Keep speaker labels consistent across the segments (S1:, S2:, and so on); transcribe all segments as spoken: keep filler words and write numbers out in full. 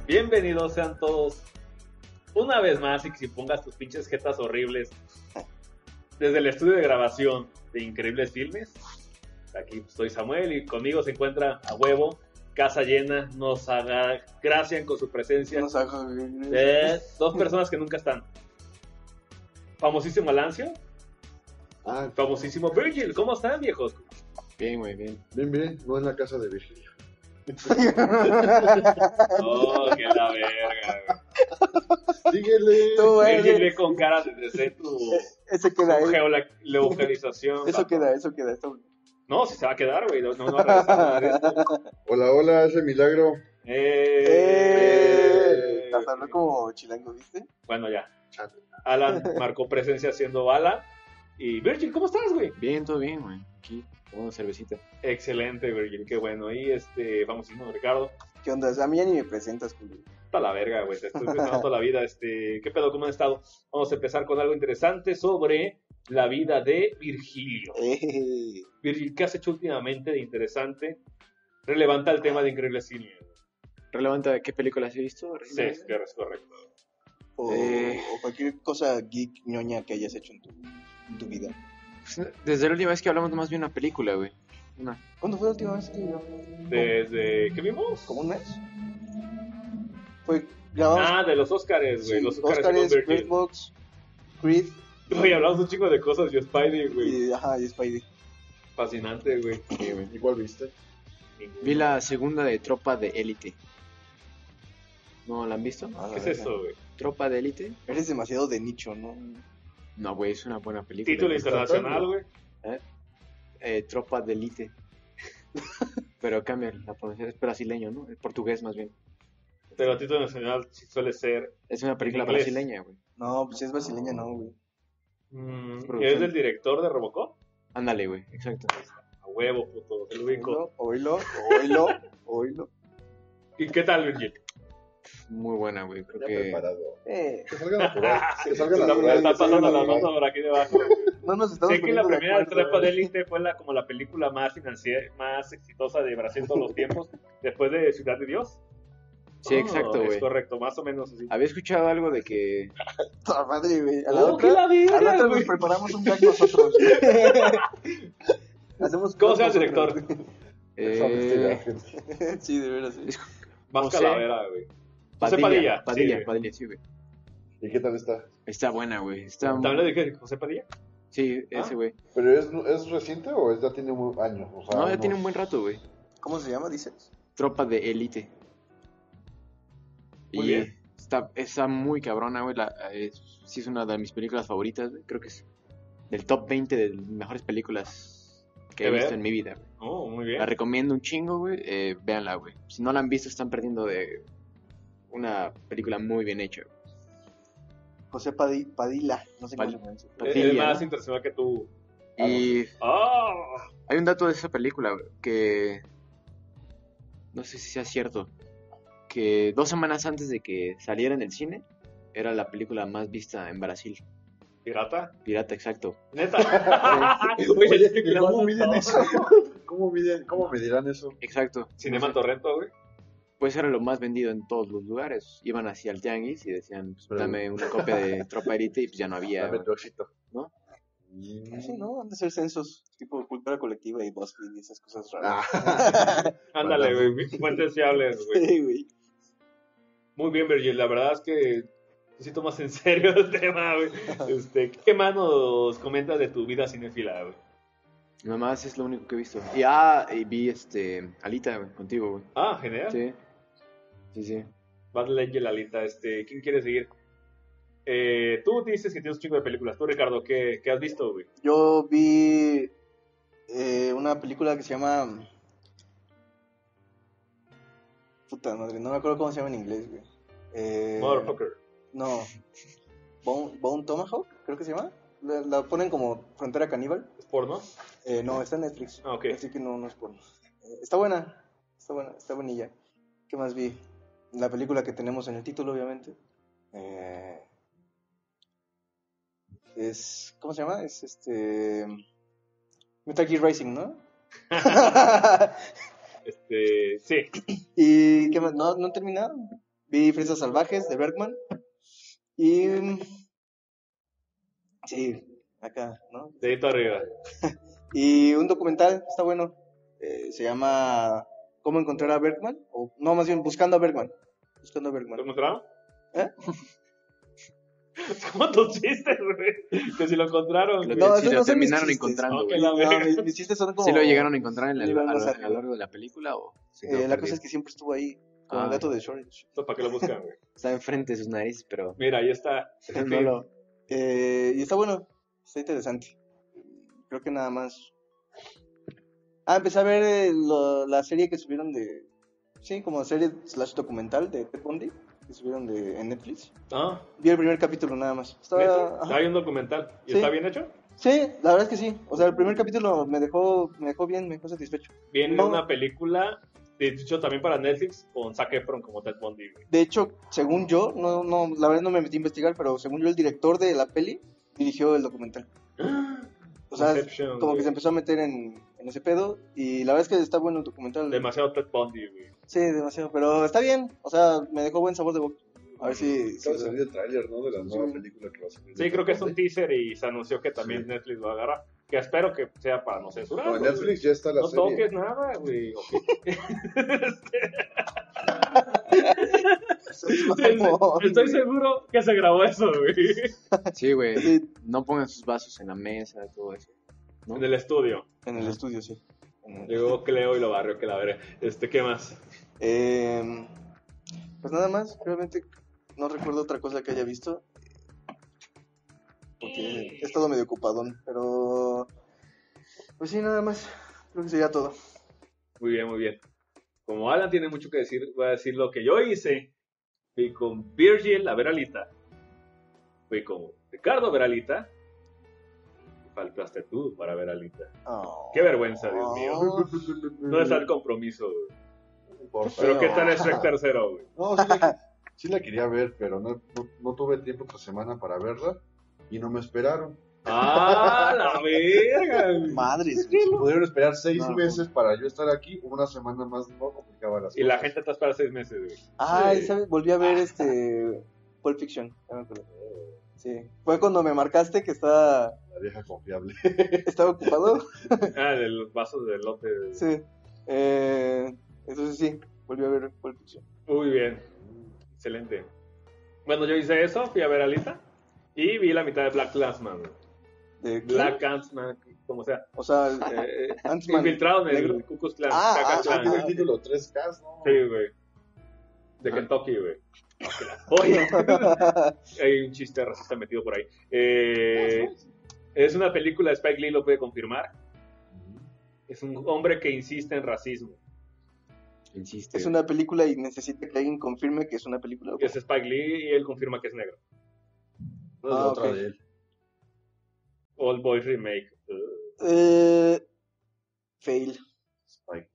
S1: Bienvenidos sean todos una vez más y que si pongas tus pinches jetas horribles desde el estudio de grabación de Increíbles Filmes. Aquí estoy Samuel y conmigo se encuentra a huevo, casa llena, nos agracian con su presencia.
S2: Nos haga...
S1: de dos personas que nunca están. Famosísimo Alancio.
S3: Ah,
S1: Famosísimo Virgil. ¿Cómo están, viejos?
S4: Bien, muy bien.
S3: bien, bien, no en la casa de Virgilio.
S1: Oh, que la verga, güey.
S3: Síguele.
S2: Tú, güey.
S1: Virgil ve con cara de desde tu,
S2: Ese queda,
S1: tu
S2: eh.
S1: geolocalización.
S2: Eso queda, eso queda. Eso...
S1: No, si se va a quedar, güey. No, no va a regresar nada de esto.
S3: Hola, hola, ese milagro.
S1: Eh,
S2: ¡Eh! Hasta habló como chilango, ¿viste?
S1: Bueno, ya. Alan marcó presencia haciendo bala. Y Virgil, ¿cómo estás, güey?
S4: Bien, todo bien, güey. Aquí, tomando cervecita.
S1: Excelente, Virgil, qué bueno. Y este, famosísimo Ricardo.
S2: ¿Qué onda? A mí ya ni me presentas, Julio.
S1: Está la verga, güey. Te estoy pensando toda la vida. Este, ¿qué pedo? ¿Cómo han estado? Vamos a empezar con algo interesante sobre la vida de Virgilio.
S2: Eh.
S1: Virgil, ¿qué has hecho últimamente de interesante? Relevante al tema de Increíbles Filmes.
S4: ¿Relevante qué películas has visto?
S1: Sí, es que es correcto.
S2: O,
S4: Eh.
S2: o cualquier cosa geek ñoña que hayas hecho en tu, en tu vida.
S4: Pues, desde la última vez que hablamos más de una película, güey. Una.
S2: ¿Cuándo fue la última vez que yo?
S1: Desde, ¿qué vimos?
S2: ¿Como un mes? Fue grabamos
S1: Ah, de los Oscars, güey.
S2: sí,
S1: Los Oscars
S2: Oscars,
S1: con
S2: Bird
S1: Virgil.
S2: Box, Creed
S1: Oye, hablamos un chico de cosas y Spidey, güey.
S2: y, ajá, y Spidey.
S1: Fascinante, güey.
S4: Sí, güey.
S3: ¿Y cuál viste?
S4: Vi la segunda de Tropa de Élite. ¿No la han visto?
S2: Ah,
S1: ¿Qué es
S2: la
S1: eso,
S2: verga.
S1: güey?
S4: Tropa de Élite.
S2: Eres demasiado de nicho, ¿no?
S4: No, güey, es una buena película.
S1: Título
S4: güey.
S1: internacional, güey.
S4: ¿Eh? Eh, Tropa de Élite. Pero cambia la pronunciación, es brasileño, ¿no? Es portugués más bien.
S1: Pero título nacional sí suele ser.
S4: Es una película
S1: En inglés.
S4: brasileña, güey.
S2: No, pues si es brasileña, no, güey.
S1: Mm,
S4: Producción.
S1: ¿Es del director de Robocop?
S4: Ándale, güey, exacto.
S1: A huevo, puto. Se lo ubico.
S2: Oílo, oílo, oílo.
S1: ¿Y qué tal, Virgil?
S4: Muy buena, güey. Creo
S3: Ya
S4: que
S3: preparado.
S2: Eh,
S3: Que salga natural. Que salga
S1: Está,
S3: natural.
S1: está
S3: que salga
S1: pasando la
S3: natural.
S1: nota por aquí debajo.
S2: no nos estamos
S1: Sé que la
S2: poniendo de
S1: primera
S2: acuerdo.
S1: Tropa de Élite fue la, como la película más financiera, más exitosa de Brasil de todos los tiempos, después de Ciudad de Dios.
S4: sí,
S1: Oh,
S4: exacto,
S1: Es
S4: güey.
S1: correcto, más o menos así.
S4: Había escuchado algo de que
S2: Toda madre, güey. A la
S1: Oh, qué
S2: otra,
S1: la verga,
S2: a la otra
S1: güey.
S2: nos preparamos un gag nosotros. Hacemos
S1: ¿Cómo se
S2: cosas
S1: llama el
S2: nosotros.
S1: director?
S3: Esa viste la
S4: eh,
S3: gente.
S2: Sí, de veras, sí.
S4: es
S1: Más
S4: José
S1: calavera, güey. José
S4: Padilla,
S1: Padilla.
S4: Padilla,
S1: sí, güey.
S4: Padilla, sí, güey.
S3: ¿Y qué tal está?
S4: Está buena, güey. Está
S1: ¿También le dije José Padilla?
S4: Sí,
S1: Ah.
S4: ese güey.
S3: ¿Pero es, es reciente o es- ya tiene un años? O sea,
S4: No, ya
S3: unos-
S4: tiene un buen rato, güey.
S2: ¿Cómo se llama, dices?
S4: Tropa de Élite.
S1: Muy
S4: Y
S1: bien.
S4: está, está muy cabrona, güey. La, es, sí es una de mis películas favoritas, güey. Creo que es del top veinte de mejores películas que
S1: ¿De
S4: he visto
S1: ver?
S4: en mi vida, güey.
S1: Oh, muy bien.
S4: La recomiendo un chingo, güey. Eh, véanla, güey. Si no la han visto, están perdiendo de una película muy bien hecha, güey.
S2: José Padi- Padilla. No sé cómo
S4: Padi-
S2: se pronuncia.
S1: Es
S4: Padilla,
S1: más
S4: ¿no?
S1: internacional que tú.
S4: Y
S1: ¡Ah!
S4: hay un dato de esa película, güey, que no sé si sea cierto, que dos semanas antes de que saliera en el cine, era la película más vista en Brasil.
S1: ¿Pirata?
S4: Pirata, exacto.
S1: Neta.
S3: Oye,
S1: Oye,
S3: ¿y ¿cómo miden eso? ¿Cómo, miden, ¿Cómo medirán eso?
S4: Exacto.
S1: Cinema Torrento, güey.
S4: Pues era lo más vendido en todos los lugares. Iban hacia el tianguis y decían, pues,
S3: Pero-
S4: dame una copia de Tropa Élite y pues ya no había.
S3: Dame
S4: güey.
S3: tu éxito.
S4: ¿No?
S3: Mm.
S2: Sí, ¿no? Han de ser censos, tipo cultura colectiva y BuzzFeed y esas cosas raras.
S3: Ah.
S1: Ándale, güey. Fuentes fiables, güey.
S2: Sí, güey.
S1: Muy bien, Virgil. La verdad es que sí tomas en serio el tema, güey. Este, ¿qué más nos comentas de tu vida cinéfila, güey?
S4: Nada más es lo único que he visto. Y ah, y vi este Alita, güey, contigo, güey.
S1: Ah, genial.
S4: Sí. Sí, sí.
S1: Bad Angel, Alita. Este, ¿quién quiere seguir? Eh, tú dices que tienes un chico de películas. Tú, Ricardo, ¿qué, qué has visto, güey?
S2: Yo vi eh, una película que se llama... Puta madre, no me acuerdo cómo se llama en inglés, güey. Eh,
S1: Motherfucker.
S2: No. Bone, Bone Tomahawk, creo que se llama. La, la ponen como Frontera Caníbal.
S1: ¿Es porno?
S2: Eh, no, está en Netflix.
S1: Ah, ok.
S2: Así que no, no es porno. Eh, está buena. Está buena, está buenilla. ¿Qué más vi? La película que tenemos en el título, obviamente. Eh, es... ¿Cómo se llama? Es este... Metal Gear Rising, ¿no?
S1: Este, sí.
S2: ¿Y qué más? ¿No, no terminaron? Vi Fresas Salvajes de Bergman. Y... Sí, acá, ¿no?
S1: Dedito arriba.
S2: Y un documental, está bueno. eh, se llama ¿Cómo encontrar a Bergman? O, no, más bien, Buscando a Bergman. Buscando a
S1: ¿Lo
S2: Bergman.
S1: encontraron?
S2: ¿Eh?
S1: Es como tus chistes, güey. Que si lo encontraron,
S4: Lo-
S1: güey.
S2: No,
S4: si
S2: esos
S4: lo
S2: no son mis
S4: terminaron
S2: chistes.
S4: encontrando,
S1: Ok,
S4: güey.
S1: la
S2: No,
S1: verga.
S2: mis, mis chistes son como...
S4: ¿Sí lo llegaron a encontrar en la-
S2: nivel
S4: a,
S2: más
S4: lo,
S2: alto.
S4: a lo largo de la película o se
S2: Eh,
S4: quedó
S2: la
S4: perdido?
S2: cosa es que siempre estuvo ahí, con el
S4: Ah,
S2: gato
S4: ya.
S2: de Shortage.
S1: Esto para que lo buscan, güey.
S4: Está enfrente de sus narices, pero
S1: Mira, ahí está.
S4: no lo...
S2: Eh, y está bueno, está interesante. Creo que nada más. Ah, empecé a ver eh, lo- la serie que subieron de... Sí, como serie slash documental de Ted Bundy, que subieron de, en Netflix.
S1: Ah,
S2: Vi el primer capítulo nada más. Estaba...
S1: ¿neta?
S2: ajá.
S1: Hay un documental. ¿Y
S2: Sí.
S1: está bien hecho?
S2: Sí, la verdad es que sí. O sea, el primer capítulo me dejó, me dejó bien, me dejó satisfecho.
S1: Viene
S2: No.
S1: una película, de hecho también para Netflix, con Zac Efron como Ted Bundy, güey.
S2: De hecho, según yo, no, no, la verdad no me metí a investigar, pero según yo el director de la peli dirigió el documental. O sea,
S1: Inception,
S2: como
S1: güey.
S2: que se empezó a meter en, en ese pedo y la verdad es que está bueno el documental.
S1: Demasiado Ted Bundy, güey.
S2: Sí, demasiado, pero está bien, o sea, me dejó buen sabor de boca. A ver si...
S3: Acaba de
S2: si-
S3: salir el tráiler, ¿no? De la nueva
S2: Sí.
S3: película que va a salir.
S1: Sí, creo que es un
S3: Netflix.
S1: teaser y se anunció que también
S3: Sí.
S1: Netflix lo agarra. Que espero que sea para no censurar.
S3: No, en Netflix ya está la
S1: No
S3: serie.
S1: toques nada, güey. Ok.
S2: mamón,
S1: Estoy
S2: güey.
S1: seguro que se grabó eso, güey.
S4: Sí, güey.
S2: Sí.
S4: No pongan sus vasos en la mesa, todo eso. ¿no?
S1: En el estudio.
S2: En el estudio, sí. En el-
S1: Llegó Cleo y lo barrió, que la veré. Este, ¿qué más?
S2: Eh, pues nada más, realmente no recuerdo otra cosa que haya visto. Porque he estado medio ocupadón, pero... Pues sí, nada más. Creo que sería todo.
S1: Muy bien, muy bien. Como Alan tiene mucho que decir, voy a decir lo que yo hice. Fui con Virgil a ver a Alita. Fui con Ricardo a ver a Alita. Faltaste tú para ver a Alita.
S2: Oh.
S1: Qué vergüenza, Dios mío. ¿Dónde está el compromiso, güey?
S3: No importa.
S1: Pero ¿qué tal es Shrek tercero, güey?
S3: No, sí la, sí la quería ver, pero no, no, no tuve tiempo esta semana para verla y no me esperaron.
S1: ¡Ah, la verga, güey!
S2: Madres.
S3: Si pudieron esperar seis
S2: No,
S3: meses para yo estar aquí, una semana más no complicaba las
S1: Y la
S3: cosas.
S1: gente te espera seis meses, güey.
S2: Ay,
S3: Sí.
S2: ¿sabes? Volví a ver este... Pulp Fiction. Ya me acuerdo. Sí. Fue cuando me marcaste que estaba,
S3: La vieja confiable.
S2: estaba ocupado.
S1: Ah, de los vasos de lote.
S2: Sí. Eh, entonces sí, volví a ver Pulp Fiction.
S1: Muy bien. Excelente. Bueno, yo hice eso, fui a ver a Alita. Y vi la mitad de Black Clansman, güey.
S2: ¿De qué?
S1: Black Clansman, como sea.
S2: O sea, el-
S1: Eh,
S2: Ant-Man
S1: infiltrado en
S2: negro.
S1: el Ku Klux Klan.
S2: Ah,
S1: Ku Klux
S2: ah,
S1: Klan.
S3: Ah, el título tres K, ¿no?
S1: Sí, güey. De
S4: Ah.
S1: Kentucky, güey. Oye, hay un chiste racista metido por ahí. Eh, es una película de Spike Lee, lo puede confirmar. Es un hombre que insiste en racismo.
S4: Insiste.
S2: es una película y necesita que alguien confirme que es una película.
S1: Que es Spike Lee y él confirma que es negro.
S3: No es la
S2: Ah,
S3: otra
S2: ok.
S3: de él.
S1: Old Boy Remake. Uh.
S2: Eh, fail.
S3: Spike.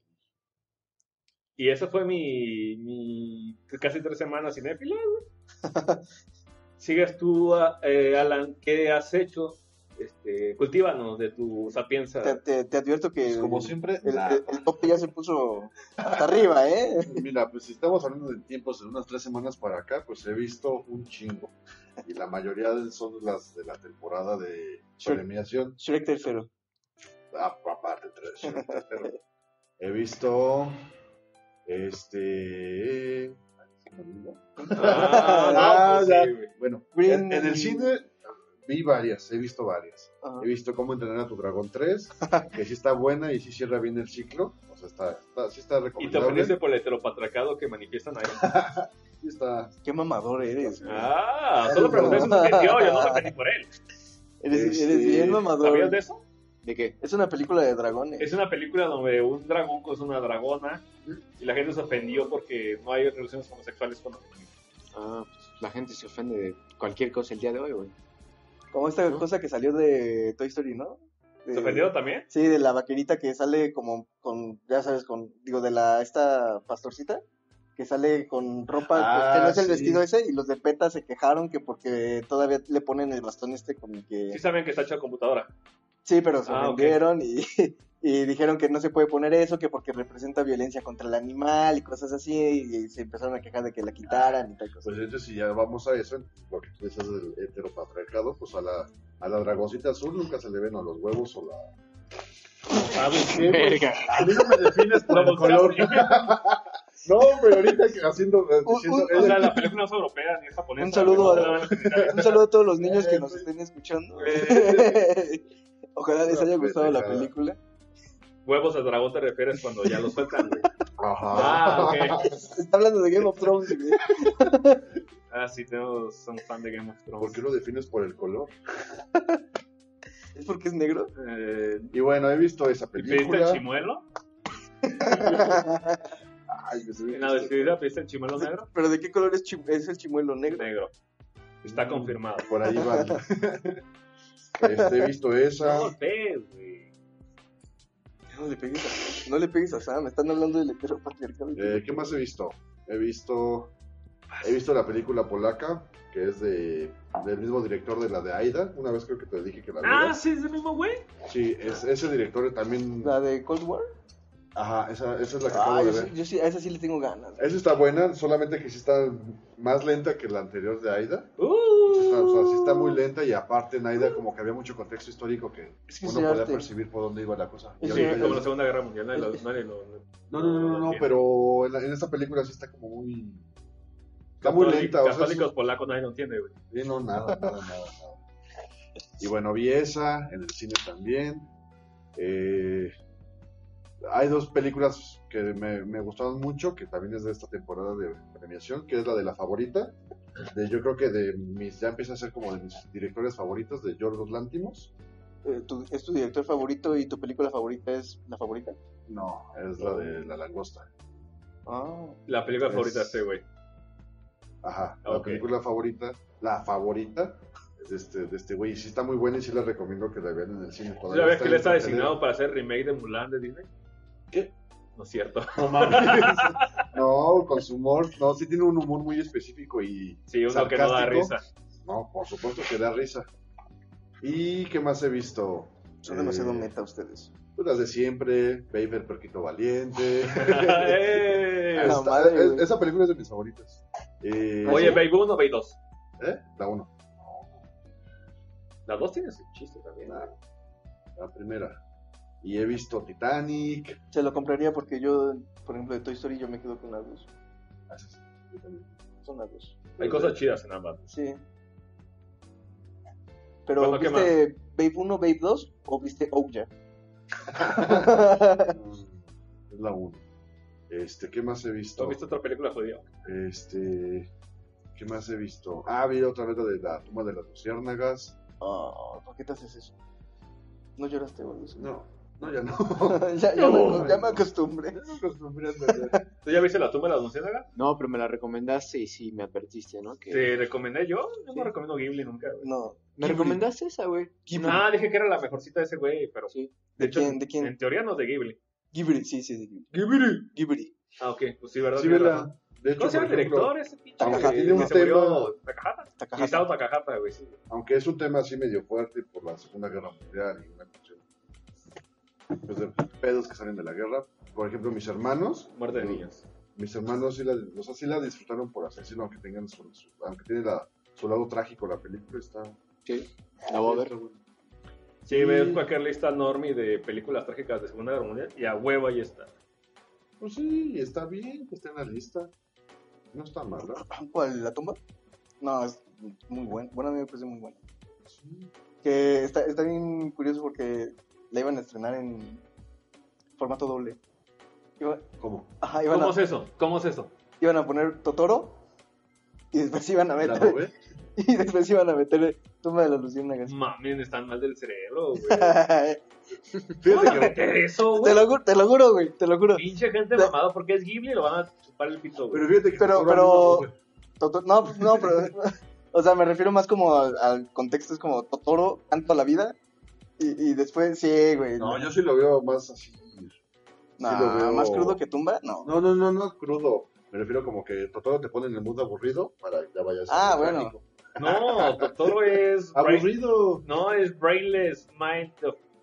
S1: Y esa fue mi, mi casi tres semanas cinéfila, güey. Sigues tú, eh, Alan, ¿qué has hecho? Este, cultívanos de tu sapienza.
S2: Te, te, te advierto que
S3: Pues, como
S2: el,
S3: siempre,
S2: el,
S3: nada.
S2: el- el tope ya se puso hasta arriba, ¿eh?
S3: Mira, pues si estamos hablando de tiempos de unas tres semanas para acá, pues he visto un chingo. Y la mayoría de- son las de la temporada de
S2: Sure.
S3: premiación.
S2: Shrek tercero.
S3: Ah, aparte, tres. Pero he visto. Este. ay, se me olvidó.
S1: Ah, no,
S3: Ah,
S1: pues
S3: ya.
S1: sí, güey.
S3: Bueno,
S2: Green-
S3: en, en el cine vi varias, he visto varias.
S2: Ajá.
S3: He visto Cómo entrenar a tu dragón tres, que sí está buena y sí cierra bien el ciclo. O sea, está, está, sí está
S1: ¿Y te
S3: recomendable.
S1: ofendiste por el heteropatriarcado que manifiestan ahí?
S3: Sí está.
S2: Qué mamador eres, güey.
S1: Ah, solo pregunté si se ofendió, yo no me ofendí por él.
S2: Eres,
S3: Este,
S2: eres bien mamador.
S1: ¿Sabías de eso?
S4: ¿De qué?
S2: Es una película de dragones.
S1: Es una película donde un dragón con una dragona y la gente se ofendió porque no hay relaciones homosexuales con los niños.
S4: Ah, pues la gente se ofende de cualquier cosa el día de hoy, güey.
S2: Como esta cosa que salió de Toy Story, ¿no? De-
S1: ¿Se ofendieron también?
S2: Sí, de la vaquerita que sale como con, ya sabes, con, digo, de la, esta pastorcita, que sale con ropa,
S3: Ah,
S2: pues, que no es el
S3: sí.
S2: vestido ese, y los de PETA se quejaron que porque todavía le ponen el bastón este con el que...
S1: Sí saben que está hecho a computadora.
S2: Sí, pero se
S1: Ah, ok.
S2: ofendieron y, Y dijeron que no se puede poner eso, que porque representa violencia contra el animal y cosas así, y, y se empezaron a quejar de que la quitaran y tal cosa.
S3: Pues entonces, si ya vamos a eso, lo que tú dices del heteropatriarcado, pues a la, a la dragoncita azul nunca se le ven a los huevos o la...
S1: ¿Sabes qué? güey?
S4: Verga.
S3: A mí no me defines por el color. No, hombre, ahorita que haciendo... diciendo,
S2: un-
S1: O sea,
S3: ella-
S1: la película no es europea ni es japonesa.
S2: Un saludo
S1: güey,
S2: a-
S1: no la van a-
S2: Un saludo a todos los niños que nos estén escuchando. Ojalá les haya gustado la película.
S1: Huevos de dragón te refieres cuando ya lo sueltan, güey.
S3: Ajá.
S1: Ah, ok.
S2: Está hablando de Game of Thrones, güey.
S1: Ah, sí, tenemos, somos fan de Game of Thrones.
S3: ¿Por qué lo defines por el color?
S2: ¿Es porque es negro?
S1: Eh,
S3: Y bueno, he visto esa
S1: ¿y pediste el
S3: película.
S1: chimuelo?
S3: Ay, me subí
S1: En la despedida pediste el chimuelo negro.
S2: ¿Pero de qué color es, chi- es el chimuelo negro?
S1: Negro. Está confirmado.
S3: Por ahí va. Este, he visto esa.
S1: No golpees, güey.
S2: No le pegues a, no le pegues a Sam, están hablando del heteropatriarcado.
S3: Eh, ¿Qué más he visto? He visto he visto la película polaca, que es de del mismo director de la de Aida. Una vez creo que te dije que la
S1: Ah,
S3: vieras.
S1: sí, es el mismo güey.
S3: Sí, es, ese director también...
S2: ¿La de Cold War?
S3: Ajá, esa, esa es la que
S2: Ah,
S3: acabo de
S2: yo,
S3: ver.
S2: sí, yo sí, a esa sí le tengo ganas.
S3: Esa está buena, solamente que sí está más lenta que la anterior de Aida.
S1: Uh,
S3: Sí está, o sea, sí está muy lenta y aparte en Aida como que había mucho contexto histórico que
S2: Es que
S3: uno
S2: sí,
S3: podía
S2: arte.
S3: percibir por dónde iba la cosa. Y
S2: Sí,
S3: ahorita ya
S1: como la
S3: es-
S1: Segunda Guerra Mundial. Nadie lo, nadie lo-
S3: No, no, no, no, no,
S1: Bien.
S3: pero en, la- en esta película sí está como muy... Está muy
S1: Católic-
S3: lenta, o sea,
S1: Católicos
S3: es-
S1: polacos nadie lo entiende, güey.
S3: Sí, no, nada, nada, nada, nada. Y bueno, vi esa, en el cine también. Eh, hay dos películas que me, me gustaron mucho, que también es de esta temporada de premiación, que es la de La Favorita. De, yo creo que de mis, ya empieza a ser como de mis directores favoritos, de Yorgos Lanthimos.
S2: Eh, tu- ¿Es tu director favorito y tu película favorita es la favorita?
S3: No, es la de La Langosta.
S2: Ah,
S1: La película
S3: Es-
S1: favorita de este güey.
S3: Ajá, la
S1: Ok.
S3: película favorita, la favorita, es de este, de este güey. Y sí está muy buena y sí la recomiendo que la vean en el cine.
S1: ¿Tú
S3: Todavía
S1: sabes que
S3: en
S1: él está
S3: cartelera.
S1: designado para hacer remake de Mulan de Disney?
S3: ¿Qué?
S1: No es cierto.
S3: No mames. No, con su humor, no, sí tiene un humor muy específico y
S1: Sí, uno que no da
S3: sarcástico.
S1: risa.
S3: No, por supuesto que da risa. ¿Y qué más he visto?
S2: son
S3: Eh,
S2: demasiado meta ustedes.
S3: pues las de siempre, Baby el Perquito Valiente.
S1: ¡Eh!
S2: La
S3: Esta-
S2: madre,
S3: es-
S2: güey.
S3: esa película es de mis favoritas. Eh,
S1: Oye, Babe uno, Babe dos.
S3: ¿eh? La uno.
S1: La dos tiene su chiste también.
S3: La, la primera. Y he visto Titanic.
S2: Se lo compraría porque yo, por ejemplo, de Toy Story yo me quedo con las dos.
S3: Ah, sí, sí, yo también.
S2: Son las dos.
S1: Hay cosas chidas en ambas.
S2: Sí. Pero,
S1: Bueno, ¿qué
S2: ¿viste Babe uno, Babe dos o viste Ouya?
S3: Es la uno. Este, ¿qué más he
S1: ¿Tú
S3: visto?
S1: has visto otra película judía?
S3: Este, ¿qué más he visto? Ah, vi otra vez la de la tumba de las luciérnagas.
S2: Oh, ¿por qué te haces eso? ¿No lloraste o algo así?
S3: No, no, ya no.
S2: ya, ya,
S3: No.
S2: me, ya me acostumbré.
S3: Ya me acostumbré a entender.
S1: ¿Tú ya viste la tumba de las luciérnagas?
S4: No, pero me la recomendaste y sí me advertiste, ¿no? Que...
S1: ¿Te recomendé yo? Yo
S4: Sí.
S1: no recomiendo Ghibli nunca, güey.
S2: No.
S4: Me
S2: Ghibli.
S4: recomendaste esa, güey.
S2: Ghibli.
S1: Ah, dije que era la mejorcita de ese güey, pero
S4: Sí.
S2: ¿De,
S1: hecho,
S2: quién? ¿De quién?
S1: en teoría no es de Ghibli.
S2: Ghibli, sí, sí, de Ghibli.
S3: Ghibli.
S2: Ghibli.
S1: Ah, ok, pues sí, ¿verdad?
S3: Sí,
S1: Tienes
S3: vela.
S1: razón.
S3: De hecho,
S1: ¿Cómo se llama
S3: por
S1: el
S3: ejemplo,
S1: director ese pinche?
S2: Takahata.
S1: que
S3: Tiene un
S1: se murió?
S3: tema-
S1: ¿Takahata?
S2: Takahata.
S1: Isao Takahata, güey, sí.
S3: aunque es un tema así medio fuerte por la Segunda Guerra Mundial y una cuestión pues, de pedos que salen de la guerra. Por ejemplo, mis hermanos,
S1: Muerte de niños.
S3: mis hermanos sí la, o sea, sí la disfrutaron por así decirlo, aunque tengan su, su- aunque tiene la, su lado trágico la película, está...
S4: Sí. La voy a ver.
S3: está buena.
S1: Sí, ves cualquier lista normie de películas trágicas de Segunda Guerra Mundial y a huevo ahí está.
S3: Pues sí, está bien que esté en la lista. No está mala.
S2: ¿Cuál? ¿La tumba? No, es muy buena. Bueno, a mí me parece muy buena.
S3: Sí.
S2: Que está, está bien curioso porque la iban a estrenar en formato doble. Iba-
S3: ¿Cómo?
S2: ajá, iban,
S1: ¿Cómo
S2: a,
S1: es eso? ¿Cómo es eso?
S2: iban a poner Totoro y después iban a
S3: ¿La
S2: meter
S3: nube?
S2: y después iban a meter Tumba de las Luciérnagas.
S1: Mami, están mal del cerebro, güey.
S2: te,
S1: ¿Cómo van
S3: Fíjate
S1: a
S3: que
S1: meter eso, güey?
S2: lo, ju- te lo juro, güey, te lo juro.
S1: Pinche gente
S2: Te-
S1: mamada porque es Ghibli y lo van a chupar el pito, güey.
S3: Pero fíjate que
S2: Pero-
S3: Totoro
S2: pero-
S3: a mí no-
S2: Toto- no, no, pero o sea, me refiero más como al, al contexto, es como Totoro tanto la vida y, y después sí, güey.
S3: No, yo sí lo veo más así.
S2: Nah,
S3: sí lo veo-
S2: más crudo que Tumba, no.
S3: No, no, no, no crudo. Me refiero como que Totoro te pone en el mundo aburrido para que ya vayas.
S2: Ah,
S3: a
S2: bueno.
S3: trágico.
S1: No, Totoro es... brain-
S3: Aburrido.
S1: No, es Brainless Mind of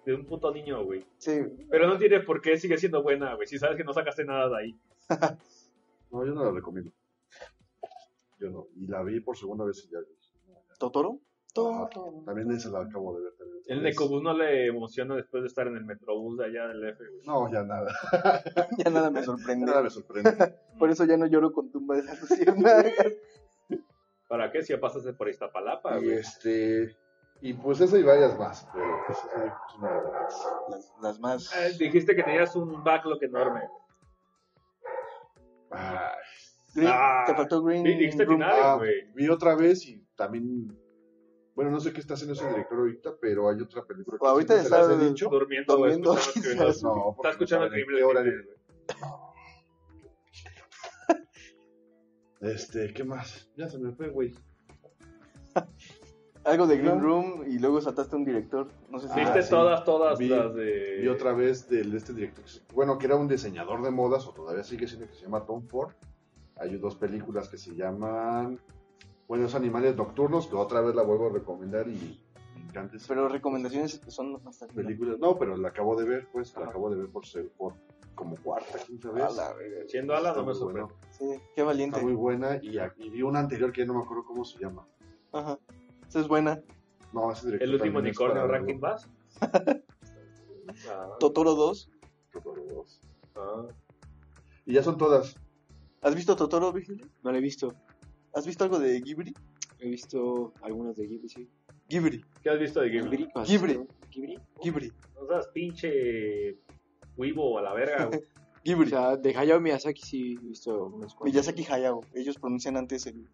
S1: de un puto niño, güey.
S2: Sí.
S1: Pero no tiene por qué sigue siendo buena, güey. Si sabes que no sacaste nada de ahí.
S3: No, yo no la recomiendo. Yo no. Y la vi por segunda vez y ya.
S2: ¿Totoro?
S3: Ajá.
S2: Totoro.
S3: También esa la acabo de ver. También.
S1: El Necobús no le emociona después de estar en el Metrobús de allá del F, güey.
S3: No, ya nada.
S2: Ya nada me sorprende.
S3: Nada me sorprende.
S2: Por eso ya no lloro con tumba de las luciérnagas.
S1: ¿Para qué? Si ya pasaste por Iztapalapa,
S3: Y
S1: güey.
S3: este. Y pues esa y varias más. Pero pues, eh, es una de las.
S2: Las, las más...
S1: Eh, dijiste que tenías un backlog enorme.
S3: Ay.
S2: Green,
S1: Ah,
S2: te faltó Green
S1: sí, dijiste
S2: Room.
S1: final. Ay,
S3: Ah,
S1: güey.
S3: vi otra vez y también. Bueno, no sé qué está haciendo ese director ahorita, pero hay otra película que
S2: Ahorita
S3: sí, no se las
S2: está
S3: he dicho.
S1: Durmiendo, güey.
S2: Durmiendo,
S1: Escuchando
S2: quizás.
S1: escribiendo.
S3: No, porque
S1: Está escuchando
S3: no saben en
S1: escribir
S3: qué hora
S1: el güey.
S3: Este, ¿qué más? Ya se me fue, güey.
S2: Algo de Green
S3: No.
S2: Room y luego saltaste un director. No sé si...
S3: Ah,
S1: Viste
S3: sí.
S1: todas, todas
S3: Vi-
S1: las de...
S3: Y otra vez del este director, que se- bueno, que era un diseñador de modas, o todavía sigue siendo, que se llama Tom Ford. Hay dos películas que se llaman Buenos Animales Nocturnos, que otra vez la vuelvo a recomendar y me encanta esa
S2: Pero recomendaciones son bastante...
S3: película. No, pero la acabo de ver, pues, la
S2: Ajá.
S3: acabo de ver por, ser- por como cuarta, quinta vez.
S2: A la verga.
S1: Siendo ala,
S3: Está
S1: no me
S3: muy
S1: sorprende.
S3: bueno.
S2: Sí, qué valiente.
S3: Está muy buena y, a- y vi una anterior que ya no me acuerdo cómo se llama.
S2: Ajá. Esa es buena.
S3: No, ese director
S1: El último
S3: también es
S1: unicornio,
S3: para
S1: Ranking
S3: verlo.
S1: Bass. Ah,
S2: Totoro dos.
S3: Totoro dos.
S1: ah.
S3: Y ya son todas.
S2: ¿Has visto Totoro, Virgilio?
S4: No lo he visto.
S2: ¿Has visto algo de Ghibli?
S4: He visto algunas de Ghibli, sí.
S2: Ghibli.
S1: ¿Qué has visto de Ghibli?
S4: Ghibli. ¿no?
S2: Ghibli.
S4: Ghibli.
S2: Ghibli.
S1: No seas pinche Weibo a la verga, güey.
S4: O
S2: Ghibli.
S4: sea, de Hayao Miyazaki sí he visto unos cuantos.
S2: Miyazaki Hayao. Ellos pronuncian antes el...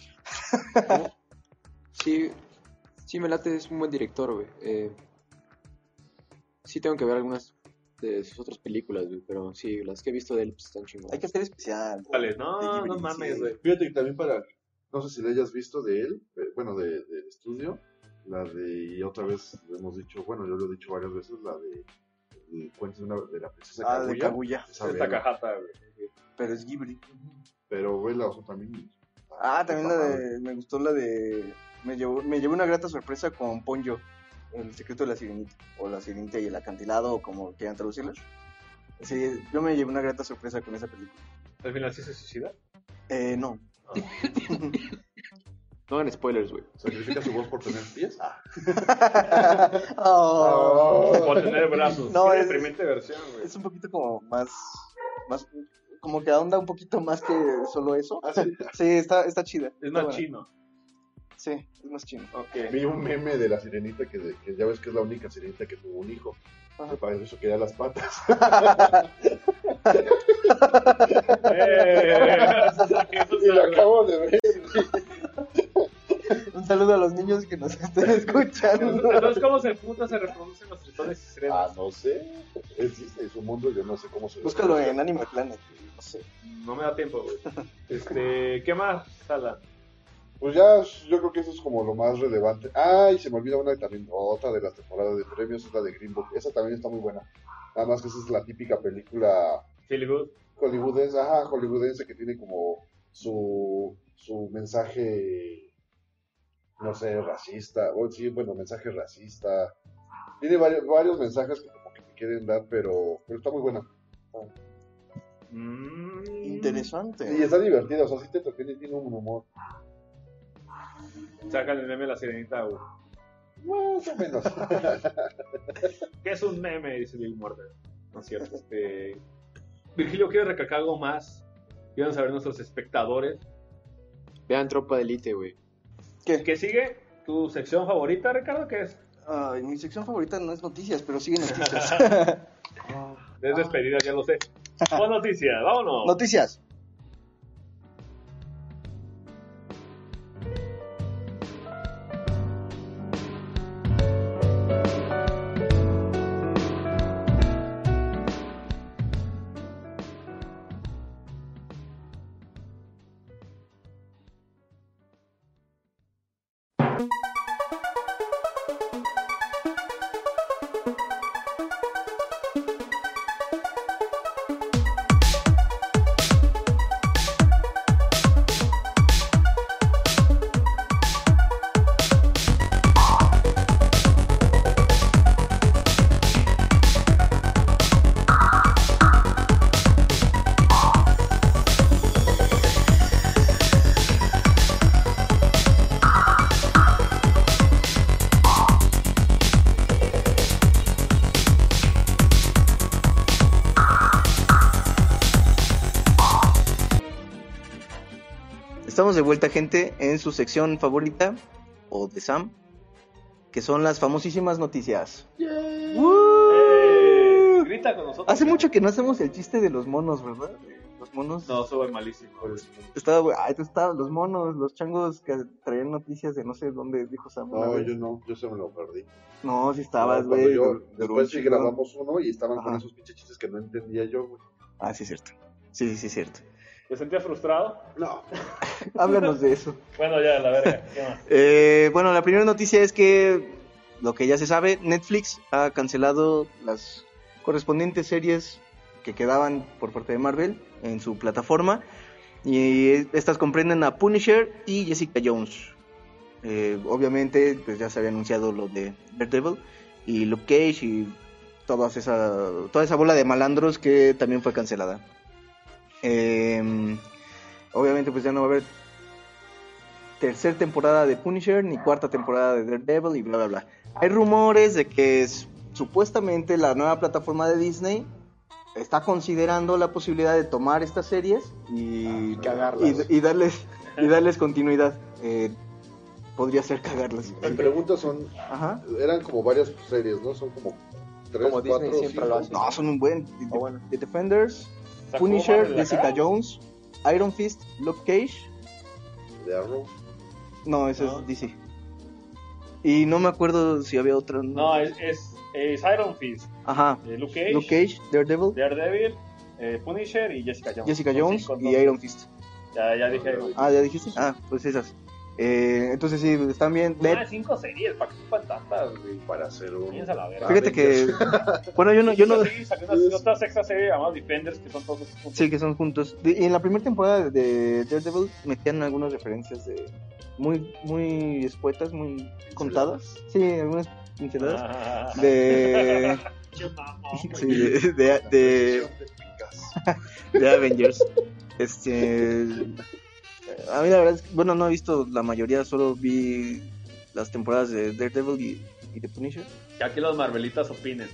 S4: Sí, sí me late, es un buen director, güey. Eh, sí tengo que ver algunas de sus otras películas, güey, pero sí, las que he visto de él pues, están chingonas.
S2: Hay que hacer especial.
S1: Vale,
S2: de
S1: no,
S2: Ghibli,
S1: no mames,
S2: sí.
S1: güey.
S3: Fíjate que también para, no sé si la hayas visto de él, eh, bueno, de, del estudio, la de, y otra vez lo hemos dicho, bueno, yo lo he dicho varias veces, la de el cuento de, una, de la princesa
S2: Ah, de
S3: Kaguya.
S2: Kaguya.
S3: Esa
S1: Esta
S3: vela.
S1: cajata, güey.
S2: Pero es Ghibli.
S3: Pero vela, o sea, también.
S2: Ah, también la
S3: está
S2: de... Me gustó la de... Me llevó, me llevó una grata sorpresa con Ponyo. El secreto de la sirenita. O la sirenita y el acantilado, o como quieran traducirlo. Sí, yo me llevé una grata sorpresa con esa película.
S1: Al final sí se suicida.
S2: Eh, no.
S4: No hagan spoilers, güey.
S3: ¿Sacrifica su voz por tener pies? Ah.
S2: Oh.
S1: Por tener brazos.
S2: No,
S1: Qué
S2: es-
S1: deprimente versión, güey.
S2: Es un poquito como más, más, como que ahonda un poquito más que solo eso.
S3: Ah, sí.
S2: Sí, está, está chida.
S1: Es
S2: Está
S1: más
S2: buena.
S1: chino.
S2: Sí, es más chino.
S1: Ok.
S3: Vi un meme de la sirenita que, de- que ya ves que es la única sirenita que tuvo un hijo.
S2: Ajá.
S3: Que para eso quería las patas.
S1: Eh,
S3: Y lo acabo de ver.
S2: Un saludo a los niños que nos estén escuchando.
S1: Entonces, ¿cómo se puta se reproducen los tritones y
S3: Ah,
S1: sirenas?
S3: no sé. Existe, es un mundo, yo no sé cómo se
S2: Búscalo en Anime Planet. No sé.
S1: No me da tiempo, güey. Este, ¿qué más, Sala?
S3: Pues ya, yo creo que eso es como lo más relevante. Ah, y se me olvida una también, otra de las temporadas de premios, es la de Green Book. Esa también está muy buena. Nada más que esa es la típica película
S1: Feel Good.
S3: hollywoodense, ajá, hollywoodense que tiene como su, su mensaje, no sé, racista, o sí, bueno, mensaje racista. Tiene varios, varios mensajes que como que te quieren dar, pero, pero está muy buena.
S1: Mm.
S2: Interesante.
S3: Y está divertida, o sea, sí te entretiene y tiene un humor.
S1: Sacan el meme de la sirenita, güey.
S3: Más o menos.
S1: ¿Qué es un meme? Dice Bill Murder. No es cierto. Este... Virgilio, ¿quieres recalcar algo más? Quieren saber nuestros espectadores.
S4: Vean Tropa de Elite, güey.
S2: ¿Qué?
S1: ¿Qué sigue? ¿Tu sección favorita, Ricardo? ¿Qué es?
S2: Ay, mi sección favorita no es noticias, pero sigue noticias.
S1: Es despedida, ya lo sé. Buenas noticias, vámonos.
S2: Noticias. Estamos de vuelta, gente, en su sección favorita, o de Sam, que son las famosísimas noticias.
S1: Eh, grita con nosotros.
S2: Hace mucho que no hacemos el chiste de los monos, ¿verdad? Los monos.
S1: No, soy malísimo.
S2: Estaba, ay, tú estabas, los monos, los changos que traían noticias de no sé dónde, dijo Sam. una
S3: No,
S2: vez.
S3: yo no, yo se me lo perdí.
S2: No, sí estabas,
S3: No, cuando
S2: güey.
S3: yo-
S2: duró un
S3: después sí
S2: chingo.
S3: grabamos uno y estaban con
S2: Ajá.
S3: esos pinches chistes que no entendía yo, güey.
S2: Ah, sí, es cierto. Sí, sí, sí, es cierto.
S1: ¿Te sentías frustrado?
S3: No.
S2: Háblanos de eso.
S1: Bueno, ya, la verga. ¿Qué más?
S2: Eh, bueno, la primera noticia es que, lo que ya se sabe, Netflix ha cancelado las correspondientes series que quedaban por parte de Marvel en su plataforma. Y estas comprenden a Punisher y Jessica Jones. Eh, obviamente, pues ya se había anunciado lo de Daredevil y Luke Cage y todas esa, toda esa bola de malandros que también fue cancelada. Eh, obviamente, pues ya no va a haber tercera temporada de Punisher ni cuarta temporada de Daredevil y bla bla bla. Hay rumores de que es, supuestamente la nueva plataforma de Disney está considerando la posibilidad de tomar estas series y
S4: cagarlas.
S2: y, y darles y darles continuidad. Eh, podría ser cagarlas.
S3: Mis preguntas son,
S2: Ajá.
S3: eran como varias series, ¿no? Son como tres,
S4: Como Disney
S3: cuatro,
S4: siempre
S3: cinco.
S4: lo hace.
S2: No, son un buen. The,
S4: Ah, bueno.
S2: The Defenders,
S1: ¿Sacó
S2: Punisher,
S1: Marvel de
S2: Jessica
S1: acá?
S2: Jones, Iron Fist, Luke Cage.
S3: De Arrow.
S2: No, ese
S1: No.
S2: es D C. Y no me acuerdo si había otra.
S1: No, es, es, es Iron Fist,
S2: Ajá.
S1: eh, Luke Cage,
S2: Luke Cage, Daredevil,
S1: Daredevil, eh, Punisher y Jessica Jones.
S2: Jessica
S1: Son
S2: Jones
S1: cinco,
S2: y
S1: entonces.
S2: Iron Fist.
S1: Ya, ya dije.
S2: Ah, ¿ya dijiste? Ah, pues esas. Eh, entonces sí, están bien.
S1: No,
S2: Net-
S1: hay cinco series, ¿para qué ocupan tantas, güey?
S3: Para hacer un...
S1: Piensa la verga.
S2: Fíjate que. Bueno, yo no. Yo no
S1: Sí, salió una, otra sexta serie llamada Defenders, que son todos esos juntos.
S2: sí, que son juntos. De- y en la primera temporada de Daredevil metían algunas referencias de. Muy, muy escuetas, muy contadas. Sí, algunas pinceladas.
S1: Ah,
S2: De.
S1: qué mamón, güey.
S2: Sí, de, de, de, de Avengers. Este. A mí la verdad es que, bueno, no he visto la mayoría, solo vi las temporadas de Daredevil y, y de Punisher.
S1: Que aquí los Marvelitas opinen.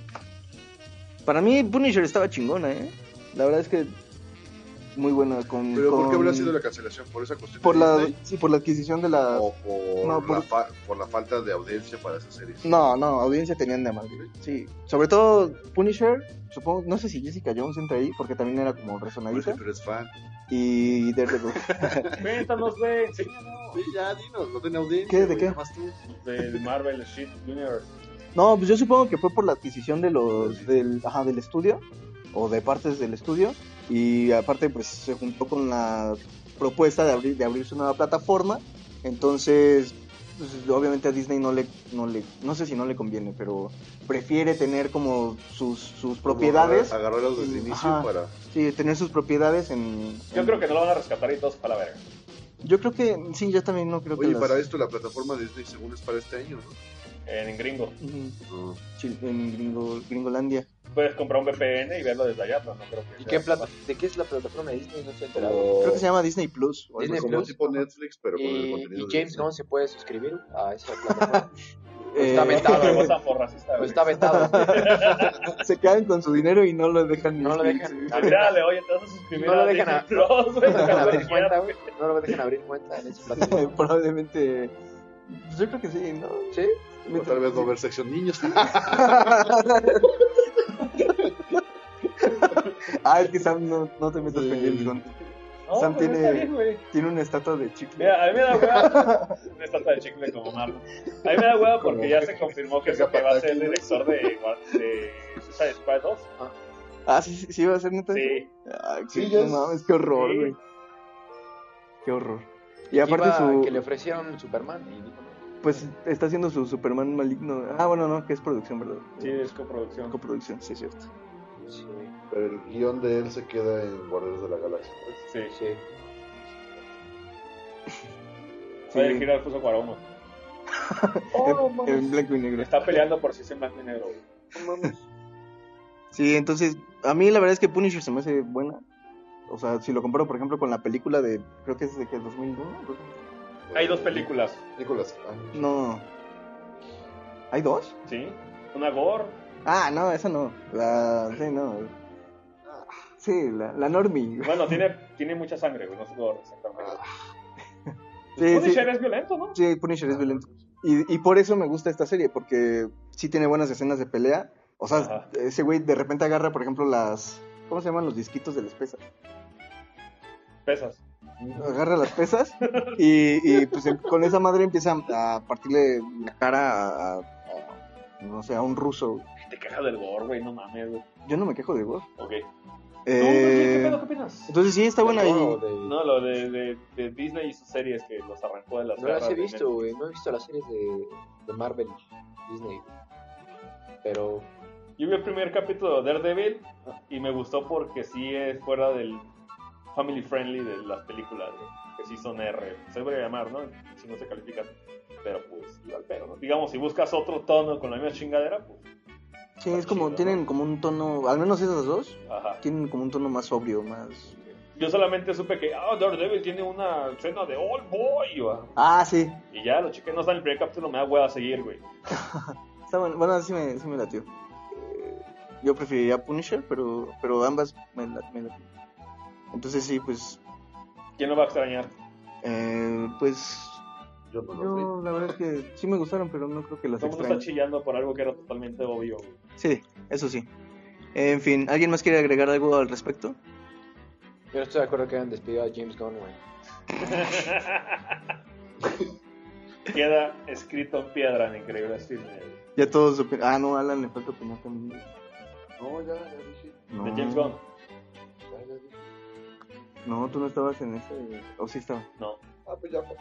S2: Para mí Punisher estaba chingona, ¿eh? La verdad es que muy buena con...
S3: Pero ¿por qué
S2: con-
S3: habrá sido la cancelación? ¿Por esa cuestión
S2: por
S3: de
S2: la,
S3: Disney?
S2: sí, por la adquisición de la...
S3: ¿O por,
S2: No,
S3: la
S2: por-
S3: fa- por la falta de audiencia para esas series?
S2: No, no, audiencia tenían de más. Sí, sobre todo Punisher, supongo, no sé si Jessica Jones entra ahí, porque también era como
S3: Por eso
S2: resonadita.
S3: tú eres fan.
S2: Y Daredevil.
S1: Cuéntanos, güey, enséñanos.
S3: Sí, ya, dinos, no tiene audiencia.
S2: ¿Qué? ¿De
S3: güey,
S2: qué?
S3: nada más tú.
S1: Del Marvel Shit Universe.
S2: No, pues yo supongo que fue por la adquisición de los del, ajá, del estudio o de partes del estudio y aparte pues se juntó con la propuesta de abrir de abrir su nueva plataforma, entonces pues, obviamente a Disney no le no le no sé si no le conviene, pero prefiere tener como sus sus propiedades,
S3: Como Agarrarlos desde el
S2: Mm,
S3: inicio
S2: ajá.
S3: para...
S2: sí, tener sus propiedades en,
S1: Yo
S2: en-
S1: creo que no lo van a rescatar y todos para la verga.
S2: yo creo que sí, yo también no creo que
S3: Oye,
S2: las-
S3: para esto la plataforma de Disney según es para este año, ¿no?
S1: En gringo.
S2: Ujú,
S3: No.
S2: sí, en Gringo, Gringolandia.
S1: Puedes comprar un V P N y verlo desde allá, pero no creo que
S4: ¿Y
S1: sea
S4: qué plata
S1: capaz.
S4: ¿De qué es la plataforma de Disney? No estoy enterado.
S3: Como,
S2: Creo que se llama Disney Plus o algo
S4: Disney
S2: así.
S3: como
S4: Plus.
S3: tipo Netflix, pero con el
S4: ¿Y,
S3: contenido
S4: y
S3: de
S4: James
S3: Disney.
S4: Gunn se puede suscribir a esa plataforma?
S2: Eh,
S4: Está vetado,
S1: No
S4: güey.
S1: tan por racista,
S4: ¿O
S1: güey.
S4: está vetado?
S2: se quedan con su dinero y no lo dejan ni
S4: No lo
S2: inscribirse.
S4: dejan.
S1: Ah, Dale, oye, te vas a suscribir
S4: No lo
S1: a
S4: dejan
S1: Disney
S4: a-
S1: Plus, güey,
S4: No lo dejan abrir
S1: cuando
S4: cuenta,
S1: quieras.
S4: güey. No lo dejan abrir cuenta en esa plataforma.
S2: Probablemente. Pues yo creo que sí, ¿no?
S4: ¿Sí?
S3: O tal vez no ver sección niños.
S2: Ah, es que Sam no, no te metas con James Gunn.
S1: No,
S2: Sam
S1: pues,
S2: tiene-
S1: está bien, güey.
S2: Tiene una estatua de chicle.
S1: Mira, a mí me da hueá. Una estatua de chicle como Marlon. A mí me da hueá porque
S3: Como
S1: ya se confirmó que, es el que va a ser el director de, de Suicide Squad dos.
S2: Ah, sí, sí, sí, va a ser neta.
S1: Sí.
S2: Ay,
S3: Sí,
S2: qué,
S3: ya
S2: no
S3: es-
S2: mames, qué horror,
S1: Sí.
S2: güey. Qué horror. Y
S4: Y
S2: aparte
S4: iba-
S2: su.
S4: que le ofrecieron Superman y dijo no.
S2: Pues está haciendo su Superman maligno. Ah, bueno, no, que es producción, ¿verdad?
S1: Sí, es coproducción.
S2: Coproducción, sí, es cierto.
S4: Sí,
S3: Pero el guión de él se queda en Guardianes de la Galaxia. ¿no?
S1: Sí.
S4: sí.
S2: Sí.
S1: Va a dirigir Alfonso Cuarón, güey.
S2: En, en blanco y negro.
S1: Está peleando por si es en blanco y negro, güey.
S2: Sí, entonces, a mí la verdad es que Punisher se me hace buena. O sea, si lo comparo, por ejemplo, con la película de, creo que es de que dos mil uno.
S1: Hay dos películas,
S3: Nicolas Cage.
S2: No. ¿Hay dos?
S1: ¿sí? Una Gore.
S2: Ah, no, esa no. La, sí, no. Sí, la, la normie.
S1: Bueno, tiene, tiene mucha sangre, güey, no se puede resaltar.
S2: Sí, sí.
S1: Punisher es violento, ¿no?
S2: Sí, Punisher es violento. Y, y por eso me gusta esta serie, porque sí tiene buenas escenas de pelea. O sea,
S1: Ajá.
S2: ese güey de repente agarra, por ejemplo, las... ¿Cómo se llaman los disquitos de las pesas?
S1: Pesas.
S2: Agarra las pesas y, y pues em- con esa madre empieza a partirle la cara a, a- a, no sé, a un ruso.
S1: Te cagas del gore, güey, no mames, güey.
S2: Yo no me quejo de vos.
S1: Ok.
S2: Eh,
S1: ¿Tú, ¿qué pedo, qué opinas?
S2: entonces sí, está buena.
S4: No,
S2: Y,
S4: de-
S1: No, lo de, de, de Disney y sus series que los arrancó de las
S4: no las
S1: garras
S4: he
S1: de
S4: visto, güey. No he visto las series de, de Marvel, Disney. Pero
S1: Yo vi el primer capítulo de Daredevil y me gustó porque sí es fuera del family friendly de las películas, güey, que sí son R. Se debería llamar, ¿no? Si no se califican. Pero pues, igual, pero, ¿no? Digamos, si buscas otro tono con la misma chingadera, pues,
S2: sí, es como,
S1: chido,
S2: tienen
S1: ¿no?
S2: como un tono, al menos esas dos,
S1: ajá.
S2: tienen como un tono más sobrio, más...
S1: Yo solamente supe que, ah, Daredevil tiene una escena de Old Boy, va.
S2: Ah, sí.
S1: Y ya, lo chequé, no está en el primer capítulo, me da hueva a seguir, güey.
S2: Está bueno, bueno, sí me, sí me latió. Eh, yo preferiría Punisher, pero, pero ambas me, la- me latió. Entonces sí, pues,
S1: ¿Quién lo va a extrañar?
S2: eh, pues,
S3: Yo no lo vi.
S2: yo la verdad es que sí me gustaron, pero no creo que las
S1: Todo el mundo está
S2: extrañe.
S1: chillando por algo que era totalmente obvio, güey.
S2: Sí, eso sí. En fin, ¿alguien más quiere agregar algo al respecto?
S4: yo no estoy de acuerdo que hayan despedido a James Gunn, güey.
S1: Queda escrito en piedra en Increíbles Filmes.
S2: Ya todos opinan. Ah, no, Alan le falta opinar también.
S3: No, ya, ya dije.
S2: No,
S1: De James Gunn.
S3: Ya, ya dije.
S2: No, tú no estabas en ese. O sí estaba.
S1: No.
S3: Ah, pues ya fue.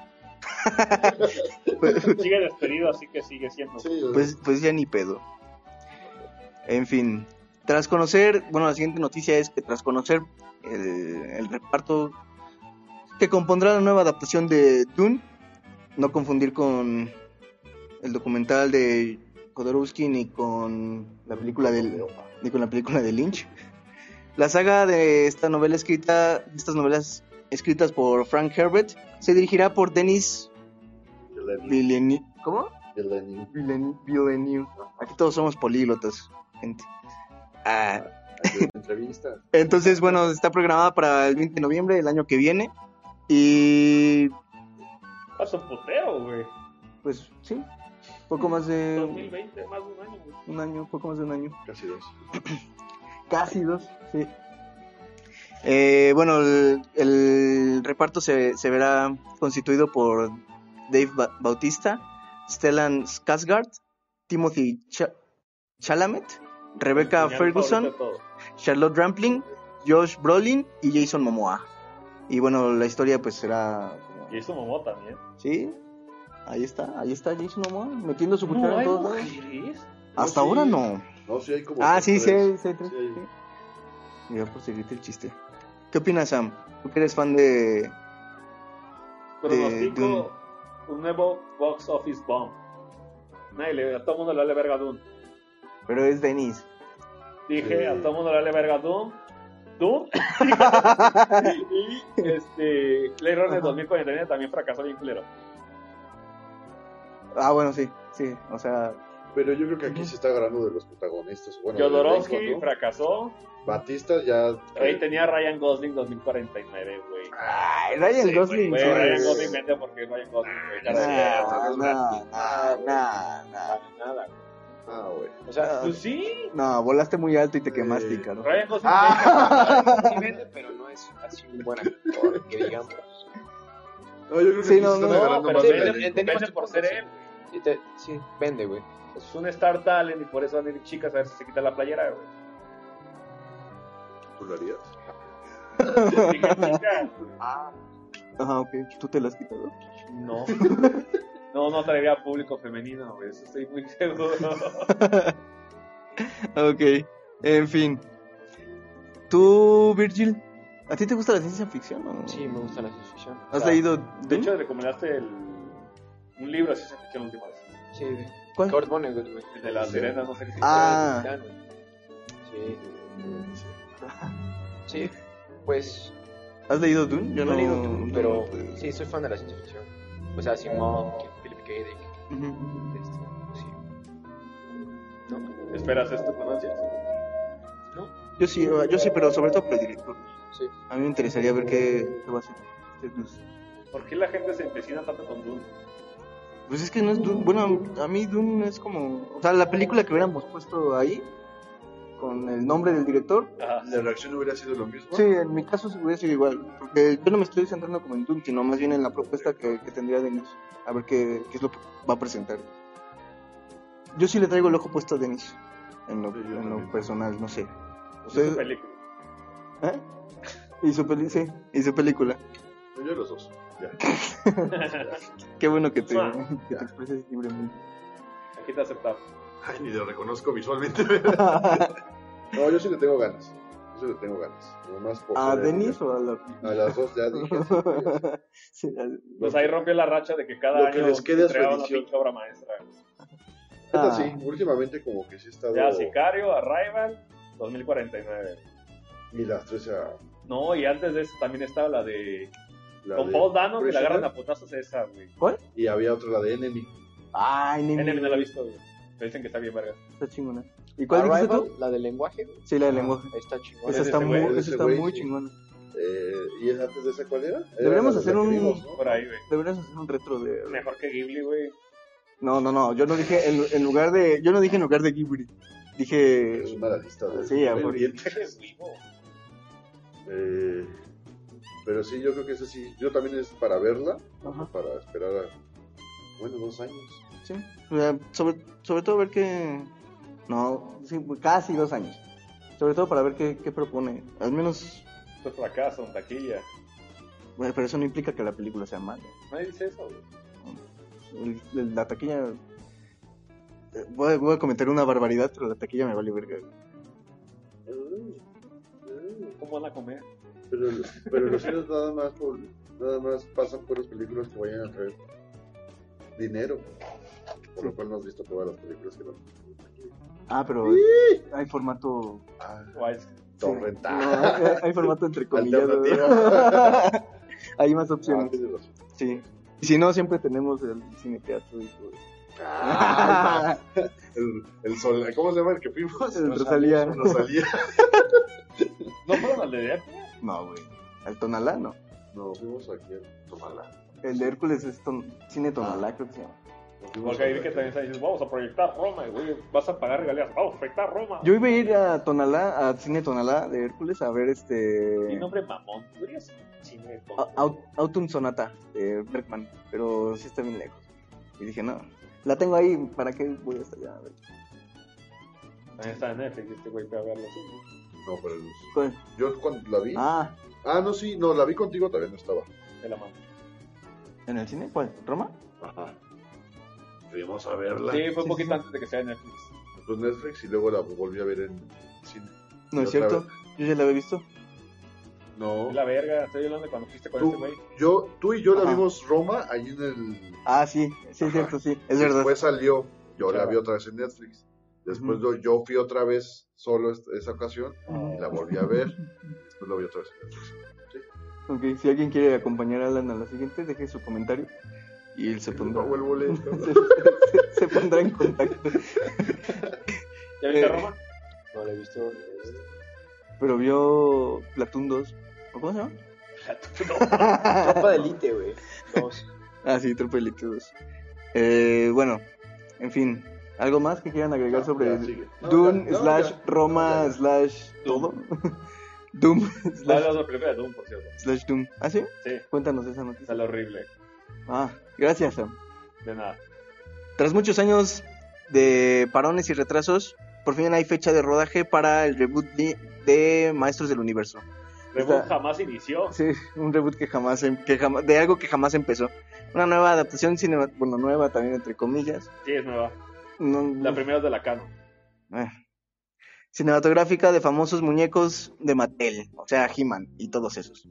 S1: Sigue despedido, así que sigue siendo.
S3: Sí,
S2: Pues, pues ya ni pedo. En fin, tras conocer, bueno, la siguiente noticia es que tras conocer el, el reparto que compondrá la nueva adaptación de Dune, no confundir con el documental de Jodorowsky ni con la película del, ni con la película de Lynch. La saga de esta novela escrita, de estas novelas escritas por Frank Herbert, se dirigirá por Denis Villeneuve. ¿Cómo?
S3: Villeneuve.
S2: Villen- Villeneuve. Aquí todos somos políglotas, gente. Ah,
S3: Entrevista.
S2: entonces, bueno, está programada para el veinte de noviembre del año que viene. Y
S1: Paso putero, güey.
S2: pues sí, poco más de
S1: dos mil veinte, más de un año, güey.
S2: un año, poco más de un año.
S3: Casi dos.
S2: Casi dos, sí. Eh, bueno, el, el reparto se, se verá constituido por Dave Ba- Bautista, Stellan Skarsgård, Timothy Cha- Chalamet, Rebecca
S1: El señal
S2: Ferguson,
S1: favorito de todos.
S2: Charlotte Rampling, Josh Brolin y Jason Momoa. Y bueno, la historia pues será...
S1: Y eso Momo también.
S2: Sí, ahí está, ahí está Jason Momoa metiendo su cuchara
S1: No
S2: en
S1: hay
S2: todos lados.
S1: mujeres.
S2: Hasta
S3: No,
S2: ahora
S3: sí.
S2: no.
S3: No, sí hay como.
S2: Ah, sí, sí,
S3: tres.
S2: hay, sí, hay tres.
S3: Sí hay.
S2: Sí. Mira, por seguirte el chiste. ¿Qué opinas, Sam? ¿Tú que eres fan de...?
S1: Pronostico
S2: Dune.
S1: un nuevo box office bomb. Nadie le, a todo el mundo le vale verga Dune.
S2: Pero es Denis.
S1: Dije,
S3: Sí.
S1: a todo el mundo le vale verga Dune. Dune. y este, Blade Runner dos mil cuarenta y nueve también fracasó bien culero.
S2: Ah, bueno, sí, sí, o sea...
S3: Pero yo creo que aquí se está agarrando de los protagonistas. Bueno, del
S1: Jodorowsky
S3: elenco, ¿no?
S1: fracasó.
S3: Batista ya.
S1: Ahí tenía Ryan Gosling dos mil cuarenta y nueve, güey.
S2: Ay, Ryan
S3: Sí,
S2: Gosling.
S1: Güey,
S2: sí.
S1: Ryan Gosling vende porque es Ryan Gosling, güey. Ya
S2: Nah,
S1: sé.
S2: nah, nah, nah, nah.
S4: Nada, güey.
S3: Ah, güey.
S4: O sea,
S1: Pues sí.
S2: No, volaste muy alto y te
S3: Sí.
S2: quemaste, caro.
S1: Ryan Gosling
S2: Ah.
S4: sí vende, pero no es así un buen actor, que digamos.
S3: No, yo creo que
S2: Sí,
S3: aquí
S2: no,
S3: se
S2: no,
S3: están
S1: no,
S3: agarrando
S1: pero
S3: más
S1: sí,
S3: del
S1: vende-
S3: elenco.
S4: vende-
S1: vende por ser él.
S4: Sí, te- sí, vende, güey.
S1: Es un star talent y por eso van a ir chicas a ver si se quita la playera, güey.
S3: ¿Tú lo harías?
S1: Chica, chica.
S2: Ajá, ok. ¿Tú te la has quitado?
S1: No. No, no traería público femenino, güey. Eso estoy muy seguro.
S2: Ok, en fin. ¿Tú, Virgil? ¿A ti te gusta la ciencia ficción o...?
S4: Sí, me gusta la ciencia ficción. O
S2: ¿Has
S4: sea,
S2: leído
S1: De
S2: Dune?
S1: hecho, recomendaste el... un libro de ciencia ficción la última vez.
S4: Sí, de
S2: ¿Cuál?
S4: Kurt Vonnegut, güey.
S1: El de la sirena, no sé qué.
S2: Ah.
S4: Sí. Sí, pues
S2: ¿Has leído Dune?
S4: yo no he leído Dune, pero
S2: no,
S4: sí, soy fan de la ciencia ficción. O sea, Simon, Philip K. Dick,
S2: Ujú.
S4: este, sí. ¿No?
S1: ¿Esperas esto con ansias?
S4: ¿No?
S2: Yo sí, yo sí, pero sobre todo por el director.
S4: Sí.
S2: A mí me interesaría ver qué, qué va a hacer. este Dune.
S1: ¿Por qué la gente se empecina tanto con Dune?
S2: Pues es que no es Dune. Bueno, a mí Dune es como. O sea, la película que hubiéramos puesto ahí, con el nombre del director.
S1: Ajá.
S3: ¿La reacción hubiera sido lo mismo?
S2: Sí, en mi caso hubiera sido igual. Porque yo no me estoy centrando como en Dune, sino más bien en la propuesta que, que tendría Denis. A ver qué, qué es lo que va a presentar. Yo sí le traigo el ojo puesto a Denis. En lo,
S3: Sí, yo
S2: en lo
S3: también.
S2: personal, no sé.
S1: Es
S2: Ustedes-
S1: su película.
S2: ¿Eh? Y su peli, sí, y su película.
S3: Yo los dos. Ya.
S2: Qué bueno que te,
S1: Ah.
S2: que te expreses libremente.
S1: Aquí te aceptamos.
S3: Ay, ni lo reconozco visualmente. No, yo sí le tengo ganas. Yo sí le tengo ganas. Nomás por
S2: ¿A
S3: ser-
S2: Denis o a la
S3: A las dos ya dije. sí, pues.
S2: Sí, a-
S1: Pues ahí rompió la racha de que cada
S3: Lo
S1: año
S3: que les quede a su
S1: entregaba una
S3: edición.
S1: pinche obra maestra.
S3: Neta,
S2: Ah.
S3: sí, últimamente como que sí he estado.
S1: Ya Sicario, Arrival, dos mil cuarenta y nueve.
S3: Y las tres a.
S1: No, y antes de eso también estaba la de...
S3: La
S1: con
S3: de
S1: Paul Dano, que la
S3: Prisoner,
S1: agarran a putazos esa, güey.
S2: ¿Cuál?
S3: Y había otra, la de Enemy.
S2: Ay, ni
S1: Enemy no la he visto, güey. Me dicen que está bien verga.
S2: Está chingona. ¿Y cuál dijiste
S4: Arrival,
S2: tú?
S4: la del lenguaje, güey.
S2: Sí, la de lenguaje.
S4: Está chingón.
S2: Esa
S1: es
S2: está
S1: ese
S2: muy,
S1: güey,
S3: es
S2: esa
S3: ese
S2: está
S3: güey,
S2: muy
S3: sí.
S2: chingona.
S3: Eh, ¿Y esa antes de esa cuál era? Era
S2: Deberíamos
S3: la
S2: hacer
S3: que
S2: un-
S3: vimos, ¿no?
S1: Por ahí, güey.
S2: Deberíamos hacer un retro de...
S1: Mejor que Ghibli, güey.
S2: No, no, no, yo no dije en, en lugar de... Yo no dije en lugar de Ghibli. Dije...
S3: Es una lista de.
S2: Sí, a morir.
S3: pendientes.
S1: Es vivo.
S3: Eh, pero sí, yo creo que ese sí. Yo también es para verla.
S2: Ajá.
S3: Para esperar a. Bueno, dos años.
S2: Sí, o sea, sobre, sobre todo ver qué... No, sí, casi dos años. Sobre todo para ver qué, qué propone. Al menos...
S1: Esto es fracaso, en taquilla.
S2: Bueno, pero eso no implica que la película sea mala.
S1: Nadie dice eso, güey.
S2: El- el- la taquilla... eh, Voy a, voy a cometer una barbaridad, pero la taquilla me vale verga.
S1: ¿Cómo van a comer?
S3: Pero, pero los cines nada más por, nada más pasan por las películas que vayan a traer dinero. Por lo cual no has visto todas las películas que no.
S2: Ah, pero hay formato...
S3: Ah,
S1: Guays.
S3: torrental.
S2: No, hay, hay formato entrecomillado.
S3: Alternativa.
S2: Hay más
S3: Ah,
S2: opciones.
S3: tienes razón.
S2: Sí. Y si no, siempre tenemos el cine teatro y todo eso.
S3: Ah, el, el sol, ¿cómo se llama el que fuimos?
S2: El Rosalía.
S3: Rosalía.
S1: ¿No fueron al de Hércules?
S2: No, güey. El Tonalá, no.
S3: No, fuimos aquí a Tonalá.
S2: El de Hércules es ton- cine Tonalá, creo que se llama.
S3: Nos fuimos
S1: Porque ahí
S3: a-
S1: vi que también están diciendo, vamos a proyectar Roma, y güey, vas a pagar regalías, vamos a proyectar Roma.
S2: Yo iba a ir a Tonalá, a cine Tonalá de Hércules, a ver
S1: Mi
S2: este...
S1: nombre mamón, tú dirías cine con...
S2: Au- Au- Autumn Sonata de Bergman, pero sí está bien lejos. Y dije, no, la tengo ahí, ¿para qué voy hasta allá? A ver.
S1: También está en Netflix, este güey fue a verlo.
S3: No, pero el-
S2: ¿Cuál?
S3: yo cuando la vi. Ah.
S2: Ah,
S3: no, sí, no, la vi contigo también no estaba.
S1: De la mano.
S2: ¿en el cine? ¿Cuál? ¿Roma?
S3: Ajá. Fuimos a verla.
S1: Sí, fue un
S2: Sí,
S1: poquito
S2: sí.
S1: antes de que sea en Netflix.
S3: Pues Netflix y luego la volví a ver en cine.
S2: No
S3: Y
S2: es
S3: otra
S2: cierto,
S3: vez.
S2: yo ya la había visto.
S3: No.
S1: Es la verga, estoy hablando de cuando fuiste con
S3: Tú,
S1: este güey.
S3: yo, tú y yo la
S2: Ajá.
S3: vimos Roma ahí en el.
S2: Ah, sí, sí, es
S3: Ajá.
S2: cierto, sí, es verdad.
S3: Después salió, yo la
S1: Claro.
S3: vi otra vez en Netflix. Después
S2: Ujú.
S3: yo- yo fui otra vez solo est- esa ocasión
S2: Ujú.
S3: y la volví a ver. Después la vi otra vez en Netflix. Sí.
S2: Ok, si alguien quiere acompañar a Alan a la siguiente, deje su comentario y él se
S3: Y le
S2: pondrá,
S3: pago el boleto.
S2: se, se- se pondrá en contacto.
S1: ¿Ya viste
S2: Eh,
S1: Roma?
S4: No la he visto.
S2: Pero vio Platoon dos. ¿O ¿Cómo se llama?
S4: Tropa de Elite, güey. Dos.
S2: Ah, sí, Tropa de Elite dos. Eh, bueno, en fin, ¿algo más que quieran agregar
S3: No,
S2: sobre
S3: ya,
S2: el
S3: sigue. No,
S2: Dune
S3: ya, no,
S2: slash
S3: ya.
S2: Roma
S3: Ya, ya.
S2: slash
S1: Doom.
S2: todo? Doom
S1: La
S2: slash,
S1: la película de Doom, por cierto.
S2: slash Doom. ¿Ah, sí?
S1: Sí,
S2: Cuéntanos esa noticia.
S1: sale horrible.
S2: Ah, gracias, Sam.
S1: De nada.
S2: Tras muchos años de parones y retrasos, por fin hay fecha de rodaje para el reboot de, de Maestros del Universo.
S1: Reboot
S2: Está-
S1: jamás inició.
S2: Sí, un reboot que jamás, em- que jamás, de algo que jamás empezó. Una nueva adaptación cinema, bueno, nueva también entre comillas.
S1: Sí, es nueva.
S2: No-
S1: La primera es de la Canon.
S2: eh. Cinematográfica de famosos muñecos de Mattel, o sea, He-Man y todos esos.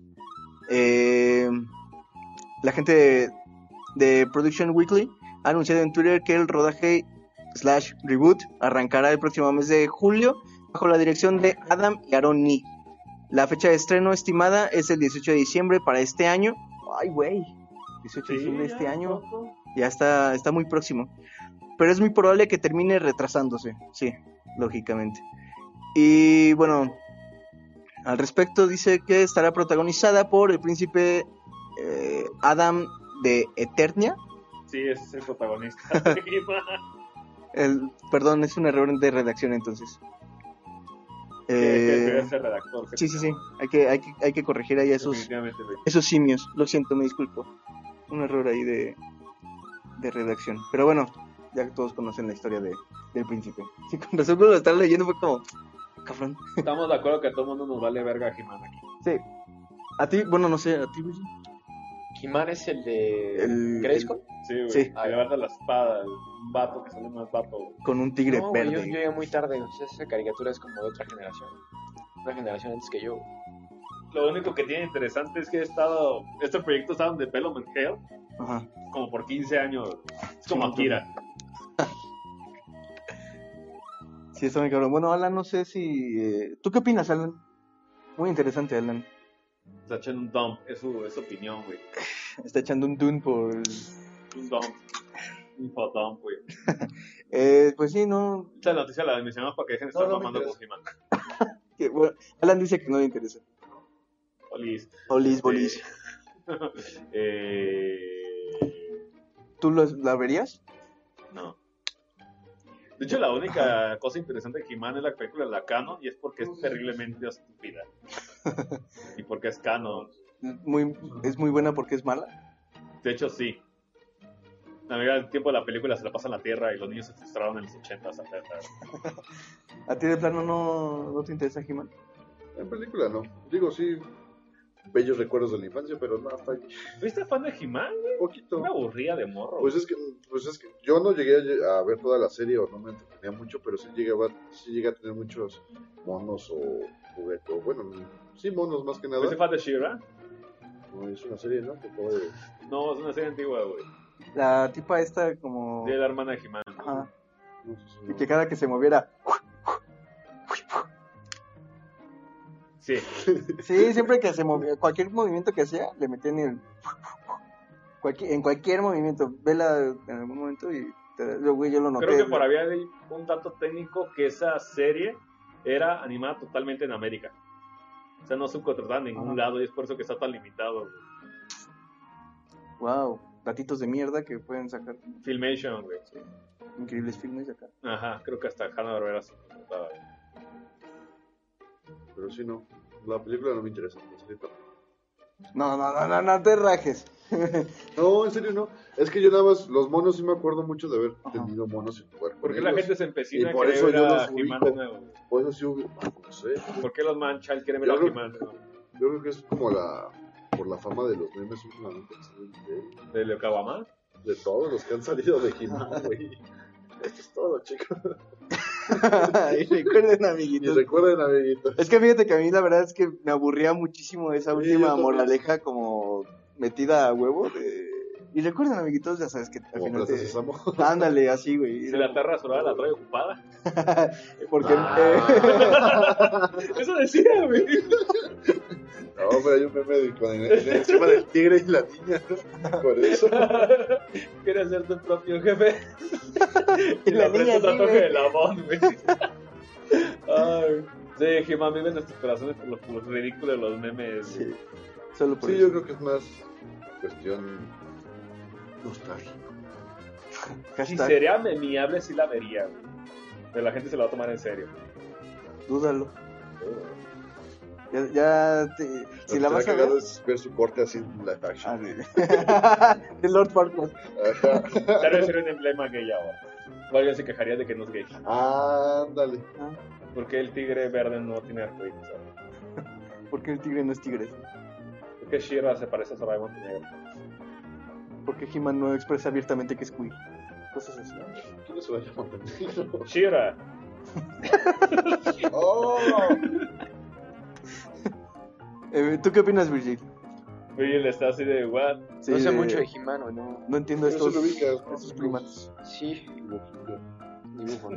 S2: Eh, la gente de, de Production Weekly ha anunciado en Twitter que el rodaje slash reboot arrancará el próximo mes de julio bajo la dirección de Adam y Aaron Nee. La fecha de estreno estimada es el dieciocho de diciembre para este año. Ay, güey, dieciocho de diciembre de este
S1: ya,
S2: año.
S1: poco.
S2: Ya está, está muy próximo. Pero es muy probable que termine retrasándose. Sí, lógicamente. Y bueno, al respecto. Dice que estará protagonizada por el príncipe eh, Adam de Eternia.
S1: Sí, ese es el protagonista de He-Man.
S2: El, perdón, es un error de redacción entonces.
S1: Sí, hay que
S2: Eh,
S1: escribir ese redactor.
S2: sí, sí, sí. Hay que, hay que, hay que corregir ahí a esos,
S1: Definitivamente, güey.
S2: esos simios. Lo siento, me disculpo. Un error ahí de, de redacción. Pero bueno, ya que todos conocen la historia de, del príncipe. Sí, con razón cuando lo estaba leyendo fue como, cabrón.
S1: Estamos de acuerdo que a todo mundo nos vale verga He-Man aquí.
S2: Sí. A ti, bueno, no sé, a ti, Luigi?
S4: He-Man es el de
S2: El-
S4: Grayskull.
S1: Sí, güey.
S2: Sí.
S1: Que levanta la espada, un vato que sale más vato.
S2: Con un tigre
S4: No, güey,
S2: verde.
S4: yo, yo llegué muy tarde. O sea, esa caricatura es como de otra generación. Una generación antes que yo.
S1: Lo único que tiene interesante es que he estado. Este proyecto estaba en Development Hell
S2: Ajá.
S1: como por quince años. Es como
S2: Sí,
S1: Akira.
S2: Sí, está muy cabrón. Bueno, Alan, no sé si... eh, ¿Tú qué opinas, Alan? Muy interesante, Alan.
S1: Está echando un dump. Es su, es su opinión, güey.
S2: Está echando un dune por...
S1: Un dump. Un hot dump, güey.
S2: Eh, pues sí, no...
S1: Esta noticia la mencionamos para que dejen de
S3: No,
S1: estar
S3: no me
S1: mamando con
S3: interesa.
S1: He-Man.
S2: que, bueno, Alan dice que no le interesa.
S1: Olis.
S2: Olis, bolis.
S1: eh...
S2: ¿Tú lo- la verías?
S1: No. De hecho, la única cosa interesante de He-Man es la película de la canon y es porque es terriblemente estúpida. Y porque es canon.
S2: Muy, es muy buena porque es mala.
S1: De hecho, sí. La mayoría del tiempo de la película se la pasa en la Tierra y los niños se frustraron en los ochentas.
S2: ¿A ti de plano no, no te interesa He-Man?
S3: En película no. Digo, sí, bellos recuerdos de la infancia, pero no, hasta ahí.
S1: ¿Fuiste fan de He-Man?
S3: Un poquito.
S1: Me aburría de morro.
S3: Pues es que, pues es que yo no llegué a, a ver toda la serie o no me entretenía mucho, pero sí llegué a, sí llegué a tener muchos monos o juguetes, o bueno, sí monos más que nada.
S1: ¿Fuiste fan de She-Ra?
S3: No, es una serie, ¿no? Que acaba de...
S1: No, es una serie antigua, güey.
S2: La tipa esta como...
S1: Sí, la hermana de He-Man.
S2: Ajá.
S3: No sé si
S2: Y
S3: no.
S2: que cada que se moviera...
S1: Sí.
S2: Sí, siempre que se movía, cualquier movimiento que hacía, le metían el... Cualquier, en cualquier movimiento, vela en algún momento y te- yo, güey, yo lo noté.
S1: Creo que por había un dato técnico que esa serie era animada totalmente en América. O sea, no subcontratada en ningún
S2: Ajá.
S1: lado y es por eso que está tan limitado. Güey.
S2: Wow, gatitos de mierda que pueden sacar
S1: Filmation, güey.
S2: increíbles filmes acá.
S1: Ajá, creo que hasta Hanna-Barbera se contrataba.
S3: Pero sí, no. La película no me interesa. La serie tampoco.
S2: No, no, no, no, no te rajes.
S3: No, en serio no. Es que yo nada más, los monos sí me acuerdo mucho de haber
S2: Ajá.
S3: tenido monos y jugar con
S1: ¿Por qué la
S3: ellos.
S1: gente se empecina
S3: Y
S1: a
S3: por
S1: querer
S3: eso
S1: ver
S3: yo
S1: a
S3: los
S1: He-Man
S3: ubico.
S1: de nuevo? Güey?
S3: Por eso sí, hubo- no sé.
S1: ¿Por qué los man-child quieren ver
S3: Yo
S1: a
S3: creo-
S1: He-Man? ¿No?
S3: Yo creo que es como la, por la fama de los memes últimamente. De,
S1: ¿De Leokawama?
S3: de todos los que han salido de He-Man, güey. Esto es todo, chicos.
S2: Y recuerden,
S3: Y
S2: amiguitos.
S3: recuerden, amiguitos.
S2: Es que fíjate que a mí la verdad es que me aburría muchísimo esa
S3: Sí,
S2: última
S3: yo también.
S2: moraleja como metida a huevo de... Y recuerden, amiguitos, ya sabes que al
S3: Como
S2: final
S3: Plaza
S2: te...
S3: Sésamo.
S2: Ándale, así, güey.
S1: Si la Terra Solar la trae ocupada.
S2: Porque...
S3: Ah.
S1: Eso decía, güey.
S3: No, pero hay un meme de, con el, el- encima del tigre y la niña. Por eso.
S1: Quieres ser tu propio jefe.
S2: Y la niña
S1: un
S2: así,
S1: tatuaje
S2: güey.
S1: de labón, güey. Ay. Sí, He-Man vive en nuestros corazones por los, por los ridículos de los memes.
S2: Sí, solo por
S3: Sí,
S2: eso.
S3: yo creo que es más cuestión nostálgica.
S1: Si
S2: Hashtag,
S1: sería memeable, sí la vería, güey. Pero la gente se la va a tomar en serio.
S2: dúdalo. Ya, ya te... Si
S3: Lo
S2: la
S3: que
S2: vas a
S3: será
S2: ver...
S3: cagado es ver su corte así en live action.
S2: Ah, sí. De Lord Farquaad.
S3: Ajá.
S1: Tal vez sería un emblema gay ahora. O alguien se quejaría de que no es gay.
S3: Ándale.
S2: Ah,
S1: ¿Por qué el tigre verde no tiene arcoíris? ¿Sabes?
S2: ¿por qué el tigre no es tigre?
S1: ¿Por qué She-Ra se parece a Sarai Montenegro?
S2: ¿Por qué He-Man no expresa abiertamente que es queer? Cosas así.
S3: ¿Quién es Soraya Montenegro?
S1: She-Ra.
S3: ¡Oh!
S2: Eh, ¿Tú qué opinas, Virgil?
S1: Virgil está así de, what?
S2: Sí,
S4: no sé
S2: de-
S4: mucho de He-Man, o no.
S2: No entiendo
S3: Pero
S2: estos,
S3: sí lo ubicas, ¿no?
S2: estos primates.
S4: Sí, dibujo, ¿no?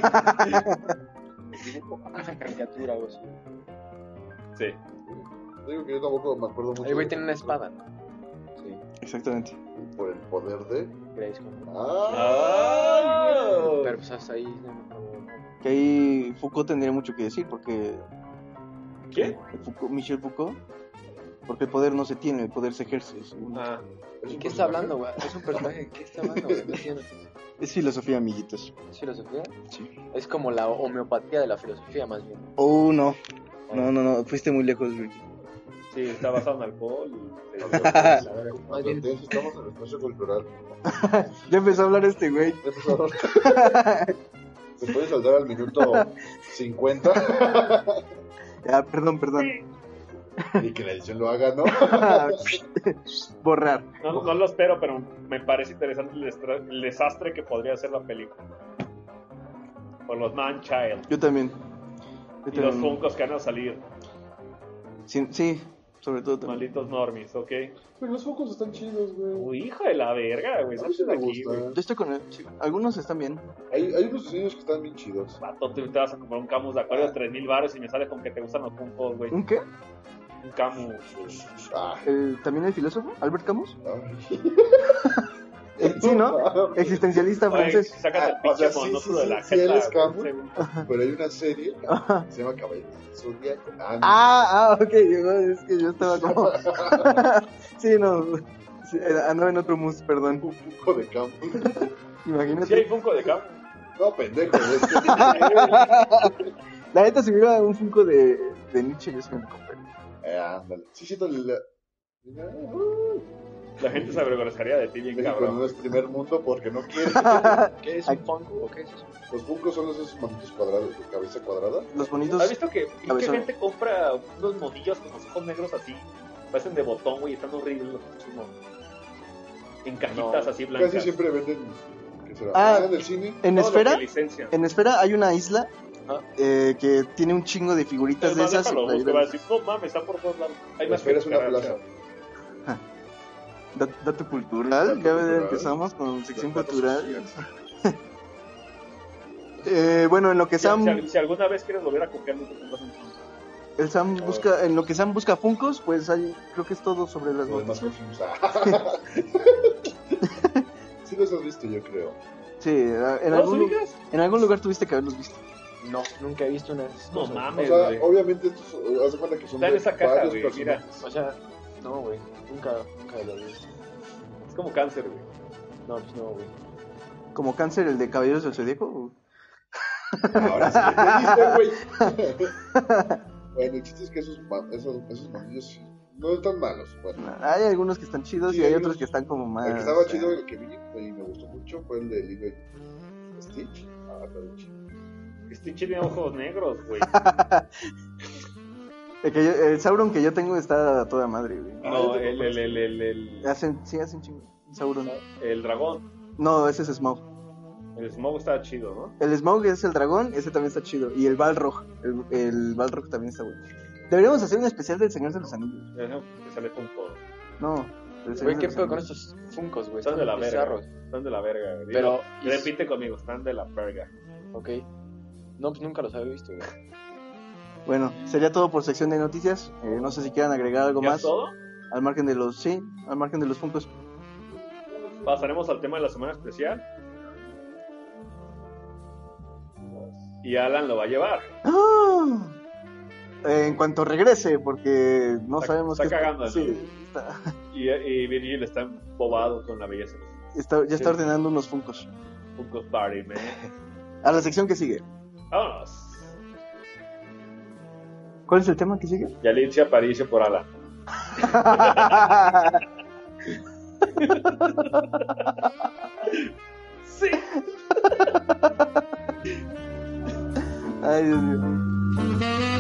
S4: Dibujo, una caricatura o así.
S1: Sí.
S3: Digo que yo tampoco me acuerdo mucho.
S4: El güey
S3: de-
S4: tiene una espada, ¿no? Sí,
S2: Exactamente.
S3: Por el poder de.
S4: Grayskull.
S3: ¡Ah!
S1: ¡Ah!
S4: Pero pues hasta ahí no me acuerdo.
S2: Que ahí Foucault tendría mucho que decir porque
S1: ¿Quién?
S2: Foucault, Michel Foucault. Porque el poder no se tiene, el poder se ejerce. según-
S1: Ah,
S3: ¿Es
S4: ¿Y
S3: un
S4: qué está
S3: personaje?
S4: hablando, güey? Es un personaje. ¿Qué está hablando, güey? No entiendo.
S2: Es filosofía, amiguitos.
S4: ¿Es filosofía?
S2: Sí.
S4: Es como la homeopatía de la filosofía, más bien.
S2: Oh, no. No, no, no. Fuiste muy lejos, Ricky.
S1: sí, está basado en alcohol. y-
S4: Más bien-
S3: Entonces, estamos en el espacio cultural.
S2: Ya empezó a hablar este güey.
S3: Ya empezó a hablar. ¿Se puede saltar al minuto cincuenta?
S2: Ya, perdón, perdón.
S3: Y que la edición lo haga, ¿no?
S2: Borrar.
S1: No, no lo espero, pero me parece interesante el, destra- el desastre que podría ser la película. Por los Man-Child
S2: Yo también. Yo
S1: y los
S2: también.
S1: Funkos que van a salir.
S2: Sí, sí, sobre todo también.
S1: Malditos normies, ¿ok?
S3: Pero los focos están chidos, güey.
S1: Uy, hijo de la verga, güey.
S3: A mí sí
S1: Salte
S3: me
S1: de aquí, güey.
S3: gusta.
S2: Yo estoy con él. Sí. Algunos están bien.
S3: Hay, hay unos diseños que están bien chidos.
S1: Vato, tú te vas a comprar un Camus de acuerdo de tres mil baros y me sales con que te gustan los Funkos, güey.
S2: ¿Un qué?
S1: Un Camus.
S3: Ah,
S2: ¿El, ¿También el filósofo? ¿Albert Camus?
S3: ay.
S2: Eh, sí, ¿no? Existencialista
S1: Oye,
S2: francés.
S1: sácate el
S3: Ah, o
S1: pinche
S3: sea, sí,
S1: monóculo
S3: sí,
S1: de la
S3: sí, sí, él
S1: jeta,
S3: es Camus.
S1: güey.
S3: Pero hay una serie
S2: Ajá.
S3: que se llama Caballeros del Zodiaco. Ah, no.
S2: Ah, ah, ok. Es que yo estaba como. Sí, no. Sí, andaba en otro mus, perdón.
S3: Un poco de campo.
S1: Sí hay
S2: Imagínate.
S1: Funko de Camus.
S3: No, pendejo. Es que...
S2: La neta, si hubiera un Funko de, de Nietzsche, yo sí me lo compré.
S3: Eh, ándale. Sí, siento la... Mira, uh,
S1: La gente se avergonzaría de ti bien
S3: México
S1: cabrón.
S3: no es primer mundo porque no quiere.
S4: ¿Qué es un Funko o qué es eso?
S3: Los Funkos son esos manitos cuadrados de cabeza cuadrada.
S2: Los bonitos.
S1: ¿Has visto que mucha
S2: Cabezón.
S1: gente compra unos monillos con los ojos negros así? Parecen de botón, güey, están horribles los pinches monos. En cajitas
S4: No,
S1: así blancas.
S3: Casi siempre venden. ¿Qué será?
S2: Ah,
S3: Ah, en el cine.
S2: En
S1: Todo lo
S2: Esfera,
S1: que licencian.
S2: en Esfera hay una isla
S4: Ah.
S2: eh, que tiene un chingo de figuritas de
S1: Además,
S2: esas.
S1: déjalo,
S2: y
S1: busca, va a decir, no mames, está por todos lados. Hay
S3: La
S1: más
S3: esfera
S1: que
S3: es una
S1: cargar,
S3: plaza.
S1: chavo.
S2: Dat- Dato cultural,
S3: Dato
S2: ya
S3: cultural.
S2: empezamos con sección
S3: Datos
S2: cultural.
S3: sociales.
S2: Eh, bueno, en lo que
S1: Si,
S2: Sam,
S1: si- si alguna vez quieres volver a copiar, no te pongas un Funko.
S2: el Sam busca, en lo que Sam busca Funkos, pues hay, creo que es todo sobre las
S3: Lo demás
S2: noticias.
S3: confirmamos. Ah. Sí los has visto, yo creo.
S2: Sí, eh, en
S1: ¿No
S2: algún,
S1: los
S2: lu-
S1: ubicas?
S2: en algún lugar tuviste que haberlos visto.
S4: No, nunca he visto una de esas
S1: No
S4: cosas.
S3: O
S1: mames,
S3: sea,
S1: güey.
S3: obviamente, estos, haz de cuenta que son
S1: Está en
S3: de
S1: esa caja,
S3: varios
S1: güey, mira.
S3: personajes.
S4: O sea, no, güey. Nunca, nunca lo he visto.
S1: Es como cáncer, güey.
S4: No, pues no, güey.
S2: Como Cáncer, el de Caballeros del Zodíaco. ¿O?
S3: Ahora sí, ¿entendiste, güey? Bueno, el chiste es que esos, ma- esos, esos manillos no están malos. Bueno,
S2: Hay algunos que están chidos
S3: Sí,
S2: y hay
S3: hay
S2: otros
S3: unos-
S2: que están como más.
S3: el que estaba
S2: eh,
S3: chido, el que vi y me gustó mucho, fue el de Lilo y Stitch. Ah, está bien chido.
S1: Stitch tiene ojos negros, güey.
S2: El, que yo- el Sauron que yo tengo está a toda madre, güey.
S1: No, el, el, el, el, el,
S2: Hacen, sí, hacen chingo. Sauron.
S1: el dragón.
S2: No, ese es Smaug.
S1: El Smoke está chido, ¿no?
S2: El Smaug es el dragón, ese también está chido. Y el Balrog, el, el Balrog también está bueno. Deberíamos hacer un especial del Señor de los Anillos.
S1: Ajá, que sale Funko.
S2: No, del Señor
S4: Güey,
S2: de
S4: ¿qué
S2: los
S4: pedo con
S2: Anillos.
S4: estos Funkos, güey?
S1: Están de la verga.
S4: bizarros.
S1: Están de la verga, güey.
S4: Pero-
S1: Digo, repite conmigo, están de la verga.
S4: Ok. No, pues nunca los había visto, güey.
S2: Bueno, sería todo por sección de noticias. Eh, no sé si quieran agregar algo
S1: ¿Ya
S2: más.
S1: es todo?
S2: Al margen de los, sí, al margen de los Funkos.
S1: Pasaremos al tema de la semana especial. Y Alan lo va a llevar.
S2: ¡Ah! Eh, en cuanto regrese, porque no
S1: Está-
S2: sabemos
S1: está
S2: qué
S1: cagando, ¿no?
S2: sí, está,
S1: Y, y Virgil está embobado con la belleza de los
S2: está- ya está
S1: Sí.
S2: ordenando unos Funkos.
S1: Funko Party, man.
S2: A la sección que sigue.
S1: Vámonos.
S2: ¿Cuál es el tema que sigue?
S1: Yalitza Aparicio por Alan. Sí.
S2: Ay, Dios mío.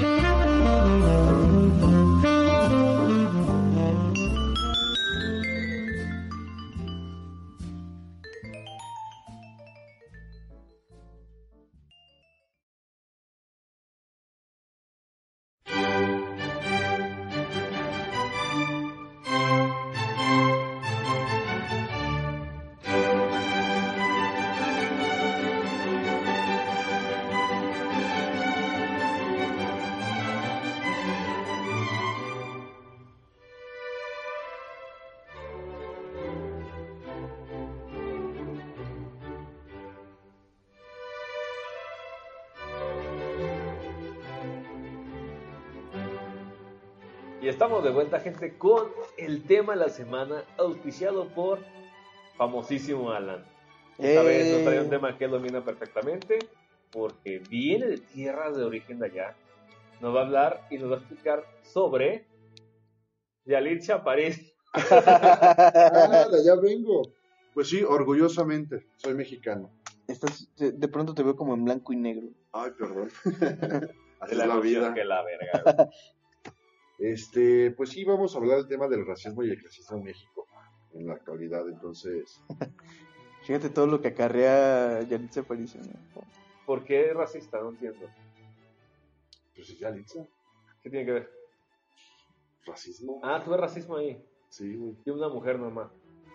S1: Y estamos de vuelta, gente, con el tema de la semana, auspiciado por famosísimo Alan. Esta
S2: Eh.
S1: vez nos trae un tema que él domina perfectamente, porque viene de tierras de origen de allá. Nos va a hablar y nos va a explicar sobre Yalitza París.
S3: Ah, de allá vengo. Pues sí, orgullosamente, soy mexicano.
S2: Estás, de, de pronto te veo como en blanco y negro.
S3: Ay, perdón. Así
S1: De
S3: es
S1: la
S3: la
S1: emoción
S3: vida.
S1: que la verga, güey.
S3: Este, pues sí, vamos a hablar del tema del racismo y el clasismo en México en la actualidad. Entonces,
S2: Fíjate todo lo que acarrea Yalitza Aparicio, ¿no?
S1: ¿Por qué es racista? No entiendo.
S3: pues es Yalitza,
S1: ¿Qué tiene que ver?
S3: racismo.
S1: Ah, tú ves racismo ahí.
S3: Sí, güey.
S1: Y una mujer nomás.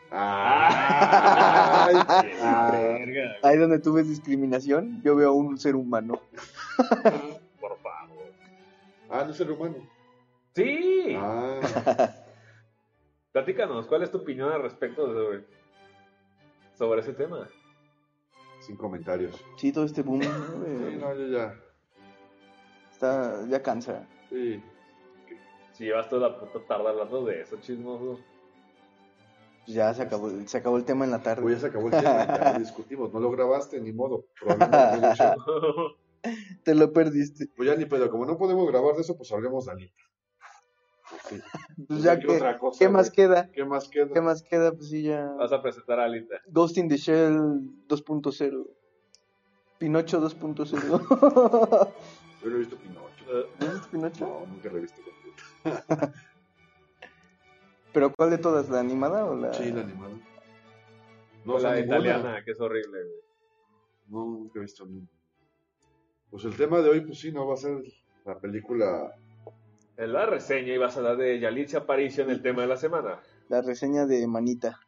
S3: Ay,
S1: Ah,
S3: ay,
S1: verga,
S2: Ahí donde tú ves discriminación, yo veo a un ser humano.
S1: por favor.
S3: ah, no es el humano.
S1: Sí.
S3: Ah,
S1: Platícanos, ¿cuál es tu opinión al respecto sobre, sobre ese tema?
S3: sin comentarios.
S2: Sí, todo este boom, ¿no?
S3: Sí,
S2: De-
S3: no, yo ya.
S2: está, ya cansa.
S3: Sí.
S1: Si llevas toda la puta tarde hablando de eso, chismoso.
S2: Ya se acabó, se acabó el tema en la tarde.
S3: Pues ya se acabó el tema, ya lo discutimos. No lo grabaste, ni modo. Problema de producción.
S2: Te lo perdiste.
S3: Pues ya ni pedo, como no podemos grabar de eso, pues hablemos de Alita. Pues sí.
S2: Pues ya
S3: ¿Qué
S2: que,
S3: otra cosa,
S2: ¿qué más
S3: güey?
S2: queda?
S3: ¿Qué más queda?
S2: ¿Qué más queda? Pues sí, ya.
S1: Vas a presentar a Alita.
S2: Ghost in the Shell dos punto cero. Pinocho dos punto cero.
S3: Yo no he visto Pinocho.
S1: Eh,
S2: ¿No viste Pinocho?
S3: No, nunca lo he visto completo.
S2: ¿Pero cuál de todas? ¿La animada o la...?
S3: Sí, la animada. No,
S1: o
S3: o sea,
S1: la
S3: ninguna.
S1: italiana, que es horrible, güey.
S3: No, nunca he visto ninguna. Pues el tema de hoy, pues sí, no va a ser la película.
S1: En la reseña ibas a hablar de Yalitza Aparicio en el tema de la semana.
S2: La reseña de Manita.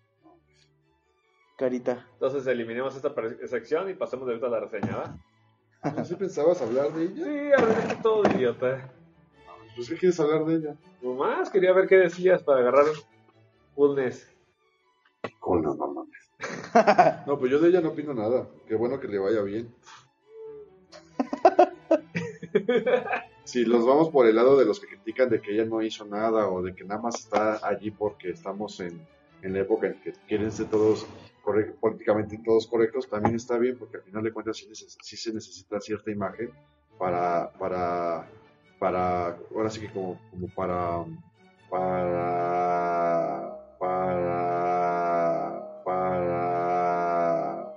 S2: Carita.
S1: Entonces eliminemos esta per- sección y pasemos de ahorita a la reseña, ¿va?
S3: ¿No sé pensabas hablar de ella?
S1: Sí, arreglaste todo, idiota.
S3: Pues ¿qué quieres hablar de ella?
S1: Nomás quería ver qué decías para agarrar coolness.
S3: Hola, mamá. No, pues yo de ella no opino nada. Qué bueno que le vaya bien. Si los vamos por el lado de los que critican de que ella no hizo nada o de que nada más está allí porque estamos en, en la época en que quieren ser todos corre- políticamente todos correctos, también está bien porque al final de cuentas sí, neces- sí se necesita cierta imagen para, para, para, ahora sí que como, como para, para, para, para,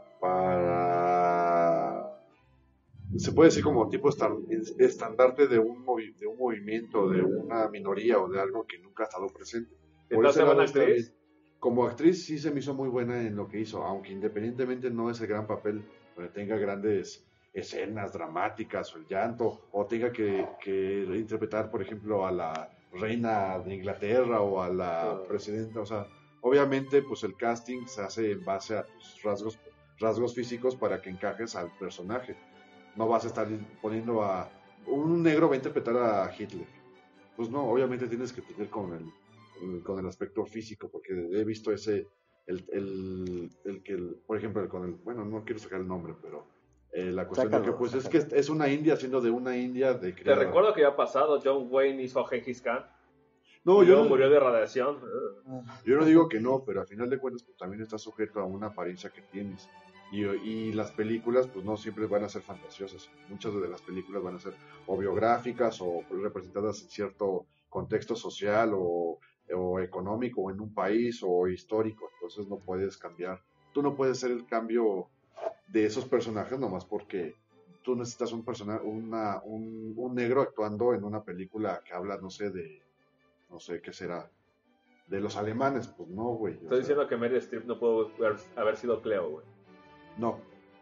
S3: para, se puede decir como tipo estar- estandarte de un, movi- de un movimiento, de una minoría o de algo que nunca ha estado presente. Por
S1: ¿Entonces
S3: ese lado
S1: buena
S3: está
S1: actriz?
S3: bien. Como actriz sí se me hizo muy buena en lo que hizo, aunque independientemente no es el gran papel, donde tenga grandes escenas dramáticas o el llanto, o tenga que, que interpretar, por ejemplo, a la reina de Inglaterra o a la
S1: Ah.
S3: presidenta, o sea, obviamente pues el casting se hace en base a tus rasgos, rasgos físicos para que encajes al personaje. No vas a estar poniendo a un negro va a interpretar a Hitler. Pues no, obviamente tienes que tener con el, el- con el aspecto físico, porque he visto ese, el, el, el que, el- por ejemplo, el con el, bueno, no quiero sacar el nombre, pero eh, la cuestión de
S2: Sácalo,
S3: que pues es
S2: sácalo.
S3: que es una india siendo de una india de
S1: Te
S3: criada.
S1: recuerdo que ya ha pasado, John Wayne hizo a Gengis Khan.
S3: No,
S1: y
S3: yo
S1: luego
S3: no,
S1: murió de radiación.
S3: yo no digo que no, pero al final de cuentas pues también está sujeto a una apariencia que tienes. Y, y las películas pues no siempre van a ser fantasiosas. Muchas de las películas van a ser o biográficas o representadas en cierto contexto social o, o económico o en un país o histórico. Entonces no puedes cambiar. Tú no puedes hacer el cambio de esos personajes nomás porque tú necesitas un persona, una, un, un negro actuando en una película que habla, no sé, de, no sé qué será, de los alemanes. Pues no, güey. o
S1: Estoy
S3: sea,
S1: diciendo que Meryl Streep no pudo haber, haber sido Cleo, güey.
S3: No.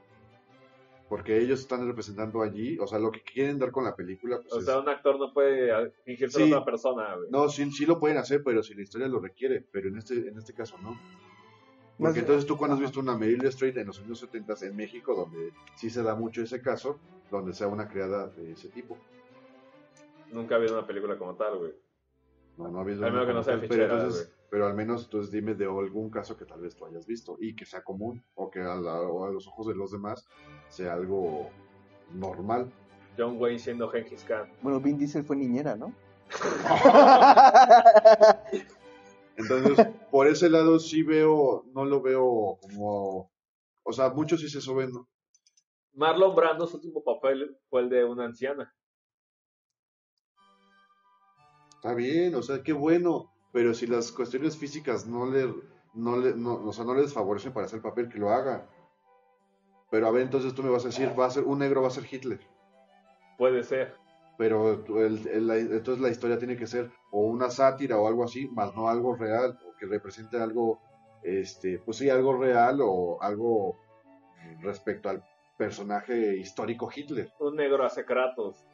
S3: Porque ellos están representando allí, o sea, lo que quieren dar con la película, pues
S1: O
S3: es-
S1: sea, un actor no puede fingir ser
S3: Sí.
S1: otra persona, güey.
S3: no, sí, sí lo pueden hacer, pero si la historia lo requiere, pero en este, en este caso no.
S2: Más-
S3: Porque entonces tú cuando has
S2: ajá.
S3: visto una Meryl Streep en los años setenta en México, donde sí se da mucho ese caso, donde sea una criada de ese tipo.
S1: Nunca he visto una película como tal, güey.
S3: No, no ha habido
S1: Al menos
S3: una
S1: que no
S3: como
S1: sea
S3: tal, pero,
S1: fichera,
S3: entonces,
S1: güey.
S3: pero al menos entonces dime de algún caso que tal vez tú hayas visto y que sea común o que a, la- o a los ojos de los demás sea algo normal.
S1: John Wayne siendo Gengis Khan.
S2: Bueno, Vin Diesel fue niñera, ¿no?
S3: Entonces, por ese lado sí veo, no lo veo como, o sea, muchos sí se suben, ¿no?
S1: Marlon Brando, su último papel fue el de una anciana.
S3: Está bien, o sea, qué bueno, pero si las cuestiones físicas no le, no le, no, o sea, no les favorecen para hacer el papel, que lo haga. Pero a ver, entonces tú me vas a decir, va a ser, un negro va a ser Hitler.
S1: Puede ser.
S3: Pero tú- el- el- la- entonces la historia tiene que ser o una sátira o algo así, más no algo real, o que represente algo, este, pues sí, algo real o algo respecto al personaje histórico Hitler.
S1: Un negro hace Kratos.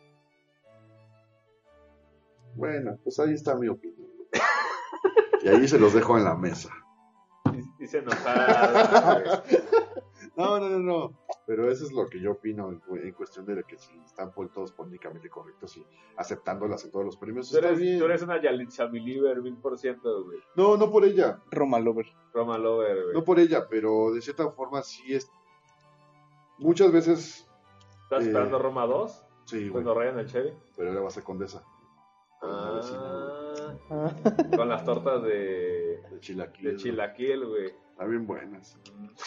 S3: Bueno, pues ahí está mi opinión. Y ahí se los dejo en la mesa.
S1: Dice enojada. güey.
S3: No, no, no, no. Pero eso es lo que yo opino en, cu- en cuestión de que si están por- todos políticamente correctos y aceptándolas en todos los premios,
S1: Tú
S3: está
S1: eres,
S3: bien.
S1: tú eres una Yalitza believer mil por ciento, güey.
S3: No, no por ella,
S2: Roma Lover.
S1: Roma Lover, güey.
S3: no por ella, pero de cierta forma sí es. Muchas veces,
S1: ¿Estás
S3: eh,
S1: esperando Roma dos?
S3: sí, güey,
S1: Cuando rayan el Chevy.
S3: pero ella va a ser condesa. Con una vecina,
S1: Ah, con las tortas de,
S3: güey, de chilaquil.
S1: de
S3: güey.
S1: chilaquil, güey.
S3: Están bien buenas.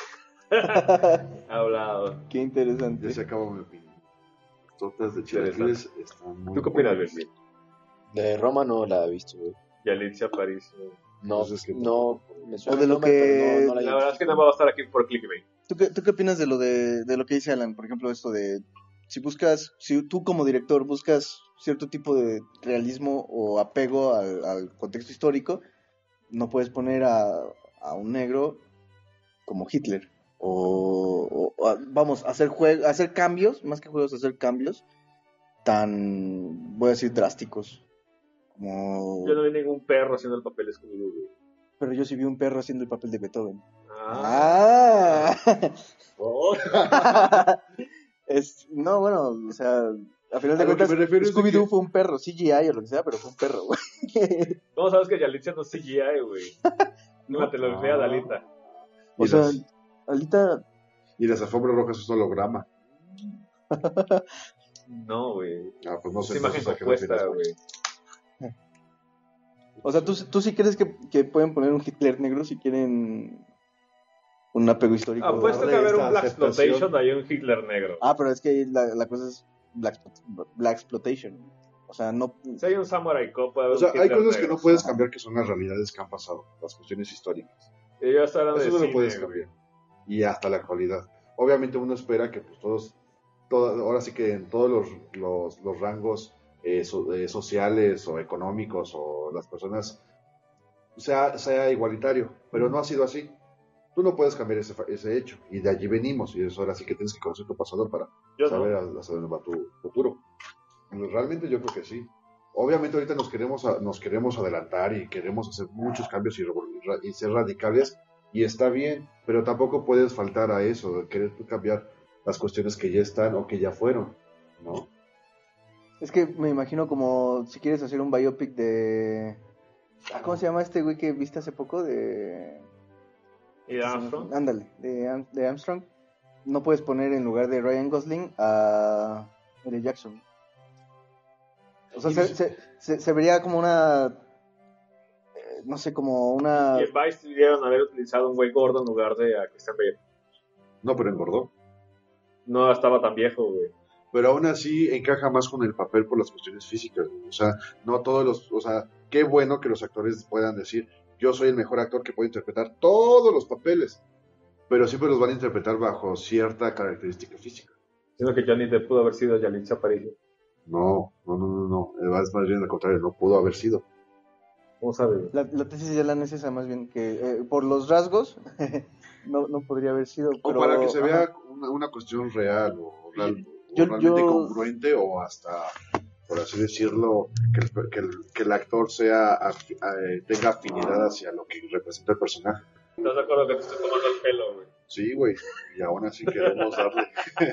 S1: Hablado.
S2: Qué interesante.
S3: Ya se acabó mi opinión. Las tortas de chilaquiles están muy
S1: ¿Tú qué opinas,
S3: buenas.
S1: Berlín?
S4: De Roma no la he visto, güey.
S1: Yalitza París. güey.
S4: No,
S3: Pues es que-
S4: no, me suena
S2: O de
S4: el
S2: lo
S4: nombre,
S2: que-
S4: pero no, no la
S1: La verdad es que no me va a estar aquí por clickbait.
S2: ¿Tú qué, ¿Tú qué opinas de lo de, de lo que dice Alan? Por ejemplo, esto de si buscas, si tú como director buscas cierto tipo de realismo o apego al, al contexto histórico, no puedes poner a, a un negro como Hitler. O, o- o a- vamos, hacer jue- hacer cambios, más que juegos, hacer cambios tan, voy a decir, drásticos. Como...
S1: Yo no vi ningún perro haciendo el papel de Scooby-Doo, güey.
S2: Pero yo sí vi un perro haciendo el papel de Beethoven.
S1: Ah.
S2: Ah.
S1: Oh.
S2: Es, no, bueno, o sea, a final de
S3: A lo que
S2: cuentas,
S3: me refiero es de
S2: Scooby-Doo
S3: que-
S2: fue un perro, C G I o lo que sea, pero fue un perro, güey.
S1: ¿Cómo sabes que Yalitza no es C G I, güey? No, te lo envía
S3: Ah.
S1: Dalita.
S2: O
S3: Y
S2: sea,
S3: las-
S2: Alita,
S3: Y las alfombras rojas es un holograma.
S1: No, güey.
S3: Ah, pues no
S1: Es
S3: sé.
S1: imagen
S3: entonces, ¿a qué
S1: compuesta,
S3: refieres,
S1: güey.
S2: o sea, ¿tú, tú sí crees que, que pueden poner un Hitler negro si quieren un apego histórico?
S1: Apuesto que
S3: darle
S1: va a haber
S3: esta
S1: un Black
S3: aceptación.
S1: Exploitation, hay un Hitler negro.
S2: Ah, pero es que la, la cosa es Black, Black Exploitation. O sea, no...
S1: Si hay un Samurai Cop, puede haber
S3: O sea,
S1: un
S3: hay
S1: Hitler
S3: cosas que
S1: negro.
S3: no puedes cambiar que son las realidades que han pasado, las cuestiones históricas.
S1: Y yo estoy hablando
S3: Eso
S1: de
S3: no lo
S1: cine,
S3: puedes
S1: güey.
S3: cambiar. Y hasta la actualidad. Obviamente uno espera que pues todos, todo- ahora sí que en todos los, los, los rangos eh, so- eh, sociales o económicos o las personas sea, sea igualitario, pero no ha sido así. Tú no puedes cambiar ese, fa- ese hecho y de allí venimos y eso ahora sí que tienes que conocer tu pasado para
S1: Yo
S3: saber
S1: no.
S3: a- hacia dónde va tu futuro. Realmente yo creo que sí. Obviamente ahorita nos queremos a- nos queremos adelantar y queremos hacer muchos cambios y, revol- ra- y ser radicales y está bien, pero tampoco puedes faltar a eso, de querer tú cambiar las cuestiones que ya están o que ya fueron, ¿no?
S2: Es que me imagino como si quieres hacer un biopic de... Ah, ¿cómo se llama este güey que viste hace poco? De...
S1: ¿Y de Armstrong?
S2: Ándale, de, Am- de Armstrong. No puedes poner en lugar de Ryan Gosling a Michael Jackson. O sea, se, se, se, se vería como una... eh, No sé, como una...
S1: Y en Vice debieron haber utilizado un güey gordo en lugar de a Christian Bale.
S3: No, pero engordó.
S1: No estaba tan viejo, güey.
S3: Pero aún así encaja más con el papel por las cuestiones físicas, güey. O sea, no todos los, o sea, qué bueno que los actores puedan decir, yo soy el mejor actor que puede interpretar todos los papeles, pero siempre los van a interpretar bajo cierta característica física.
S1: Siendo que Johnny Depp pudo haber sido Yalitza Aparicio.
S3: No, no, no, no, no, es más bien al contrario, no pudo haber sido.
S1: ¿Cómo sabes?
S2: La, la tesis de Alan es esa, más bien, que eh, por los rasgos no, no podría haber sido.
S3: O
S2: Pero,
S3: para que se
S2: ajá.
S3: vea una, una cuestión real o, real, o
S2: Yo-
S3: realmente
S2: yo-
S3: congruente o hasta, por así decirlo, que el, que el, que el actor sea afi- eh, tenga afinidad hacia lo que representa el personaje.
S1: ¿Estás de acuerdo que te estoy tomando el pelo, güey?
S3: Sí, güey, y aún así queremos darle.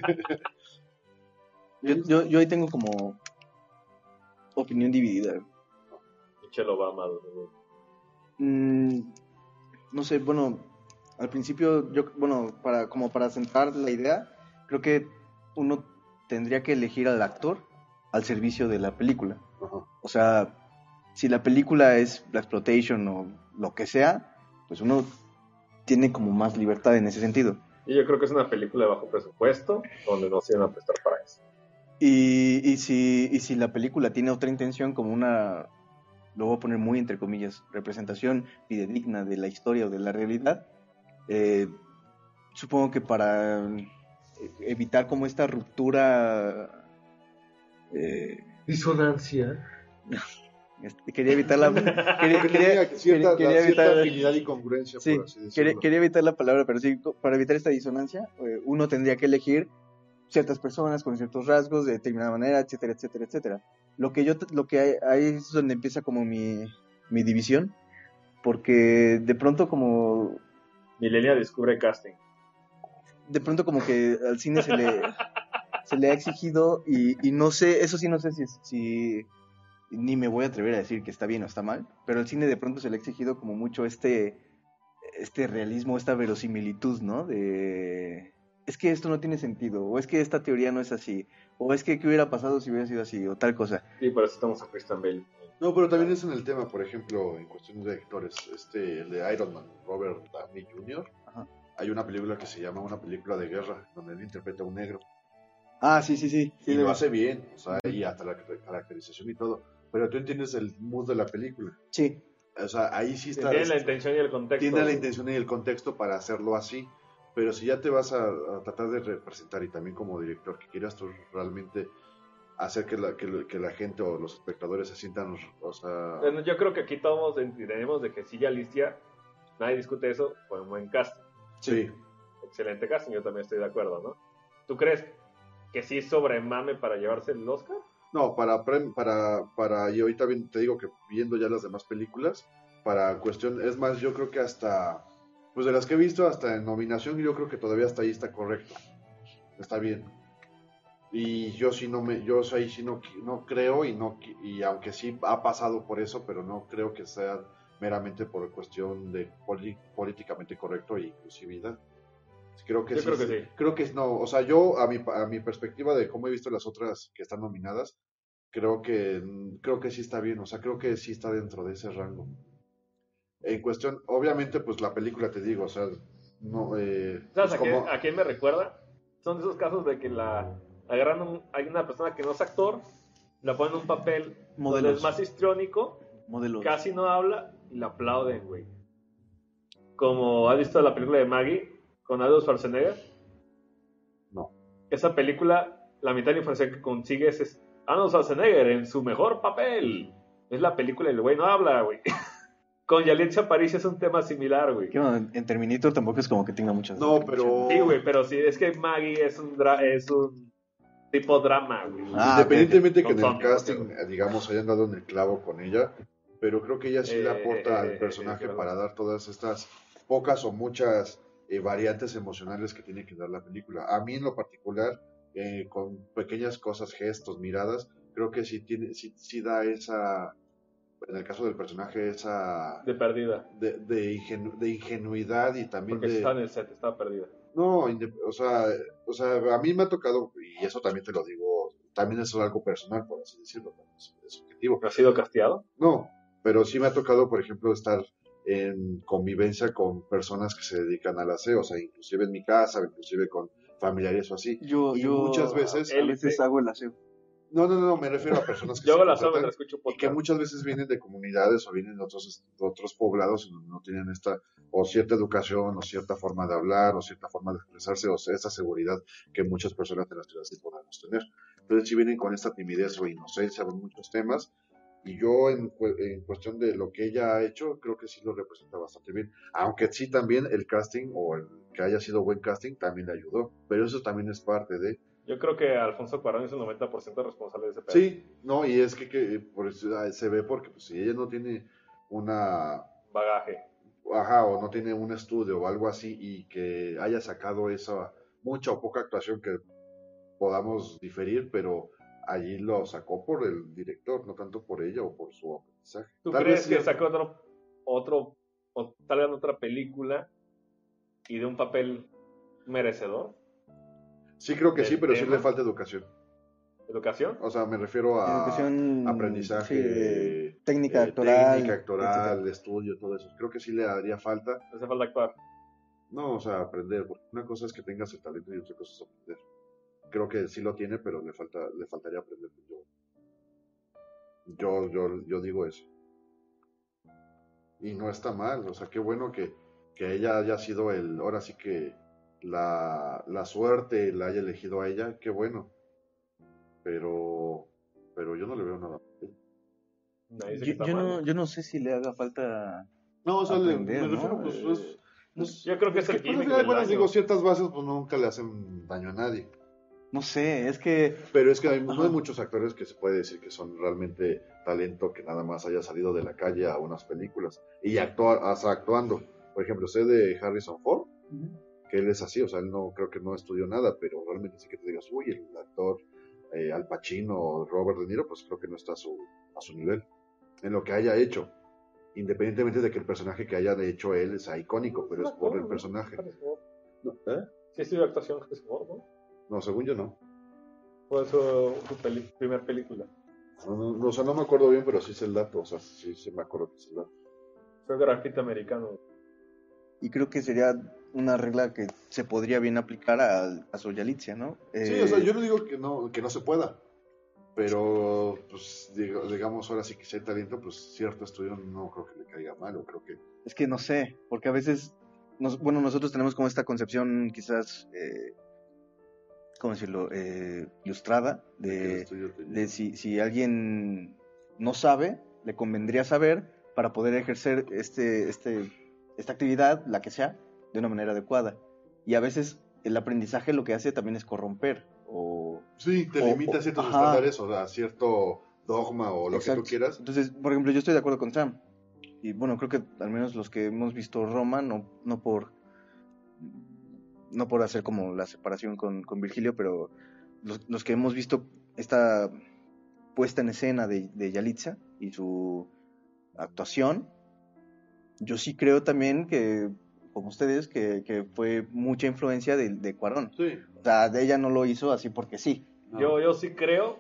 S2: Yo, yo, yo ahí tengo como opinión dividida.
S1: Michelle Obama, güey.
S2: Mm, no sé, bueno, al principio, yo, bueno, para, como para sentar la idea, creo que uno tendría que elegir al actor al servicio de la película.
S3: Ajá.
S2: O sea, si la película es blaxploitation o lo que sea, pues uno tiene como más libertad en ese sentido.
S1: Y yo creo que es una película de bajo presupuesto, donde no se iban a prestar para eso.
S2: Y, y, si, y si la película tiene otra intención, como una, lo voy a poner muy entre comillas, representación fidedigna de la historia o de la realidad, eh, supongo que para evitar como esta ruptura... Eh,
S1: Disonancia.
S2: este, quería evitar la... Quería,
S3: Que
S2: quería,
S3: tenga cierta,
S2: quería
S3: la- cierta
S2: evitar-
S3: afinidad y congruencia,
S2: Sí,
S3: por así decirlo.
S2: quería, quería evitar la palabra, pero sí, para evitar esta disonancia, eh, uno tendría que elegir ciertas personas con ciertos rasgos de determinada manera, etcétera, etcétera, etcétera. Lo que yo, t- lo que hay, ahí es donde empieza como mi, mi división, porque de pronto como,
S1: Milenia descubre casting.
S2: de pronto como que al cine se le, se le ha exigido y, y no sé, eso sí no sé si, si ni me voy a atrever a decir que está bien o está mal, pero al cine de pronto se le ha exigido como mucho este, este realismo, esta verosimilitud, ¿no? De, es que esto no tiene sentido, o es que esta teoría no es así, o es que qué hubiera pasado si hubiera sido así, o tal cosa.
S1: Y por eso estamos a Christian Bale.
S3: No, pero también es en el tema, por ejemplo, en cuestiones de actores, este, el de Iron Man, Robert Downey junior
S2: Ajá.
S3: Hay una película que se llama Una película de guerra, donde él interpreta a un negro.
S2: Ah, sí, sí, sí. sí
S3: Y
S2: de-
S3: lo hace bien, o sea, y hasta la car- caracterización y todo. Pero tú entiendes el mood de la película.
S2: Sí.
S3: O sea, ahí sí está.
S1: Tiene la intención y el contexto.
S3: Tiene la intención y el contexto para hacerlo así. Pero si ya te vas a, a tratar de representar, y también como director, que quieras tú realmente hacer que la, que, la- que la gente o los espectadores se sientan, o sea...
S1: Bueno, yo creo que aquí todos entendemos de que si ya Alicia, nadie discute eso, fue un buen casting.
S3: Sí.
S1: Excelente casting, yo también estoy de acuerdo, ¿no? ¿Tú crees que sí sobremame para llevarse el Oscar?
S3: No, para, prem- para, para, y ahorita bien te digo que viendo ya las demás películas, para cuestión, es más, yo creo que hasta, pues de las que he visto, hasta en nominación, yo creo que todavía hasta ahí está correcto, está bien. Y yo sí no me, yo ahí sí no, qui- no creo, y no, qui- y aunque sí ha pasado por eso, pero no creo que sea meramente por cuestión de poli- políticamente correcto e inclusividad. Creo que
S1: Yo
S3: sí,
S1: creo que
S3: sí.
S1: sí.
S3: Creo que no, o sea, yo a mi, a mi perspectiva de cómo he visto las otras que están nominadas, creo que creo que sí está bien, o sea, creo que sí está dentro de ese rango. En cuestión, obviamente, pues la película te digo, o sea, no, eh,
S1: ¿Sabes
S3: pues
S1: a, quién,
S3: como,
S1: a quién me recuerda? Son de esos casos de que la agarran un- hay una persona que no es actor, la ponen en un papel donde
S2: Modelos.
S1: es más histriónico,
S2: Modelos.
S1: casi no habla y la aplauden, güey. Como has visto la película de Maggie con Arnold Schwarzenegger.
S3: no.
S1: Esa película, la mitad de la información que consigues es Arnold Schwarzenegger en su mejor papel. Es la película y el güey no habla, güey. Con Yalitza Aparicio es un tema similar, güey.
S2: Que bueno, en en Terminator tampoco es como que tenga muchas.
S3: No, pero
S1: Sí, güey, pero sí, es que Maggie es un, dra- es un tipo drama, güey.
S2: Ah,
S3: independientemente
S1: ok,
S3: que
S1: ok.
S3: en el
S1: Con
S3: casting,
S1: zombies,
S3: eh, digamos, hayan dado en el clavo con ella, pero creo que ella sí le
S1: Eh,
S3: aporta
S1: eh,
S3: al
S1: eh,
S3: personaje
S1: eh, claro.
S3: para dar todas estas pocas o muchas eh, variantes emocionales que tiene que dar la película. A mí en lo particular, eh, con pequeñas cosas, gestos, miradas, creo que sí tiene, sí, sí da esa, en el caso del personaje, esa
S1: De perdida.
S3: de, de, ingenu- de ingenuidad y también
S1: Porque
S3: de...
S1: está en el set, estaba perdida.
S3: No, inde- o sea, o sea, a mí me ha tocado, y eso también te lo digo, también es algo personal, por así decirlo, también es, es subjetivo.
S1: ¿Ha sido casteado?
S3: No, pero sí me ha tocado, por ejemplo, estar en convivencia con personas que se dedican al aseo, o sea, inclusive en mi casa, inclusive con familiares o así.
S2: Yo,
S3: Y
S2: yo
S3: muchas veces-
S2: a veces hago el aseo.
S3: No, no, no, me refiero a personas que
S1: Yo
S3: se
S1: hago la sombra
S3: contratan
S1: mientras escucho
S3: y que
S1: podcast.
S3: muchas veces vienen de comunidades o vienen de otros, de otros poblados en donde no tienen esta o cierta educación o cierta forma de hablar o cierta forma de expresarse o sea, esta seguridad que muchas personas de la ciudad sí podemos tener. Entonces sí vienen con esta timidez o inocencia en muchos temas y yo en, cu- en cuestión de lo que ella ha hecho creo que sí lo representa bastante bien. Aunque sí también el casting o el que haya sido buen casting también le ayudó, pero eso también es parte de...
S1: Yo creo que Alfonso Cuarón es el noventa por ciento responsable de ese pedo.
S3: Sí, no, y es que, que por eso ah, se ve porque pues, si ella no tiene una,
S1: Bagaje.
S3: ajá, o no tiene un estudio o algo así y que haya sacado esa mucha o poca actuación que podamos diferir, pero allí lo sacó por el director, no tanto por ella o por su aprendizaje.
S1: ¿Tú
S3: Tal
S1: crees
S3: vez
S1: que
S3: sí-
S1: sacó otro, otro, o salga en otra película y de un papel merecedor?
S3: Sí creo que
S1: del
S3: sí, pero sí
S1: tema?
S3: le falta educación.
S1: ¿Educación?
S3: O sea, me refiero a
S2: Educación,
S3: aprendizaje,
S2: sí,
S3: eh,
S2: técnica actoral,
S3: técnica actoral,
S2: etcétera.
S3: estudio, todo eso. Creo que sí le haría falta.
S1: Hace falta actuar.
S3: No, o sea, aprender, porque una cosa es que tengas el talento y otra cosa es aprender. Creo que sí lo tiene, pero le falta, le faltaría aprender. Yo, yo, yo, yo digo eso. Y no está mal, o sea, qué bueno que, que ella haya sido el, ahora sí que la, la suerte la haya elegido a ella, qué bueno. Pero, pero yo no le veo nada.
S1: Nadie dice que
S2: Yo,
S1: está
S2: yo
S1: mal.
S2: no, yo no sé si le haga falta
S3: No, o sea, le-
S2: aprender,
S3: me
S2: ¿no?
S3: refiero, pues,
S2: Eh,
S3: es, pues,
S1: Yo creo que es el
S3: pues, al
S1: gimmick
S3: final de
S1: del
S3: cuentas,
S1: año.
S3: digo, ciertas bases pues nunca le hacen daño a nadie.
S2: no sé, es que
S3: Pero es que hay, no
S2: Ajá.
S3: hay muchos actores que se puede decir que son realmente talento que nada más haya salido de la calle a unas películas y actua, hasta actuando. Por ejemplo, sé de Harrison Ford, que él es así, o sea, él no creo que no estudió nada, pero realmente sí que te digas, uy, el actor eh, Al Pacino o Robert De Niro, pues creo que no está a su, a su nivel en lo que haya hecho, independientemente de que el personaje que haya hecho él sea icónico, pero es por el personaje. No, ¿eh?
S1: Sí, estudió actuación Harrison Ford, ¿no?
S3: No, según yo no.
S1: Fue su, su peli- primer película.
S3: No, no, no, o sea, no me acuerdo bien, pero sí es el dato, o sea, sí, sí me acuerdo que es el dato.
S1: Fue grafito americano.
S2: y creo que sería una regla que se podría bien aplicar a, a Soyalitzia, ¿no?
S3: Sí,
S2: Eh,
S3: o sea, yo no digo que no, que no se pueda, pero pues digo, digamos ahora sí que si hay talento, pues cierto estudio no creo que le caiga mal, o creo que...
S2: Es que no sé, porque a veces, nos, bueno, nosotros tenemos como esta concepción quizás, eh, ¿cómo decirlo?, eh, ilustrada
S3: de que el
S2: de,
S3: estudio te-
S2: de si, si alguien no sabe, le convendría saber para poder ejercer este, este, esta actividad, la que sea, de una manera adecuada. Y a veces el aprendizaje lo que hace también es corromper o...
S3: Sí, te
S2: o-
S3: limita a
S2: o-
S3: ciertos
S2: ajá.
S3: estándares o a cierto dogma o lo
S2: Exacto.
S3: que tú quieras.
S2: Entonces, por ejemplo, yo estoy de acuerdo con Sam. Y bueno, creo que al menos los que hemos visto Roma, no, no por no por hacer como la separación con, con Virgilio, pero los, los que hemos visto esta puesta en escena de, de Yalitza y su actuación, yo sí creo también que, como ustedes, que, que fue mucha influencia de, de Cuarón.
S3: Sí.
S2: O sea, de ella no lo hizo así porque sí.
S3: No.
S1: Yo, yo sí creo.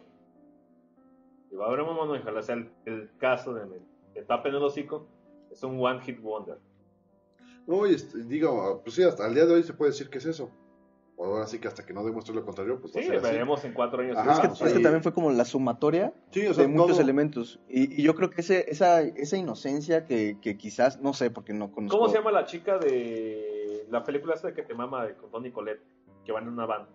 S1: Y va a haber un momento, ojalá sea el, el caso de que tapen el hocico. Es un one hit wonder.
S3: No, y este, digo, pues sí, hasta el día de hoy se puede decir que es eso. O ahora sí que hasta que no demuestre lo contrario, pues va
S1: Sí,
S3: a ser así.
S1: veremos en cuatro años.
S3: Ajá,
S1: si
S2: es que,
S3: o
S1: es
S3: sea,
S2: es que
S3: y-
S2: también fue como la sumatoria
S3: Sí, o sea,
S2: de muchos
S3: todo-
S2: elementos. Y, y yo creo que ese, esa, esa inocencia que, que quizás, no sé, porque no conozco.
S1: ¿Cómo se llama la chica de la película esta que te mama de, con Toni Collette? Que van en una van.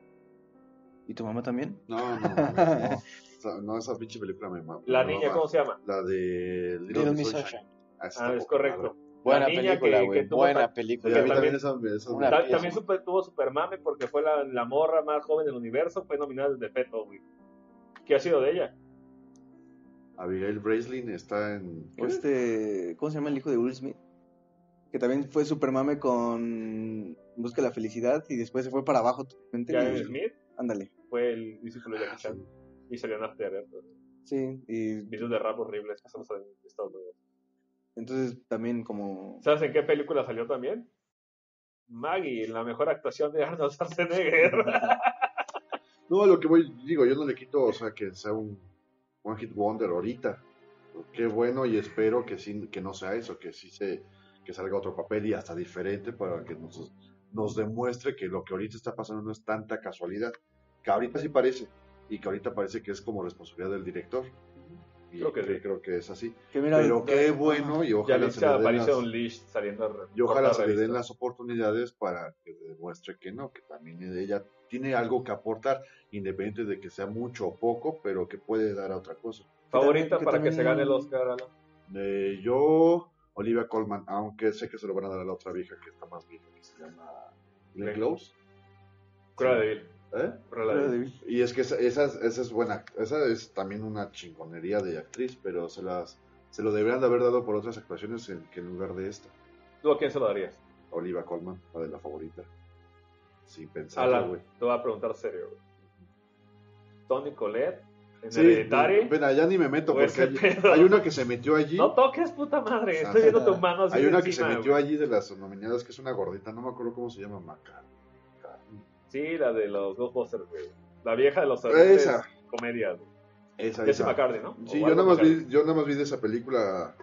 S2: ¿Y tu mamá también?
S3: No, no, mames, no. O sea, no, esa pinche película me mama.
S1: La
S3: me
S1: niña,
S3: mama.
S1: ¿cómo se llama?
S3: La de Little,
S4: Little
S3: Miss
S4: Miss
S3: Sunshine.
S4: Sunshine.
S3: Ah, esa
S1: Ah,
S3: está
S1: es
S3: poca
S1: correcto.
S3: madre.
S4: Buena
S1: La niña
S4: película,
S1: que-
S4: güey.
S1: que tuvo
S4: Buena
S1: ta-
S3: Sí,
S4: película.
S3: a mí
S1: también-
S3: también esa, esa
S4: una
S3: me-
S1: Ta-
S4: pieza.
S1: también super- tuvo super mame porque fue la, la morra más joven del universo. Fue nominada de Feto, güey. ¿Qué ha sido de ella?
S3: Abigail Breslin está en...
S2: O este, ¿cómo se llama el hijo de Will Smith? Que también fue super mame con Busca la Felicidad y después se fue para abajo totalmente.
S1: Jaden
S2: y-
S1: Smith
S2: Ándale.
S1: fue el discípulo de Jackie Chan. Y salió en After Earth.
S2: Sí, y
S1: Videos de rap horribles que solo salen en Estados Unidos.
S2: entonces también como...
S1: ¿Sabes en qué película salió también? Maggie, la mejor actuación de Arnold Schwarzenegger.
S3: No, lo que voy, digo, yo no le quito, o sea, que sea un One Hit Wonder ahorita. Qué bueno y espero que sí, que no sea eso, que sí se, que salga otro papel y hasta diferente para que nos, nos demuestre que lo que ahorita está pasando no es tanta casualidad, que ahorita sí parece, y que ahorita parece que es como responsabilidad del director. Y
S1: Creo que sí.
S3: creo que es así.
S2: Que mira,
S3: Pero qué
S2: ajá.
S3: bueno y
S1: Ya
S3: ojalá
S1: le
S3: se le den
S1: aparece
S3: las,
S1: un Leash saliendo a re-
S3: y ojalá
S1: cortar
S3: se le den
S1: revistas.
S3: las oportunidades para que demuestre que no, que también ella tiene algo que aportar, independiente de que sea mucho o poco, pero que puede dar a otra cosa.
S1: Favorita
S2: que
S1: para que
S2: también-
S1: se gane el Oscar, Alan.
S3: Eh, yo, Olivia Colman, aunque sé que se lo van a dar a la otra vieja que está más vieja, que se llama Glenn
S1: Glenn.
S3: Close.
S1: Cruella de Vil.
S3: ¿Eh?
S1: Cruella de Vil.
S3: Y es que esa, esa, esa es buena, esa es también una chingonería de actriz, pero se las se lo deberían de haber dado por otras actuaciones en, que en lugar de esta.
S1: ¿Tú a quién se lo darías?
S3: Olivia Colman, la de la favorita. Sin pensarlo,
S1: Alan,
S3: güey.
S1: te voy a preguntar serio, güey. Toni Collette, en
S3: Sí,
S1: Hereditary.
S3: pena, ya ni me meto
S1: o
S3: porque
S1: ese
S3: hay,
S1: pedo.
S3: hay una que se metió allí.
S1: No toques, puta madre.
S3: Ajá.
S1: Estoy viendo tu mano así
S3: Hay
S1: de
S3: una que
S1: encima,
S3: se metió
S1: güey.
S3: allí de las nominadas que es una gordita, no me acuerdo cómo se llama, Maca.
S1: Sí, la de los Ghostbusters, güey. La vieja de los
S3: Esa,
S1: comedias. güey.
S3: Esa,
S1: Jesse
S3: esa.
S1: McCartney, ¿no?
S3: Sí,
S1: O
S3: yo
S1: algo
S3: nada, más
S1: McCartney.
S3: vi, yo nada más vi de esa película.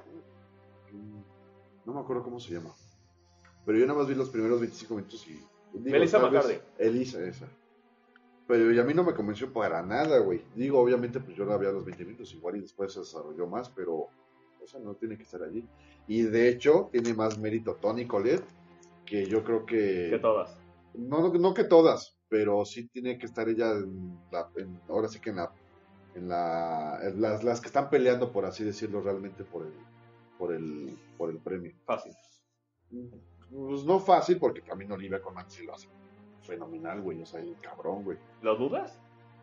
S3: No me acuerdo cómo se llama. Pero yo nada más vi los primeros veinticinco minutos y. Digo,
S1: Melissa
S3: tal vez-
S1: McCarthy.
S3: Elisa, esa. Pero y a mí no me convenció para nada, güey. Digo, obviamente, pues yo la vi a los veinte minutos igual y después se desarrolló más, pero. O sea, no tiene que estar allí. Y de hecho, tiene más mérito Toni Collette, que yo creo que.
S1: Que todas.
S3: No, no, no que todas, pero sí tiene que estar ella en la, en- ahora sí que en la, en la, en las, las que están peleando, por así decirlo, realmente por el, por el, por el premio.
S1: Fácil.
S3: Pues no fácil, porque también Olivia Colman sí lo hace fenomenal, güey, o sea, el cabrón, güey.
S1: ¿Lo dudas?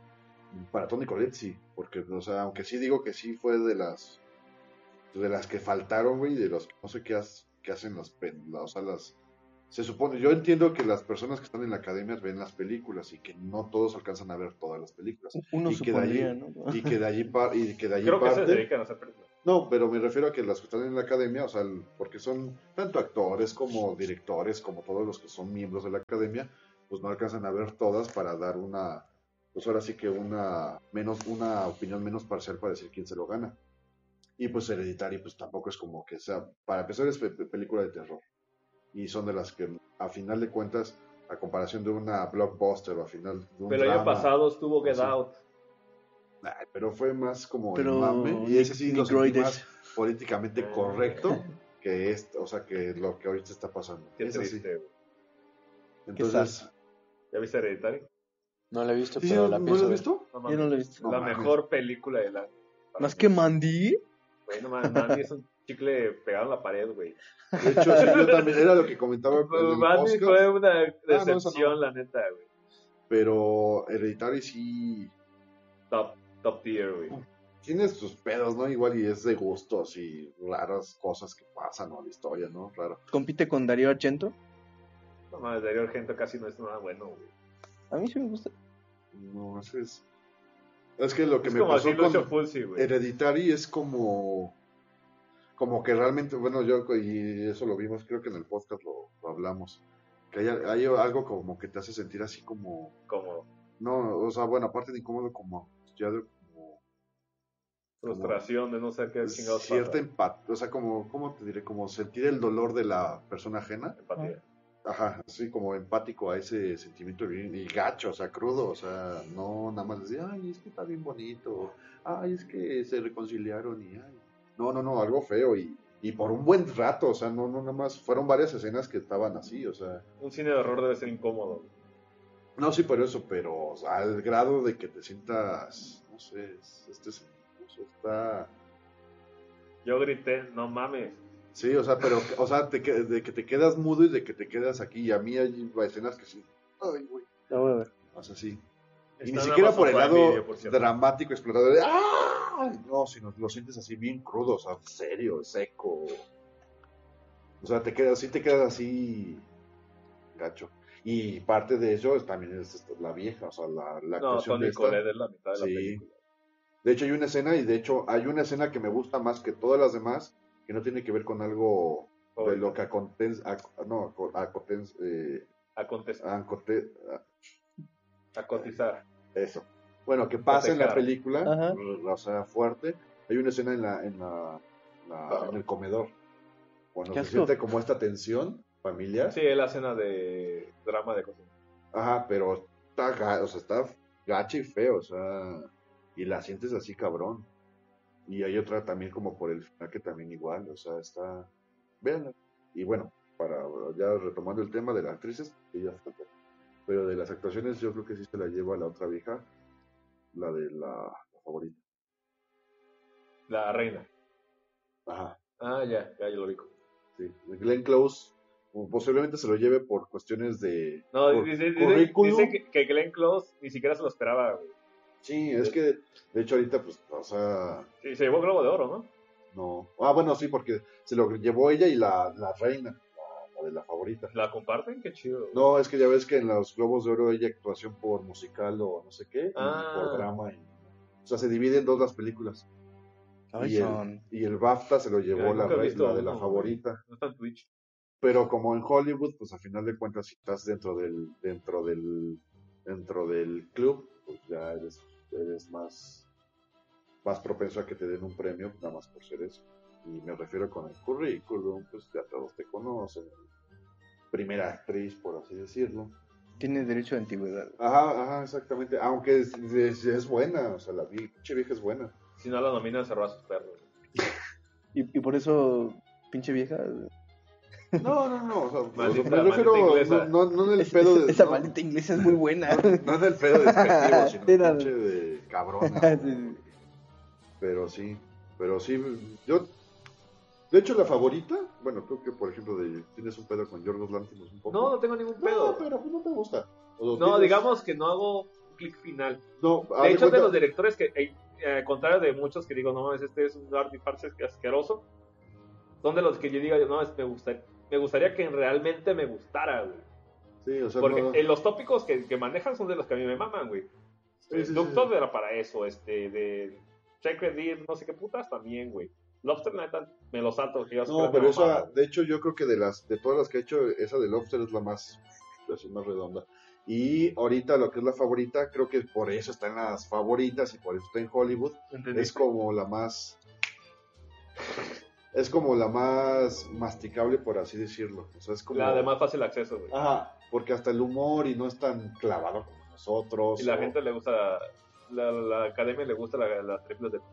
S3: Para Toni Collette sí, porque, o sea, aunque sí digo que sí fue de las, de las que faltaron, güey, de los que no sé qué, has- qué hacen las, pen- la- o sea, las, se supone, yo entiendo que las personas que están en la academia ven las películas y que no todos alcanzan a ver todas las películas.
S2: Uno
S3: y que de allí,
S2: supondría, ¿no?
S3: y que de allí, par- y que de allí
S1: Creo que se
S3: parte.
S1: dedican a hacer películas.
S3: No, pero me refiero a que las que están en la academia, o sea, el- porque son tanto actores como directores, como todos los que son miembros de la academia, pues no alcanzan a ver todas para dar una, pues ahora sí que una menos, una opinión menos parcial para decir quién se lo gana. Y pues Hereditary, pues tampoco es como que sea, para empezar es pe- pe- película de terror. Y son de las que, a final de cuentas, a comparación de una blockbuster o a final de un
S1: Pero el año
S3: drama,
S1: pasado estuvo Get
S3: así.
S1: Out.
S3: ay, pero fue más como el
S2: Pero
S3: mame, y
S2: ni-
S3: ese sí
S2: ni
S3: lo sentí
S2: groides.
S3: más políticamente
S1: Ah.
S3: correcto que es, o sea, que lo que ahorita está pasando.
S1: Qué
S3: Es así.
S1: triste, güey.
S3: Entonces,
S1: ¿Ya viste Hereditary?
S4: No la he visto,
S3: ¿sí,
S4: pero
S3: ¿no,
S4: la
S3: ¿no
S4: pienso
S3: lo has
S4: ver.
S3: visto?
S1: No
S2: Yo
S1: mames.
S2: no lo he visto.
S3: No
S1: la
S3: mames.
S1: mejor película del año. para
S2: Más
S1: mí.
S2: que Mandy.
S1: Güey, no mames, Mandy es un chicle pegado en la pared, güey.
S3: De hecho, sí, yo también, era lo que comentaba en el
S1: Mandy
S3: podcast,
S1: fue una
S3: no, eso
S1: decepción,
S3: no.
S1: la neta, güey.
S3: pero Hereditary sí
S1: Top, top tier, güey.
S3: tiene sus pedos, ¿no? Igual y es de gustos y raras cosas que pasan, ¿no? La historia, ¿no? Raro.
S2: Compite con Darío Argento.
S1: No mames, Darío Argento casi no es nada bueno, güey.
S2: A mí sí me gusta.
S3: No, es que es... Es que lo que
S1: Es
S3: me
S1: como
S3: pasó
S1: así
S3: con
S1: Lucio Fulci, güey.
S3: Hereditary es como... Como que realmente, bueno, yo, y eso lo vimos, creo que en el podcast lo, lo hablamos, que hay, hay algo como que te hace sentir así como...
S1: Como
S3: No, o sea, bueno, aparte de incómodo, como... Ya de, como
S1: frustración de no saber qué chingados
S3: cierta
S1: pasa.
S3: empatía, o sea, como, ¿cómo te diré? Como sentir el dolor de la persona ajena.
S1: Empatía.
S3: Ajá, así como empático a ese sentimiento bien, y gacho, o sea, crudo, o sea, no nada más decir, ay, es que está bien bonito, ay, es que se reconciliaron y ay. No, no, no, algo feo y, y por un buen rato, o sea, no, no, nada más, fueron varias escenas que estaban así, o sea,
S1: Un cine de horror debe ser incómodo. güey.
S3: no, sí, por eso, pero o sea, al grado de que te sientas, no sé, es- este, es- o sea, está...
S1: Yo grité, no mames.
S3: Sí, o sea, pero, o sea, te, que- de que te quedas mudo y de que te quedas aquí. Y a mí hay escenas que sí. Ay, güey.
S2: La voy a ver.
S3: O sea, sí. Y
S1: Está
S3: ni
S1: en
S3: siquiera
S1: Amazon
S3: por el
S1: Prime
S3: lado
S1: Video, por cierto.
S3: dramático, explotador de ¡ah! No, sino lo sientes así bien crudo, o sea, serio, seco. O sea, te quedas, sí te quedas así gacho. Y parte de ello es, también es esta- la vieja, o sea, la, la
S1: No,
S3: actuación de
S1: Toni
S3: esta.
S1: Collette es la mitad de la
S3: Sí.
S1: película.
S3: De hecho, hay una escena, y de hecho, hay una escena que me gusta más que todas las demás, que no tiene que ver con algo de
S1: Ahorita.
S3: lo que acontece, no, acontece, eh,
S1: A contestar,
S3: aconte-
S1: a cotizar.
S3: eso. Bueno, que pasa en la
S1: Cotejar.
S3: película,
S2: Ajá.
S3: o sea, fuerte. Hay una escena en la, en la, la- en el comedor, cuando
S2: Qué
S3: se
S2: asco.
S3: siente como esta tensión familiar.
S1: Sí, es la escena de drama de cocina.
S3: Ajá, pero está, ga- o sea, está gacha y feo, o sea, y la sientes así cabrón. Y hay otra también como por el final que también igual, o sea, está, véanla. Y bueno, para ya retomando el tema de las actrices, que ya falta. Pero de las actuaciones yo creo que sí se la lleva la otra vieja, la de la, la favorita.
S1: La reina.
S3: Ajá,
S1: Ah, ya, ya yo lo vi.
S3: sí. Glenn Close o posiblemente se lo lleve por cuestiones de
S1: No,
S3: cur-
S1: dice, dice,
S3: currículum.
S1: dice que, que Glenn Close ni siquiera se lo esperaba, güey.
S3: Sí, es que de hecho ahorita pues, o sea,
S1: Sí, se llevó Globo de Oro, ¿no?
S3: no. Ah, bueno, sí, porque se lo llevó ella y la, la reina, la, la de la favorita.
S1: ¿La comparten? Qué chido. güey.
S3: No, es que ya ves que en los Globos de Oro ella actuación por musical o no sé qué,
S1: Ah.
S3: y por drama. Y, o sea, se dividen en dos las películas.
S2: Ay,
S3: Y el,
S2: son.
S3: y el BAFTA se lo llevó
S1: Ay,
S3: la,
S1: nunca he
S3: re-
S1: visto
S3: la de la
S1: uno,
S3: favorita.
S1: No está en Twitch.
S3: Pero como en Hollywood, pues a final de cuentas, si estás dentro del, dentro del, dentro del club, pues ya eres eres más, más propenso a que te den un premio, nada más por ser eso. Y me refiero con el currículum, pues ya todos te conocen. Primera actriz, por así decirlo.
S2: Tiene derecho de antigüedad.
S3: Ajá, ajá, exactamente. Aunque es, es, es buena, o sea, la vi- pinche vieja es buena.
S1: Si no la nominan, se roba a sus perros.
S2: Y, y por eso, pinche vieja.
S3: No, no, no, o sea,
S1: Maldita-
S3: me refiero
S1: maldita inglesa.
S3: no, no, no en el
S2: es-
S3: pedo
S2: esa,
S3: de...
S2: esa
S3: no,
S2: maldita inglesa es muy buena.
S3: no en el pedo despectivo, sino
S2: Sí, no,
S3: pinche de cabrona.
S2: Sí, sí.
S3: Pero sí, pero sí, yo... De hecho, la favorita, bueno, creo que, por ejemplo, de, tienes un pedo con Yorgos Lanthimos un poco.
S1: No, no tengo ningún pedo.
S3: No, pero pues no te gusta. O
S1: No,
S3: tienes-
S1: digamos que no hago un clic final.
S3: No, haz
S1: De hecho, es de
S3: cuenta-
S1: los directores que, eh, eh, al contrario de muchos que digo, no, es este es un Darby Parse asqueroso, son de los que yo digo, no, es, me, gusta, me gustaría que realmente me gustara, güey.
S3: Sí, o sea,
S1: Porque
S3: no-
S1: eh, los tópicos que, que manejan son de los que a mí me maman, güey.
S3: Sí, sí,
S1: Doctor
S3: sí.
S1: era para eso, este, de Secret Deal, no sé qué putas también, güey. Lobster, neta, me lo salto. Que yo sé que
S3: No,
S1: era
S3: pero
S1: una
S3: esa,
S1: mamada.
S3: de hecho, yo creo que de las de todas las que he hecho, esa de Lobster es la más, así, más redonda. Y ahorita lo que es la favorita, creo que por eso está en las favoritas y por eso está en Hollywood.
S1: ¿Entendiste?
S3: Es como la más, es como la más masticable, por así decirlo. O sea, es como,
S1: La de más fácil acceso, güey.
S3: ajá, porque hasta el humor y no es tan clavado como nosotros.
S1: Y la
S3: o-
S1: gente le gusta, la, la academia le gusta la- las triples de...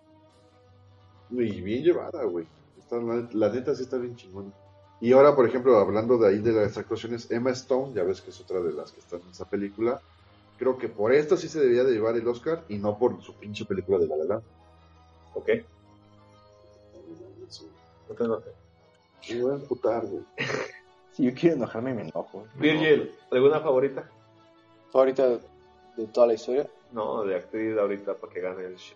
S3: Y bien llevada, güey. Está- La, la neta sí está bien chingona. Y ahora, por ejemplo, hablando de ahí de las actuaciones, Emma Stone, ya ves que es otra de las que están en esa película. Creo que por esto sí se debía de llevar el Oscar y no por su pinche película de La La Land.
S1: Ok. Entonces, no sé.
S3: Me voy a emputar, güey.
S2: Si yo quiero enojarme, me enojo.
S1: Virgil, ¿alguna favorita?
S4: Favorita de toda la historia.
S1: No, de actriz de ahorita para que gane el shit.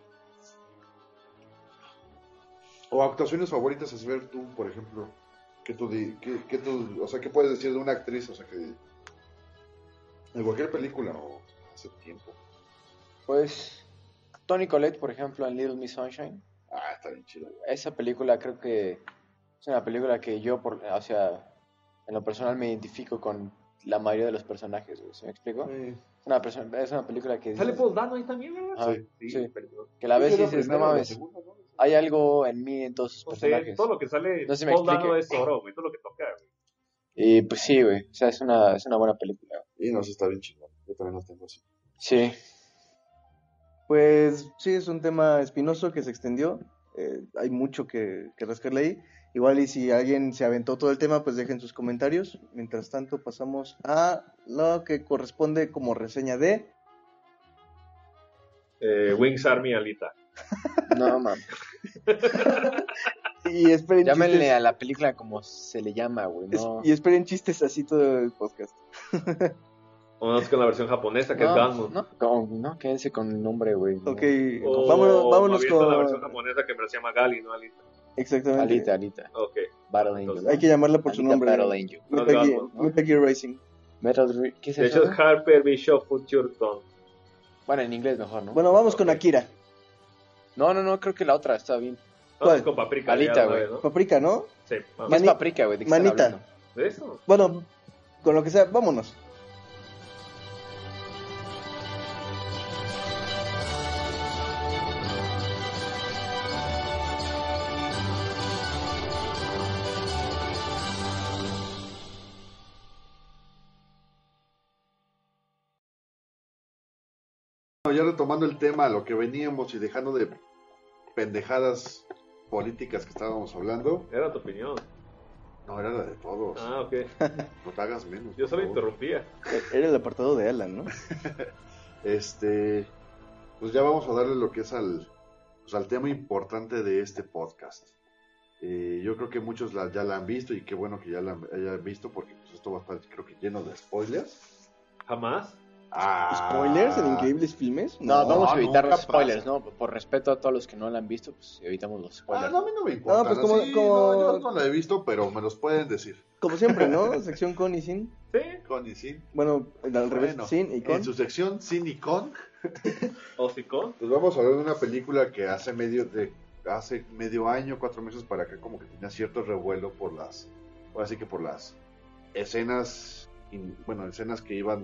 S3: O actuaciones favoritas es ver tú, por ejemplo, que tú, di- que, que tú, o sea, ¿qué puedes decir de una actriz? O sea, que de cualquier película o hace tiempo.
S4: Pues Toni Collette, por ejemplo, en Little Miss Sunshine.
S3: Ah, está bien chido.
S4: Esa película creo que es una película que yo, por, o sea, en lo personal me identifico con la mayoría de los personajes, güey, ¿sí me explico? Es una, perso- es una película que
S1: ¿Sale
S4: dices-
S1: Paul Dano ahí también, verdad?
S4: Ajá,
S3: Sí.
S4: sí,
S1: perdón.
S4: que la ves y
S3: Era
S4: dices, no
S3: primero, la
S4: mames,
S3: segunda, ¿no?
S4: hay algo en mí en todos sus
S1: No sé,
S4: personajes.
S1: todo lo que sale
S4: No se me
S1: Paul Dano
S4: explique.
S1: es oro, güey, todo lo que toca, güey.
S4: Y pues sí, güey, o sea, es una, es una buena película.
S3: Y no, sí está bien chingón. Yo también las tengo así.
S4: Sí,
S2: Pues sí, es un tema espinoso que se extendió. Eh, hay mucho que, que rascarle ahí. Igual y si alguien se aventó todo el tema, pues dejen sus comentarios. Mientras tanto, pasamos a lo que corresponde como reseña de...
S1: Eh, Wings Army Alita.
S4: no mames.
S2: Y esperen
S4: Llámenle
S2: chistes,
S4: a la película como se le llama, güey,
S2: es-
S4: no.
S2: y esperen chistes así todo el podcast.
S1: Vámonos con la versión japonesa, que es
S4: No,
S1: Gunmo.
S4: no, con- no, quédense con el nombre, güey. no.
S2: Ok,
S1: O
S2: vámonos, vámonos
S1: más bien con la versión
S2: con...
S1: japonesa que se llama Gali, ¿no? Alita.
S2: Exactamente.
S4: Alita, Alita.
S1: Ok.
S4: Battle Angel.
S1: Entonces,
S2: Hay que llamarla por su
S4: Alita
S2: nombre.
S4: Battle Angel.
S1: No,
S2: Mepegi,
S1: Gunmo, ¿no?
S2: Mepegi Racing.
S4: Metal Dr- ¿Qué es
S1: De
S4: eso?
S1: hecho es Harper Bishop Future Dawn.
S4: Bueno, en inglés mejor, ¿no?
S2: Bueno, vamos con
S1: Ok.
S2: Akira.
S4: No, no, no, creo que la otra está bien.
S1: Vamos
S2: ¿Cuál?
S1: con Paprika.
S4: Alita,
S1: ya,
S4: güey.
S1: ¿no?
S2: Paprika, ¿no?
S1: Sí, vamos.
S4: ¿Qué es
S2: Mani-
S4: paprika, güey? ¿De qué están
S2: manita.
S4: hablando?
S1: ¿De eso?
S2: Bueno, con lo que sea, vámonos.
S3: Bueno, ya retomando el tema, lo que veníamos y dejando de pendejadas políticas que estábamos hablando,
S1: Era tu opinión.
S3: no era la de todos.
S1: Ah, ok.
S3: No te hagas menos.
S1: Yo
S3: por
S1: solo
S3: favor.
S1: interrumpía.
S2: Era el apartado de Alan, ¿no?
S3: Este, pues ya vamos a darle lo que es al, pues al tema importante de este podcast. Eh, yo creo que muchos la- ya la han visto y qué bueno que ya la han- hayan visto porque pues esto va a estar creo que lleno de spoilers.
S1: Jamás.
S3: Ah,
S2: ¿Spoilers en increíbles filmes?
S4: No, vamos a
S3: no,
S4: evitar
S3: nunca
S4: los spoilers,
S3: pasa.
S4: ¿no? Por respeto a todos los que no la han visto, pues evitamos los
S3: Ah,
S4: spoilers.
S3: no, a mí no me importa.
S2: No, pues como-
S3: sí,
S2: como-
S3: no, yo no la he visto, pero me los pueden decir.
S2: Como siempre, ¿no? Sección con y sin.
S1: Sí.
S3: Con y sin.
S2: Bueno, al revés,
S3: Bueno,
S2: sin y con.
S3: En su sección sin y con,
S1: Hocicón.
S3: pues vamos a hablar de una película que hace medio de hace medio año, cuatro meses para acá, como que tenía cierto revuelo por las, ahora sí que por las escenas, in- bueno, escenas que iban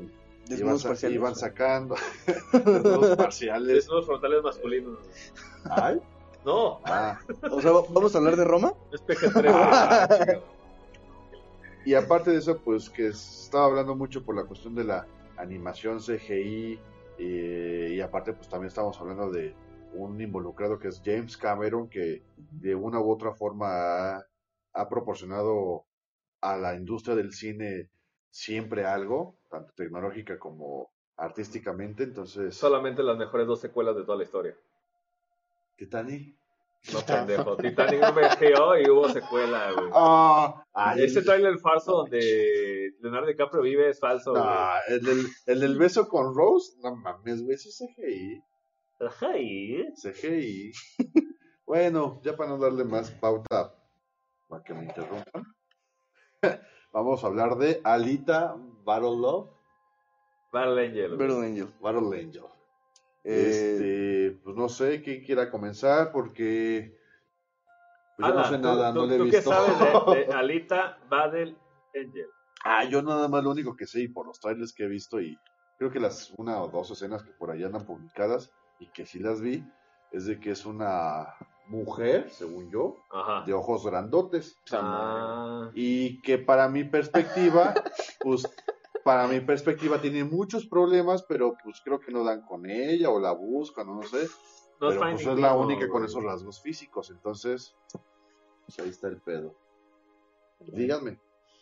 S3: Iban,
S2: Desnudos
S3: sa-
S2: parciales.
S3: iban sacando desnudos parciales.
S1: Desnudos frontales masculinos.
S3: Ay,
S1: No,
S3: ah,
S2: O sea, ¿vamos a hablar de Roma?
S1: es P G trece.
S3: ah, chingado. Y aparte de eso, pues que estaba hablando mucho por la cuestión de la animación C G I eh, y aparte pues también estamos hablando de un involucrado que es James Cameron, que de una u otra forma ha, ha proporcionado a la industria del cine siempre algo, tanto tecnológica como artísticamente. Entonces,
S1: Solamente las mejores dos secuelas de toda la historia.
S3: Titanic.
S1: No, pendejo. Titanic no envejeció y hubo secuela, güey.
S3: Ah, ay,
S1: Ese
S3: el-
S1: trailer falso donde Leonardo DiCaprio vive es falso,
S3: no,
S1: güey.
S3: el, del, el del beso con Rose, no mames, güey, eso es C G I.
S1: Ajá, y...
S3: C G I. Bueno, ya para no darle más pauta para que me interrumpan, vamos a hablar de Alita Battle Love,
S1: Battle Angel, güey.
S2: Battle Angel.
S3: Battle Angel.
S2: Eh,
S3: Este, pues no sé quién quiera comenzar porque pues yo no
S1: Alan,
S3: sé
S1: ¿tú-
S3: nada,
S1: tú,
S3: no le he
S1: ¿tú
S3: visto.
S1: qué sabes de, de Alita Battle Angel?
S3: Ah, yo nada más lo único que sé y por los trailers que he visto y creo que las una o dos escenas que por ahí andan publicadas y que sí las vi, es de que es una mujer, según yo,
S1: Ajá.
S3: de ojos grandotes.
S1: Ah,
S3: Y que para mi perspectiva, pues para mi perspectiva tiene muchos problemas, pero pues creo que no dan con ella o la buscan, no sé.
S1: no
S3: Pero
S1: Finding
S3: pues es la
S1: Nemo,
S3: única con
S1: güey.
S3: esos rasgos físicos, entonces pues ahí está el pedo. Díganme.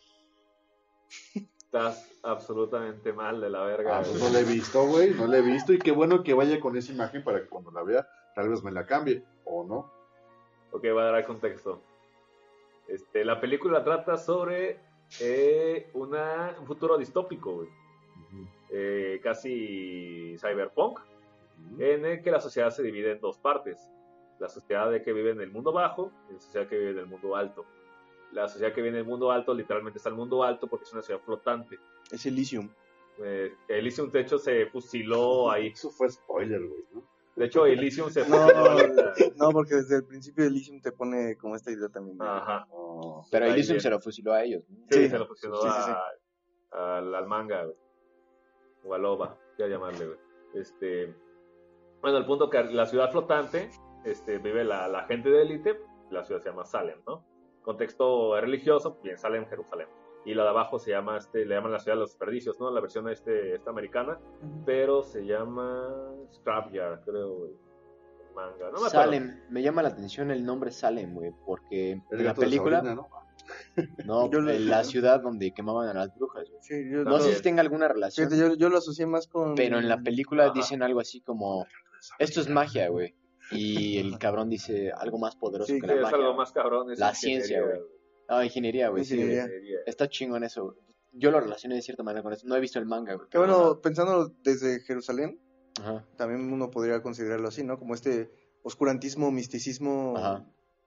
S1: Estás absolutamente mal de la verga,
S3: Ah,
S1: güey.
S3: pues no la he visto, güey, no la he visto y qué bueno que vaya con esa imagen para que cuando la vea tal vez me la cambie o no.
S1: Ok, voy a dar el contexto. Este, la película trata sobre eh, una, un futuro distópico, güey. Eh, casi cyberpunk, en el que la sociedad se divide en dos partes. La sociedad de que vive en el mundo bajo y la sociedad que vive en el mundo alto. La sociedad que vive en el mundo alto literalmente está en el mundo alto porque es una ciudad flotante.
S2: es Elysium.
S1: Eh, Elysium, de hecho, se fusiló ahí.
S3: Eso fue spoiler, güey, ¿no?
S1: De hecho, Elysium se
S2: No,
S1: fusiló ahorita.
S2: no, porque desde el principio Elysium te pone como esta idea también. de-
S1: Ajá.
S3: Oh,
S4: Pero
S1: Ahí
S4: Elysium
S1: viene.
S4: se lo fusiló a ellos, ¿no?
S1: Sí,
S2: Sí.
S1: se lo fusiló
S2: Sí, sí, sí.
S1: a- al, al manga, güey. O al ova, ya llamarle, güey. Este, bueno, el punto que la ciudad flotante, este, vive la, la gente de élite, la ciudad se llama Salem, ¿no? Contexto religioso, bien, Salem, Jerusalén. Y la de abajo se llama, este, le llaman la ciudad de los desperdicios, ¿no? La versión este, esta americana, pero se llama Scrapyard, creo, güey. El manga, no me acuerdo.
S4: Salem, me llama la atención el nombre Salem, güey, porque
S3: el
S4: en la
S3: gato de
S4: película,
S3: Sabrina, ¿no?
S4: no,
S2: Yo lo-
S4: en la ciudad donde quemaban a las brujas, güey.
S2: Sí, yo,
S4: No sé
S1: También.
S4: si tenga alguna relación,
S2: fíjate, yo, yo lo asocié más con...
S4: pero en la película
S1: Ajá.
S4: dicen algo así como, esto es magia, güey. Y el cabrón dice algo más poderoso
S2: Sí,
S4: que
S1: Sí,
S4: la
S1: es
S4: magia.
S1: algo
S4: güey.
S1: más cabrón. es
S4: La
S1: ingeniería,
S4: ciencia, güey. No, ingeniería, güey, sí, güey.
S2: Ingeniería.
S1: Ingeniería.
S4: Está chingón eso, güey. Yo lo relacioné de cierta manera con eso. No he visto el manga, güey.
S2: Que bueno, pensando desde Jerusalén,
S4: Ajá,
S2: también uno podría considerarlo así, ¿no? Como este oscurantismo, misticismo,
S4: ajá.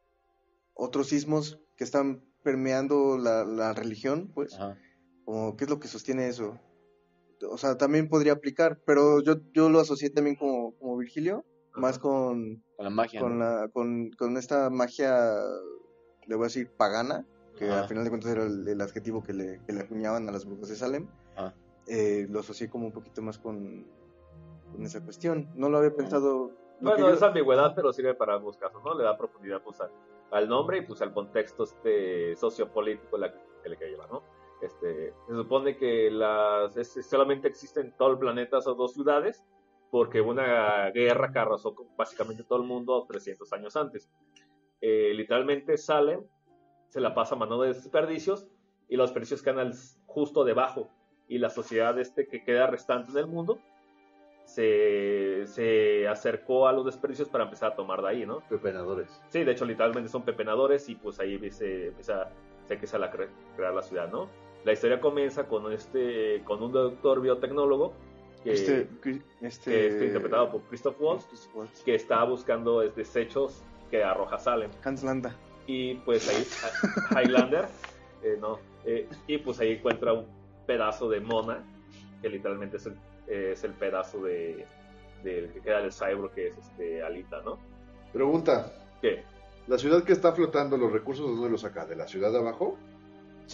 S2: otros sismos que están permeando la, la religión, pues,
S4: Ajá.
S2: como qué es lo que sostiene eso. O sea, también podría aplicar, pero yo, yo lo asocié también como, como Virgilio,
S1: Ajá.
S2: más con,
S4: Con la magia,
S2: con,
S4: ¿no?
S2: la, con, con esta magia, le voy a decir, pagana, que
S4: Ajá.
S2: al final de cuentas era el, el adjetivo que le, que le acuñaban a las brujas de Salem.
S4: Ajá.
S2: Eh, lo asocié como un poquito más con, con esa cuestión. No lo había pensado. lo que
S1: Bueno,
S2: yo-
S1: es ambigüedad, pero sirve para ambos casos, ¿no? Le da profundidad pues, al, al nombre y pues al contexto este sociopolítico la que, que le que lleva, ¿no? Este, se supone que las es- solamente existen en todo el planeta esas dos ciudades porque hubo una guerra que arrasó con básicamente todo el mundo trescientos años antes. Eh, literalmente Salem se la pasa a mano de desperdicios y los desperdicios quedan al- justo debajo y la sociedad este que queda restante del mundo se, se acercó a los desperdicios para empezar a tomar de ahí, ¿no?
S3: Pepenadores.
S1: Sí, de hecho, literalmente son pepenadores y pues ahí se empieza, se empieza a cre- crear la ciudad, ¿no? La historia comienza con este con un doctor biotecnólogo que,
S2: este, este,
S1: que está interpretado por Christoph Waltz,
S2: Christoph Waltz.
S1: que está buscando es, desechos que arroja Salem.
S2: Hans Landa.
S1: Y pues ahí, Highlander, eh, no, eh, y pues ahí encuentra un pedazo de mona, que literalmente es el, eh, es el pedazo de, del que queda del cyborg, que es este Alita, ¿no?
S3: Pregunta,
S1: ¿Qué?
S3: ¿la ciudad que está flotando, los recursos de dónde los saca? ¿De la ciudad de abajo?
S2: Sí.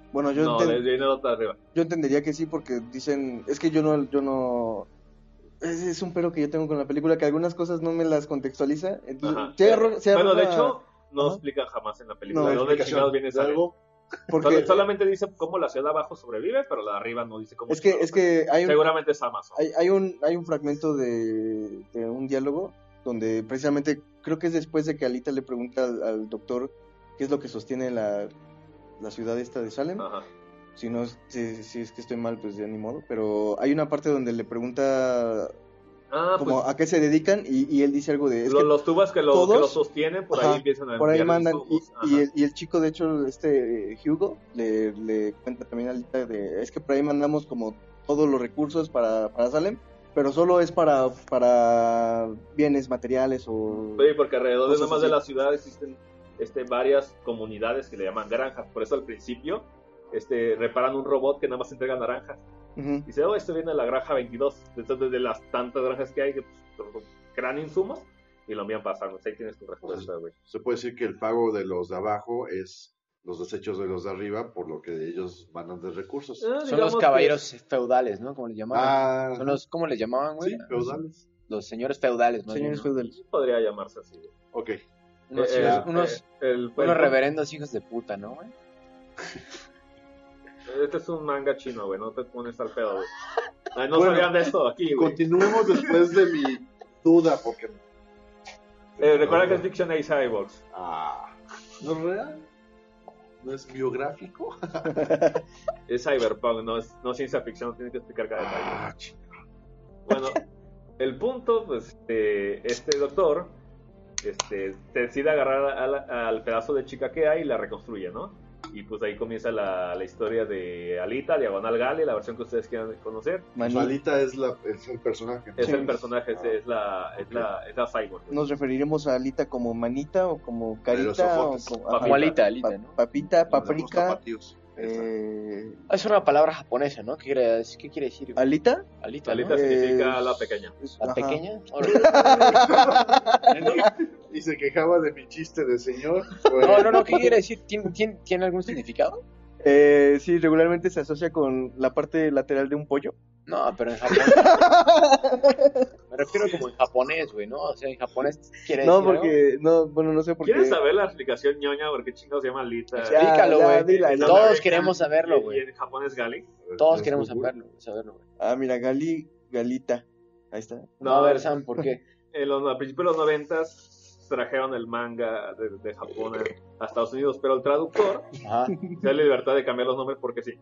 S2: Bueno, yo,
S1: No,
S2: enten-
S1: les viene otra arriba.
S2: yo entendería que sí porque dicen, es que yo no, yo no, es, es un pero que yo tengo con la película, que algunas cosas no me las contextualiza. Entonces,
S1: Ajá.
S2: sí agarro- sí
S1: Bueno,
S2: agarro
S1: de
S2: la-
S1: hecho, no
S2: Ajá.
S1: explican jamás en la película
S2: No,
S1: de dónde
S3: explicación
S1: chingados viene
S3: de
S1: esa ley.
S3: algo.
S2: porque
S1: Solo- solamente dice cómo la ciudad de abajo sobrevive, pero la de arriba no dice cómo.
S2: es que,
S1: chingados
S2: es que hay un,
S1: seguramente es Amazon.
S2: hay, hay un, hay un fragmento de, de un diálogo donde precisamente creo que es después de que Alita le pregunta al, al doctor qué es lo que sostiene la, la ciudad esta de Salem.
S1: Ajá.
S2: Si no, si, si es que estoy mal, pues ya ni modo. Pero hay una parte donde le pregunta
S1: Ah,
S2: como
S1: pues
S2: a qué se dedican y, y él dice algo de es
S1: lo-
S2: que
S1: los tubos que lo,
S2: todos-
S1: que lo sostienen, por
S2: Ajá,
S1: ahí empiezan a
S2: por ahí
S1: enviar
S2: mandan y,
S1: insumos.
S2: y
S1: Ajá.
S2: el, y el chico, de hecho, este eh, Hugo le, le cuenta también a Alita de es que por ahí mandamos como todos los recursos para, para Salem, pero solo es para, para bienes materiales o...
S1: Sí, porque alrededor de
S2: cosas
S1: nada más de
S2: así.
S1: la ciudad existen este, varias comunidades que le llaman granjas. Por eso al principio este, reparan un robot que nada más entrega naranjas.
S2: Ujú.
S1: Dice, oh, esto viene de la granja veintidós. Entonces, de las tantas granjas que hay, que pues, crean insumos y lo envían pasando. Ahí tienes tu respuesta, güey.
S3: Se puede decir que el pago de los de abajo es los desechos de los de arriba, por lo que ellos mandan de recursos.
S1: Eh,
S4: Son
S1: digamos
S4: los
S1: que-
S4: caballeros feudales, ¿no? ¿Cómo les llamaban?
S3: Ah,
S4: Son los, ¿cómo les llamaban, güey?
S3: sí, feudales.
S4: Los señores feudales, ¿no?
S2: Señores feudales.
S1: Podría llamarse así. güey.
S3: Ok.
S4: Unos,
S1: Eh,
S4: hijos-
S1: eh,
S4: unos,
S1: eh, el-
S4: unos
S1: el-
S4: reverendos hijos de puta, ¿no, güey?
S1: Este es un manga chino, güey. No te pones al pedo, güey. Ay, no
S3: Bueno,
S1: sabían de esto aquí, güey.
S3: Continuemos después de mi duda, porque...
S1: Eh, recuerda que es Fiction Ace Cyborgs.
S3: Ah, ¿no es real? ¿No es biográfico?
S1: Es cyberpunk, no es no ciencia ficción, no tiene que explicar cada detalle.
S3: Ah, ch-
S1: Bueno, el punto, pues, este, este doctor este, decide agarrar a la- al pedazo de chica que hay y la reconstruye, ¿no? Y pues ahí comienza la, la historia de Alita, Diagonal Gali, la versión que ustedes quieran conocer.
S2: Maní.
S3: Malita es, la, es el personaje.
S1: Es
S2: Sí.
S1: el personaje, es, es la, es, la, es la cyborg. güey.
S2: Nos referiremos a Alita como manita o como
S3: De
S2: carita
S3: los
S2: o
S3: ojotes.
S2: como,
S1: Papita.
S4: Como alita, alita,
S2: pa-
S4: ¿no?
S2: papita,
S3: Los
S2: paprika,
S3: zapatillos. Esa.
S2: eh,
S4: Es una palabra japonesa, ¿no? ¿Qué quiere, qué quiere decir? güey?
S2: Alita.
S4: Alita,
S1: Alita
S4: ¿no?
S1: significa
S2: Es-
S1: la pequeña.
S2: es-
S4: ¿La
S2: ajá.
S4: pequeña? Órale.
S3: Y se quejaba de mi chiste de señor.
S4: No, no, no, ¿qué quiere decir? ¿Tiene, tiene, ¿tiene algún significado?
S2: Eh, sí, regularmente se asocia con la parte lateral de un pollo.
S4: No, pero en japonés. Me refiero como en japonés, güey, ¿no? O sea, en japonés quiere
S2: No,
S4: decir.
S2: porque, no, bueno, no sé por qué.
S1: ¿Quieres saber la explicación ñoña? ¿Por qué chingados se llama Alita?
S2: Ya,
S4: Explícalo,
S2: ya,
S4: güey.
S2: dila,
S1: En
S2: ya.
S4: Todos
S1: América
S4: queremos saberlo,
S1: y-
S4: güey.
S1: Y en Japón es Gali.
S4: Todos
S3: ¿Es
S4: queremos
S3: Google?
S4: saberlo, saberlo, güey.
S2: Ah, mira, Gali, Galita. Ahí está.
S4: No, a ver, Sam, ¿por qué?
S1: En los, a principios de los noventas trajeron el manga de, de Japón a, a Estados Unidos, pero el traductor
S4: Ajá.
S1: se da la libertad de cambiar los nombres porque sí.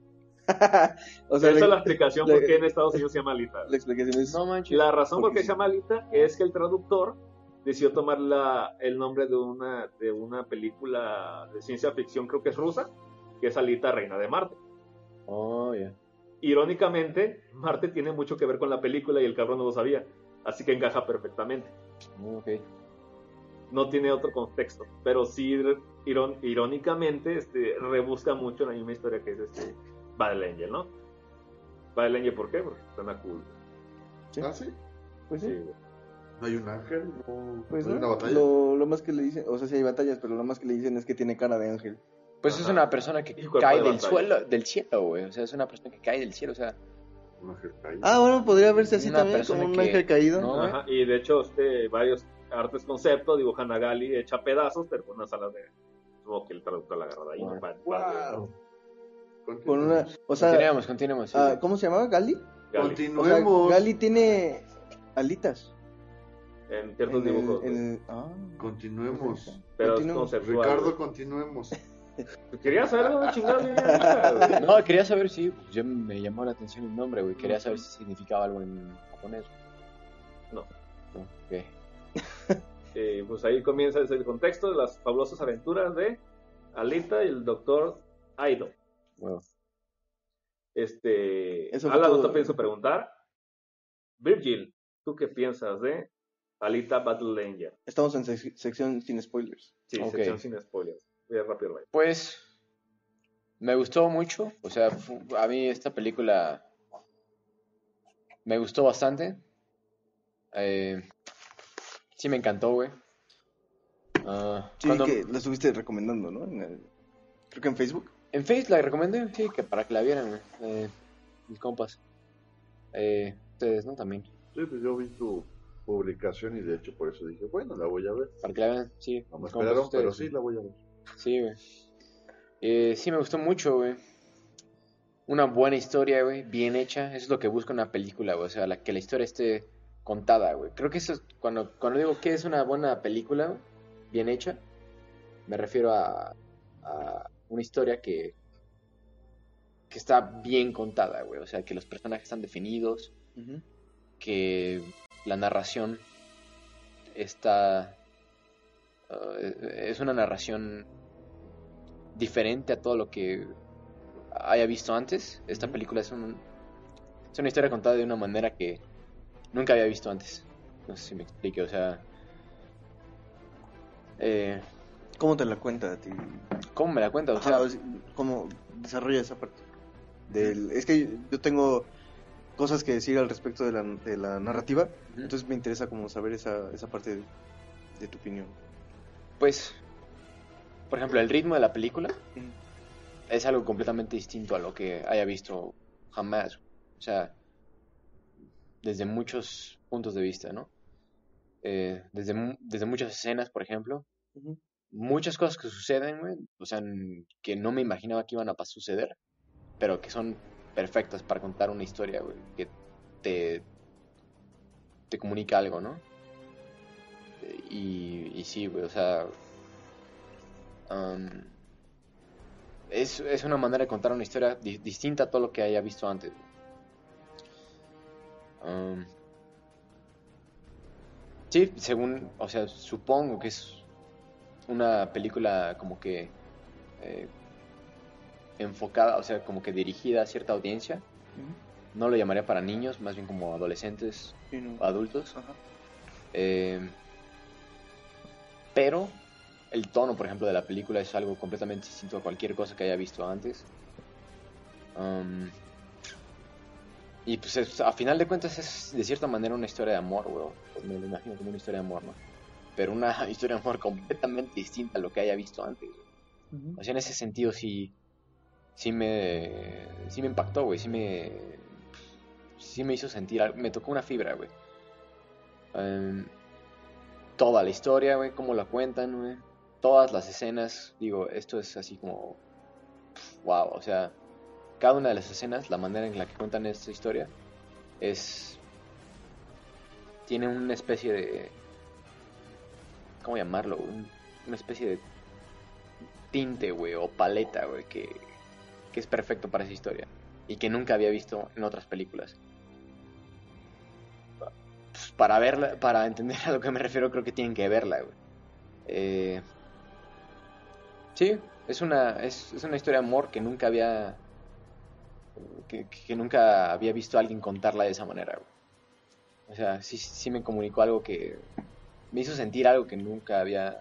S2: O sea,
S1: Esa es
S2: la,
S1: la explicación
S2: le-
S1: por qué en Estados Unidos se llama Alita.
S2: la explicación es...
S4: No manches.
S1: La razón por
S2: Porque
S1: qué se llama Alita es que el traductor decidió tomar la, el nombre de una, de una película de ciencia ficción, creo que es rusa, que es Alita, Reina de Marte.
S4: Oh, ya.
S1: Irónicamente, Marte tiene mucho que ver con la película y el cabrón no lo sabía, así que encaja perfectamente.
S4: Ok.
S1: No tiene otro contexto, pero sí irón- irónicamente este, rebusca mucho en la misma historia que es este Battle Angel, ¿no? Battle Angel, ¿por qué? Porque suena cool.
S2: Sí.
S3: ¿Ah, sí?
S2: Pues sí.
S1: Sí, güey.
S3: ¿No hay un ángel? ¿No,
S2: Pues
S3: ¿no hay
S2: no,
S3: una batalla?
S2: Lo, lo más que le dicen, o sea, sí hay batallas, pero lo más que le dicen es que tiene cara de ángel.
S4: Pues es
S1: Ajá.
S4: una persona que
S1: Y cuerpo
S4: cae
S1: de
S4: del
S1: batalla.
S4: suelo, del cielo, güey. O sea, es una persona que cae del cielo, o sea.
S3: Un ángel caído.
S2: Ah, bueno, podría verse así
S4: Una
S2: también,
S4: persona
S2: como un
S4: que-
S2: ángel caído.
S4: ¿no?
S1: Ajá, y de hecho, este, varios artes concepto dibujan a Gali hecha pedazos, pero con una sala de. Supongo que el traductor la agarra de ahí.
S4: Wow.
S1: ¿no? Pa-
S3: Wow.
S2: Con una, o sea,
S4: Continuemos, continuemos. sí,
S2: ah,
S4: güey.
S2: ¿cómo se llama? ¿Gali?
S1: Gali,
S2: O sea,
S3: Continuemos.
S2: Gali tiene alitas.
S1: en ciertos
S2: En el-
S1: dibujos.
S2: en el- ah,
S3: Continuemos.
S1: pero es
S2: continuemos.
S1: conceptual.
S3: Ricardo, continuemos.
S1: ¿Querías saber dónde chingados viene Alita, güey?
S4: No, quería saber si. Pues, yo me llamó la atención el nombre, güey. Quería saber si significaba algo en japonés.
S1: No.
S4: No, ok.
S1: Eh, pues ahí comienza desde el contexto de las fabulosas aventuras de Alita y el doctor Aido.
S4: Bueno.
S1: Este,
S2: Eso fue
S1: Alan, no
S2: todo.
S1: te pienso preguntar. Virgil, ¿tú qué piensas de Alita Battle Angel?
S2: estamos en sec- sección sin spoilers.
S1: Sí,
S4: Ok.
S1: sección sin spoilers. Voy a rápido, right.
S4: Pues. Me gustó mucho. O sea, fu- a mí esta película. Me gustó bastante. Eh, sí, me encantó, güey. Ah,
S2: Sí,
S4: cuando-
S2: que la estuviste recomendando, ¿no? En el- creo que en Facebook.
S4: En Face la recomendé, sí, que para que la vieran, güey. Eh, mis compas. Eh, ustedes, ¿no? También.
S3: Sí, pues yo vi tu publicación y de hecho por eso dije, bueno, la voy a ver.
S4: Para que la vean, sí.
S3: No me
S4: mis compas,
S3: esperaron,
S4: ustedes,
S3: pero sí la voy a ver.
S4: Sí, güey. Eh, sí, me gustó mucho, güey. Una buena historia, güey, bien hecha. Eso es lo que busca una película, güey. O sea, la, que la historia esté contada, güey. Creo que eso es, cuando, cuando digo que es una buena película, güey, bien hecha, me refiero a, a una historia que, que está bien contada, güey. O sea, que los personajes están definidos,
S2: Ujú.
S4: que la narración está... uh, es una narración diferente a todo lo que haya visto antes. Esta
S2: Ujú.
S4: película es, un, es una historia contada de una manera que nunca había visto antes. No sé si me explique, o sea... Eh,
S2: ¿Cómo te la cuenta a ti?
S4: ¿Cómo me la cuenta? O
S2: Ajá,
S4: sea,
S2: o sea, ¿cómo desarrolla esa parte? Del, es que yo tengo cosas que decir al respecto de la, de la narrativa,
S4: ujú.
S2: entonces me interesa como saber esa, esa parte de, de tu opinión.
S4: Pues, por ejemplo, el ritmo de la película
S2: Ujú.
S4: es algo completamente distinto a lo que haya visto jamás. O sea, desde muchos puntos de vista, ¿no? Eh, desde, mu- desde muchas escenas, por ejemplo.
S2: Ujú.
S4: Muchas cosas que suceden, güey. O sea, n- que no me imaginaba que iban a pas- suceder. Pero que son perfectas para contar una historia, güey. Que te, te comunica algo, ¿no? Eh, Y, y sí, güey, o sea... um, es, es una manera de contar una historia di- distinta a todo lo que haya visto antes. Um, sí, según, o sea, supongo que es una película como que eh, enfocada, o sea, como que dirigida a cierta audiencia.
S2: Ujú.
S4: No lo llamaría para niños, más bien como adolescentes
S2: Sí, no.
S4: o adultos.
S2: Ajá.
S4: Eh, pero el tono, por ejemplo, de la película es algo completamente distinto a cualquier cosa que haya visto antes. Um, y pues es- a final de cuentas es de cierta manera una historia de amor, güey. Pues me lo imagino como una historia de amor, ¿no? Pero una historia de amor completamente distinta a lo que haya visto antes, güey.
S2: Ujú.
S4: O sea, en ese sentido sí, sí me, sí me impactó, güey. Sí me, sí me hizo sentir algo. Me tocó una fibra, güey. Um, toda la historia, güey, cómo la cuentan, güey. Todas las escenas, digo, esto es así como, wow, o sea, cada una de las escenas, la manera en la que cuentan esta historia, es, tiene una especie de, ¿cómo llamarlo? Un- una especie de tinte, güey, o paleta, güey, que, que es perfecto para esa historia y que nunca había visto en otras películas. Pues, para verla, para entender a lo que me refiero, creo que tienen que verla, güey. Eh, sí, es una, es, es una historia de amor que nunca había, que, que nunca había visto a alguien contarla de esa manera, güey. O sea, sí, sí me comunicó algo que me hizo sentir algo que nunca había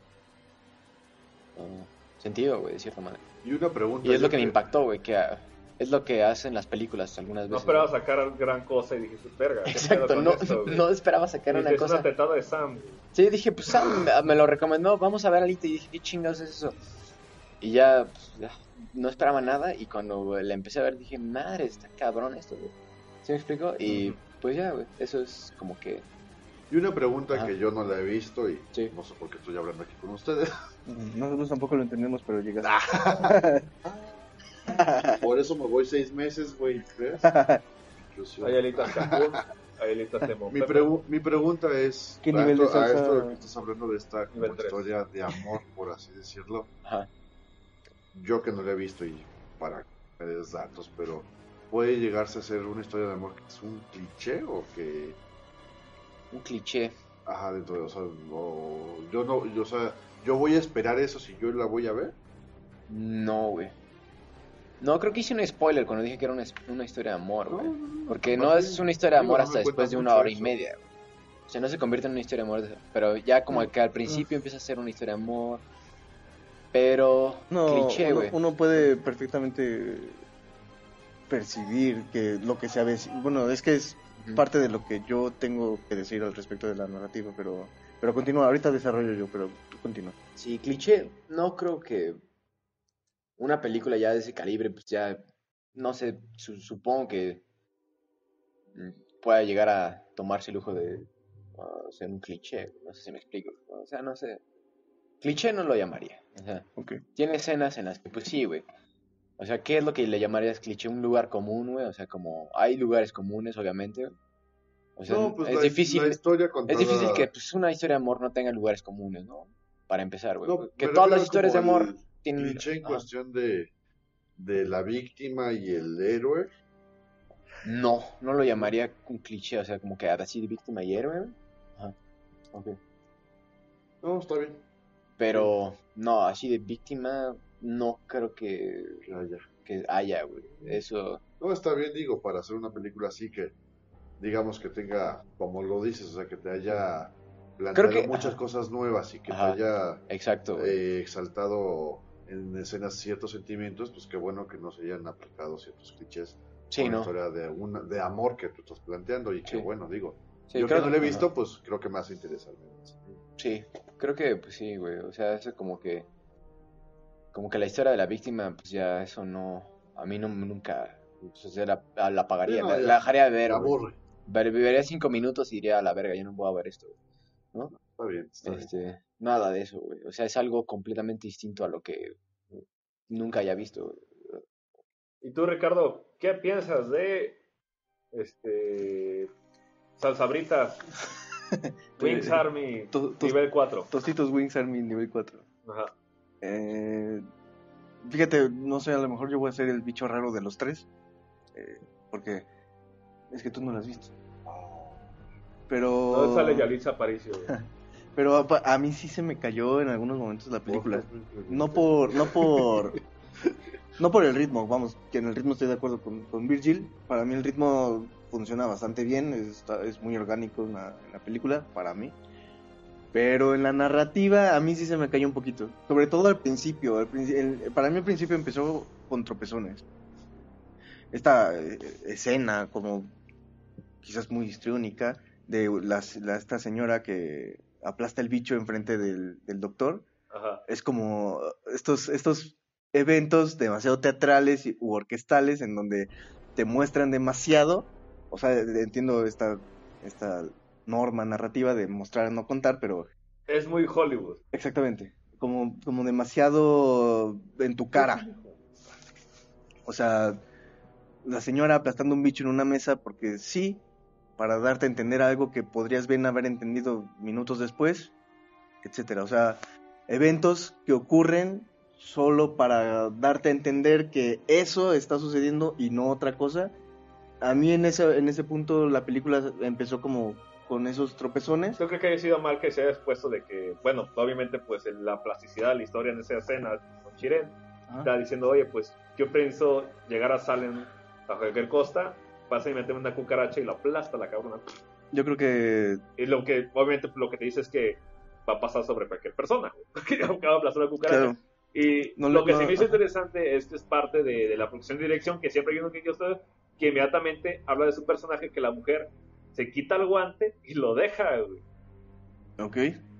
S4: uh, sentido, güey, de cierta manera.
S3: Y una pregunta.
S4: Y es lo
S3: yo
S4: que me impactó, güey, que ah, es lo que hacen las películas algunas
S1: No
S4: veces.
S1: esperaba
S4: güey.
S1: sacar gran cosa y dijiste, verga, ¿qué pedo
S4: Exacto,
S1: con
S4: no,
S1: esto, güey?
S4: no esperaba sacar
S1: Dices,
S4: una
S1: es
S4: cosa.
S1: una tetada de Sam.
S4: Sí, dije, pues Sam me, me lo recomendó, vamos a ver Alita. Y dije, ¿qué chingados es eso? Y ya, pues, ya, no esperaba nada. Y cuando la empecé a ver, dije, madre, está cabrón esto, güey. ¿Sí me explico? Y
S1: Ujú.
S4: pues ya, güey, eso es como que.
S3: Y una pregunta
S4: Ajá.
S3: que yo no la he visto y
S4: Sí.
S3: no sé por qué estoy hablando aquí con ustedes.
S2: Nosotros tampoco lo entendemos, pero llegas.
S3: Por eso me voy seis meses, güey. ¿Ves? Inclusión.
S1: Hay alitas Cancún, hay alitas de
S3: Mi,
S1: Monterrey.
S3: pregu- mi pregunta es,
S2: ¿Qué
S3: a
S2: nivel de
S3: esto, a
S2: salsa?
S3: esto que estás hablando de esta como
S1: Nivel tres.
S3: historia de amor, por así decirlo,
S4: Ajá.
S3: yo que no la he visto y para que me des datos, pero ¿puede llegarse a ser una historia de amor que es un cliché o que,
S4: Un cliché.
S3: ajá, dentro de, o sea, o- yo no, yo, o sea, yo voy a esperar eso si yo la voy a ver?
S4: No, güey. No, creo que hice un spoiler cuando dije que era una, es- una historia de amor, güey. Porque no
S3: más
S4: es
S3: bien,
S4: una historia de
S3: digo,
S4: amor
S3: no
S4: hasta
S3: me cuenta
S4: después de una
S3: mucho
S4: hora y
S3: eso.
S4: media, güey. O sea, no se convierte en una historia de amor, pero ya como que al principio empieza a ser una historia de amor. Pero
S2: No,
S4: cliché,
S2: uno,
S4: güey.
S2: uno puede perfectamente percibir que lo que se avecina, bueno, es que es
S4: Ujú.
S2: parte de lo que yo tengo que decir al respecto de la narrativa, pero pero continúa, ahorita desarrollo yo, pero tú continúa.
S4: Sí, cliché, no creo que... una película ya de ese calibre, pues ya, no sé, su- supongo que mm, pueda llegar a tomarse el lujo de uh, ser un cliché, no sé si me explico, o sea, no sé, cliché no lo llamaría, o sea,
S2: Ok.
S4: tiene escenas en las que, pues sí, güey, o sea, ¿qué es lo que le llamarías cliché? Un lugar común, güey, o sea, como, hay lugares comunes, obviamente, o sea,
S3: No, pues
S4: es
S3: la, la
S4: difícil,
S3: historia
S4: es difícil que,
S3: contada.
S4: pues, una historia de amor no tenga lugares comunes, ¿no? Para empezar, güey,
S3: No,
S4: que
S3: me
S4: todas las
S3: refiero
S4: historias
S3: como
S4: de amor
S3: el
S4: tienen,
S3: cliché en
S4: ajá.
S3: cuestión de, de la víctima y el héroe.
S4: No, no lo llamaría un cliché, o sea, como que así de víctima y héroe, güey. Ajá, ok.
S3: No, está bien.
S4: Pero, no, así de víctima, no creo que,
S3: Ya, ya.
S4: que haya, güey. Eso,
S3: No, está bien, digo, para hacer una película así que, digamos que tenga, como lo dices, o sea, que te haya
S4: creo
S3: planteado
S4: que,
S3: muchas
S4: ajá,
S3: cosas nuevas y que te
S4: ajá,
S3: haya
S4: exacto, güey.
S3: eh, exaltado en escenas ciertos sentimientos, pues qué bueno que no se hayan aplicado ciertos clichés
S4: Sí,
S3: con la
S4: no,
S3: historia de una, de amor que tú estás planteando y qué
S4: sí,
S3: bueno, digo.
S4: sí,
S3: Yo que
S4: creo
S3: no
S4: que,
S3: lo he
S4: ajá,
S3: visto, pues creo que me hace interesar.
S4: sí, creo que, pues sí, güey, o sea, eso como que, como que la historia de la víctima, pues ya, eso no, a mí no, nunca, pues, o sea, la, la la
S3: Sí,
S4: apagaría,
S3: no,
S4: la, la
S3: ya,
S4: dejaría de
S3: me
S4: ver, güey.
S3: aburre.
S4: Ver- Viviría cinco minutos y iría a la verga, yo no puedo ver esto, güey, ¿no?
S3: Está bien, está bien.
S4: Este, nada de eso, güey. O sea, es algo completamente distinto a lo que nunca haya visto, güey.
S1: ¿Y tú, Ricardo, qué piensas de este Salsabritas Wings
S2: Eh,
S1: Army
S2: to- tos-
S1: nivel cuatro?
S2: Tostitos Wings Army nivel cuatro.
S1: Ajá.
S2: Eh, fíjate, no sé, a lo mejor yo voy a ser el bicho raro de los tres. eh, porque es que tú no lo has visto. Pero.
S1: ¿Dónde sale Yalitza Aparicio? güey?
S2: Pero a, pa- a mí sí se me cayó en algunos momentos la película.
S3: Otras me preguntan.
S2: No por, no por, no por el ritmo, vamos, que en el ritmo estoy de acuerdo con, con Virgil. Para mí el ritmo funciona bastante bien, está- es muy orgánico en la, en la película, para mí. Pero en la narrativa a mí sí se me cayó un poquito. Sobre todo al principio. Al princi- el- para mí al principio empezó con tropezones. Esta eh, escena como quizás muy histriónica de las- la, esta señora que aplasta el bicho enfrente del, del doctor.
S1: Ajá.
S2: Es como estos, estos eventos demasiado teatrales y- u orquestales en donde te muestran demasiado. O sea, entiendo esta, esta norma narrativa de mostrar, no contar, pero
S1: Es muy Hollywood.
S2: exactamente, como, como demasiado en tu cara. O sea, la señora aplastando un bicho en una mesa porque sí, para darte a entender algo que podrías bien haber entendido minutos después, etcétera. O sea, eventos que ocurren solo para darte a entender que eso está sucediendo y no otra cosa. A mí en ese, en ese punto la película empezó como con esos tropezones.
S1: Yo creo que haya sido mal que se haya expuesto de que, bueno, obviamente pues en la plasticidad de la historia en esa escena con Chiren,
S2: Ajá.
S1: está diciendo, oye, pues yo pienso llegar a Salem a cualquier costa, pasa y méteme una cucaracha y lo aplasta la cabrona.
S2: Yo creo que
S1: Y lo que, obviamente, lo que te dice es que va a pasar sobre cualquier persona, que va a aplastar una cucaracha.
S2: claro,
S1: Y
S2: No
S1: lo
S2: le-
S1: que
S2: no,
S1: se me hizo
S2: ajá.
S1: interesante es que es parte de, de la producción y dirección, que siempre hay uno que yo estoy, que inmediatamente habla de su personaje, que la mujer se quita el guante y lo deja, güey.
S2: ok.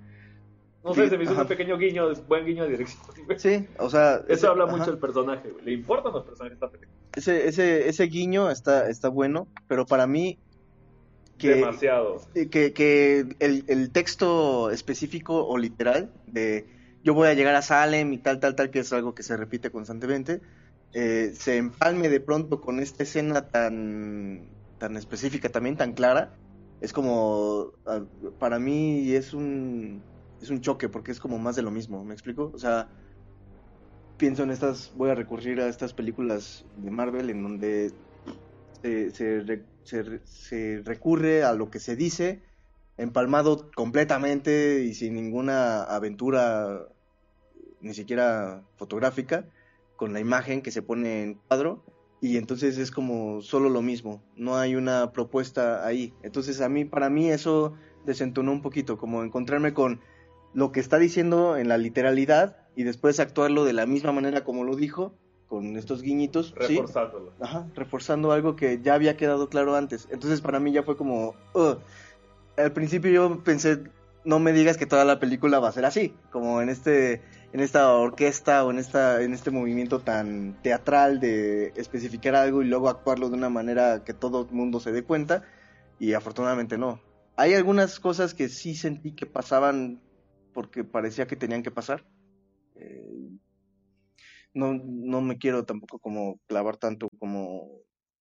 S1: No sé,
S2: Sí,
S1: se me hizo
S2: ajá.
S1: un pequeño guiño, buen guiño de dirección, güey.
S2: Sí, o sea,
S1: Eso
S2: ese-
S1: habla
S2: ajá.
S1: mucho del personaje, güey. Le importan los personajes de esta película.
S2: ese, ese, ese guiño está, está bueno, pero para mí que,
S1: Demasiado.
S2: que, que el, el texto específico o literal de yo voy a llegar a Salem y tal, tal, tal, que es algo que se repite constantemente, eh, se empalme de pronto con esta escena tan, tan específica, también tan clara, es como, ah, para mí es un, es un choque porque es como más de lo mismo, ¿me explico? O sea, pienso en estas, voy a recurrir a estas películas de Marvel en donde se, se, re- se re- se recurre a lo que se dice, empalmado completamente y sin ninguna aventura, ni siquiera fotográfica, con la imagen que se pone en cuadro, y entonces es como solo lo mismo, no hay una propuesta ahí. Entonces a mí, para mí eso desentonó un poquito, como encontrarme con lo que está diciendo en la literalidad y después actuarlo de la misma manera como lo dijo, con estos guiñitos, ¿sí?
S1: Reforzándolo.
S2: Ajá, reforzando algo que ya había quedado claro antes. Entonces para mí ya fue como, "Ugh". Al principio yo pensé, no me digas que toda la película va a ser así, como en este, en esta orquesta o en esta, en este movimiento tan teatral de especificar algo y luego actuarlo de una manera que todo el mundo se dé cuenta, y afortunadamente no. Hay algunas cosas que sí sentí que pasaban porque parecía que tenían que pasar. Eh, no, no me quiero tampoco como clavar tanto como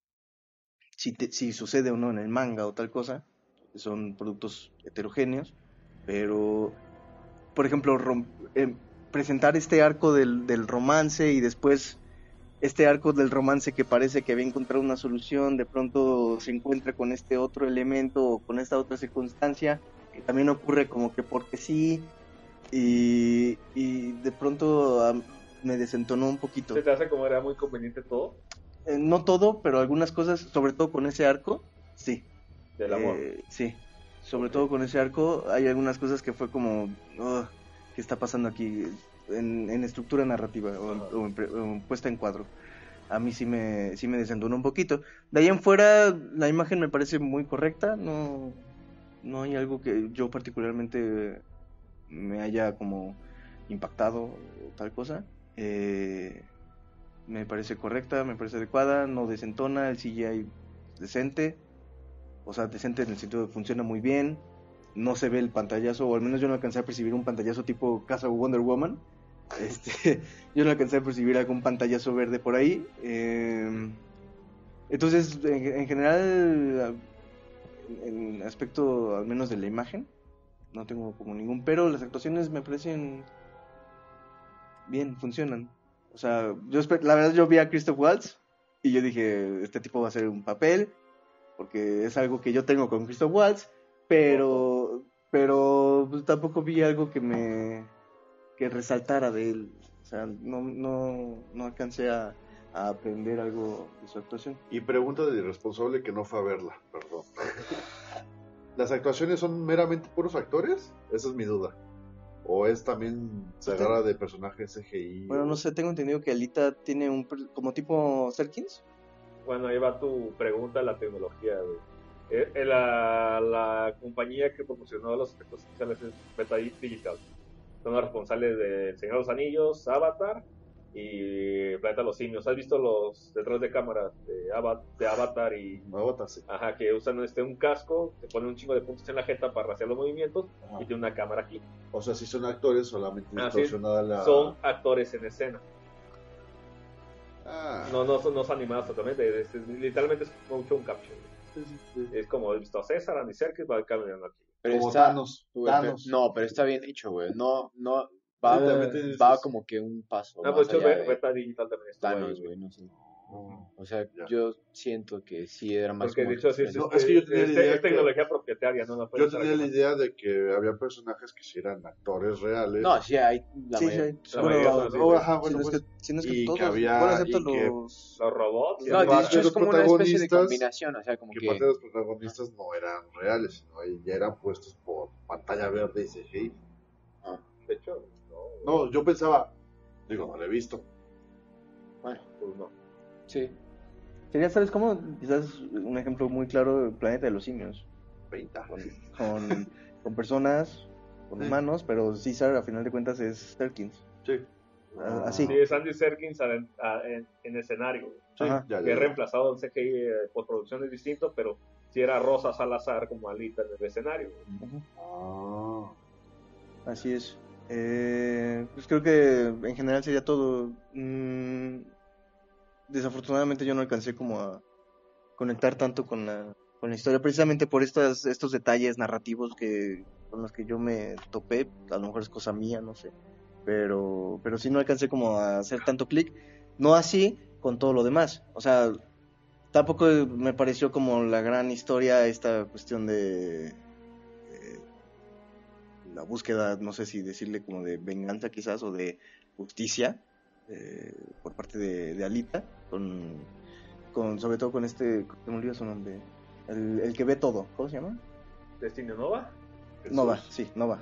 S2: si, te- si sucede o no en el manga o tal cosa, son productos heterogéneos, pero, por ejemplo, rom- eh, presentar este arco del, del romance y después este arco del romance que parece que había encontrado una solución, de pronto se encuentra con este otro elemento o con esta otra circunstancia, que también ocurre como que porque sí, y, y de pronto ah, me desentonó un poquito.
S1: ¿Se te hace como era muy conveniente todo
S2: Eh, no todo, pero algunas cosas, sobre todo con ese arco, sí.
S1: del amor?
S2: Eh, sí, sobre
S1: Ok.
S2: todo con ese arco hay algunas cosas que fue como, "Ugh, ¿qué está pasando aquí? En, en estructura narrativa o en,
S1: Ajá.
S2: o en pre- o en puesta en cuadro. A mí sí me, sí me desentonó un poquito. De ahí en fuera, la imagen me parece muy correcta, no, no hay algo que yo particularmente me haya como impactado o tal cosa. Eh, me parece correcta, me parece adecuada, no desentona, el C G I decente. O sea, decente en el sentido de que funciona muy bien, no se ve el pantallazo, o al menos yo no alcancé a percibir un pantallazo tipo Casa Wonder Woman. Este, yo no alcancé a percibir algún pantallazo verde por ahí. Eh, entonces, en, en general, en, en aspecto al menos de la imagen, no tengo como ningún pero. Las actuaciones me parecen bien, funcionan. O sea, yo esper- la verdad yo vi a Christoph Waltz y yo dije, este tipo va a hacer un papel porque es algo que yo tengo con Christoph Waltz, pero pero pues, tampoco vi algo que me que resaltara de él. O sea, no no no alcancé a, a aprender algo de su actuación.
S3: Y pregunta del irresponsable que no fue a verla, perdón. ¿Las actuaciones son meramente puros actores? Esa es mi duda. ¿O es también se
S2: Pues
S3: agarra de personajes C G I?
S2: Bueno,
S3: o-
S2: no sé, tengo entendido que Alita tiene un per- como tipo Serkins.
S1: Bueno, ahí va tu pregunta de la tecnología, güey. Eh, eh, la, la compañía que proporcionó los efectos especiales es Beta Digital. Son los responsables de El Señor de los Anillos, Avatar y Planeta de los Simios. ¿Has visto los detrás de cámaras de, Ava- de Avatar y
S3: Avatar, sí.
S1: ajá, que usan este un casco, te ponen un chingo de puntos en la jeta para rastrear los movimientos
S3: Ajá.
S1: y tiene una cámara aquí?
S3: O sea, si son actores, solamente
S1: Ah, sí.
S3: distorsionada la...
S1: Son actores en escena.
S3: Ah.
S1: No, no, son- no son animados totalmente. Es- es- literalmente es motion capture.
S3: Sí, sí, sí.
S1: Es como he visto a César, Andy Serkis, va caminando aquí.
S4: Pero
S3: Como
S4: está,
S3: Thanos.
S4: güey, pero-
S3: Thanos.
S4: no, pero está bien hecho, güey. No, no, va,
S3: Sí, también tiene
S4: va
S3: sus-
S4: como que un paso
S1: Ah,
S4: más
S1: pues de hecho,
S4: allá
S1: Be-
S4: de
S1: Beta Digital también estuvo ahí,
S4: Thanos,
S1: güey.
S4: güey, no sé.
S3: No.
S4: O sea,
S3: Ya.
S4: yo siento que sí era más
S1: Porque
S4: como
S1: de hecho, sí, es,
S3: No,
S1: este-
S3: es que yo tenía la
S1: es-
S3: idea
S1: es
S3: que-
S1: tecnología propietaria, ¿no? No
S3: Yo
S1: puedes
S3: tenía la idea de que había personajes que sí eran actores reales.
S4: No, sí hay la
S2: Sí, sí,
S4: mayoría-
S2: hay.
S1: La
S2: Bueno,
S1: mayoría son así,
S3: Oh,
S1: güey.
S3: ajá,
S2: si
S3: bueno,
S2: no es
S3: pues,
S2: que, si no es que
S3: y que
S2: todos,
S3: había-
S2: bueno, excepto
S3: y que-
S2: los...
S1: Los robots.
S2: No,
S4: No,
S1: los
S4: de
S3: parte
S4: hecho
S3: de
S4: es
S3: los
S4: como una especie de
S3: protagonistas-
S4: combinación, o sea, como
S3: que
S4: que...
S3: parte de los protagonistas no eran reales, sino ahí ya eran puestos por pantalla verde y C G I.
S4: Ah,
S1: De hecho, no.
S3: No, yo pensaba, digo, no lo he visto.
S4: bueno,
S1: Pues no.
S4: sí.
S2: Sería, ¿sabes cómo? Quizás un ejemplo muy claro, el planeta de los simios.
S3: veinte.
S2: Con, con, con personas, con
S3: Sí.
S2: humanos, pero César, a final de cuentas, es Serkins.
S3: Sí.
S2: Ah, así.
S1: Sí, es Andy Serkins en, en, en escenario, güey.
S3: Sí,
S2: Ajá.
S3: ya,
S1: Que
S3: ya,
S1: es
S3: ya.
S1: reemplazado en C G I eh, postproducción es distinto, pero si era Rosa Salazar como Alita en el escenario. güey.
S2: Ujú.
S3: Ah.
S2: Así es. Eh, pues creo que en general sería todo. Mm, desafortunadamente yo no alcancé como a conectar tanto con la, con la historia, precisamente por estas, estos detalles narrativos que con los que yo me topé. A lo mejor es cosa mía, no sé. Pero, pero sí no alcancé como a hacer tanto clic. No así con todo lo demás. O sea, tampoco me pareció como la gran historia esta cuestión de eh, la búsqueda, no sé si decirle como de venganza quizás o de justicia eh, por parte de, de Alita, con, con sobre todo con este, se me olvida su nombre, el, el que ve todo, ¿cómo se llama?
S1: Destino Nova.
S3: Jesús.
S2: Nova, sí, Nova.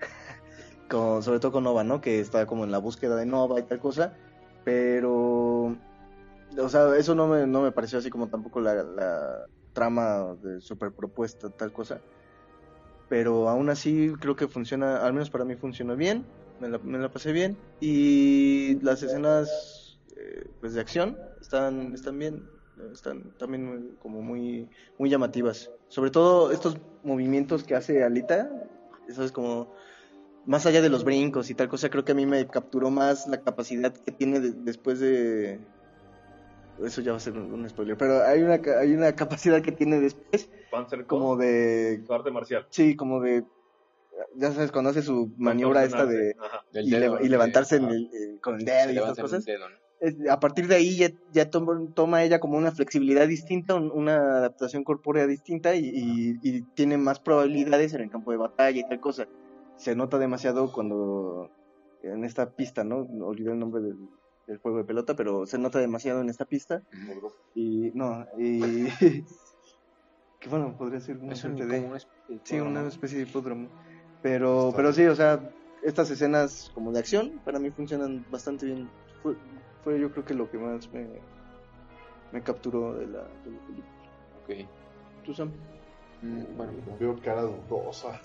S2: Con, sobre todo con Nova, ¿no? Que está como en la búsqueda de Nova y tal cosa, pero, o sea, eso no me, no me pareció así como tampoco la, la trama de super propuesta, tal cosa. pero aún así creo que funciona, al menos para mí funcionó bien, me la, me la pasé bien, y las escenas eh, pues de acción están, están bien, están también muy- como muy, muy llamativas, sobre todo estos movimientos que hace Alita, eso es como, más allá de los brincos y tal cosa, creo que a mí me capturó más la capacidad que tiene de- después de... Eso ya va a ser un, un spoiler, pero hay una, ca- hay una capacidad que tiene después,
S1: Panzer
S2: como
S1: como
S2: de...
S1: su arte marcial.
S2: Sí, como de... Ya sabes, cuando hace su maniobra esta de...
S1: Ajá.
S4: Del
S2: Y,
S4: dedo,
S2: leva- y
S4: ¿no?
S2: levantarse
S4: Que,
S2: en
S4: ajá,
S2: el- eh, con el
S4: se
S2: dedo y estas
S4: levanta en un
S2: cosas.
S4: dedo, ¿no?
S2: Es- a partir de ahí ya, ya toma, toma ella como una flexibilidad distinta, un- una adaptación corpórea distinta y, y- y tiene más probabilidades en el campo de batalla y tal cosa. Se nota demasiado cuando en esta pista, ¿no? Olvidé el nombre del, del juego de pelota, pero se nota demasiado en esta pista. Y no, y que bueno, podría ser una
S4: Es un,
S2: suerte
S4: como
S2: de...
S4: una especie de
S2: Sí,
S4: hipódromo,
S2: una
S4: ¿no?
S2: especie de hipódromo. Pero,
S3: Está
S2: pero
S3: bien.
S2: sí, o sea, estas escenas como de acción para mí funcionan bastante bien. Fue, fue yo creo que lo que más me, me capturó de la, de la película.
S4: Ok.
S2: ¿Tú, Sam?
S4: Mm, bueno,
S3: Veo cara dudosa.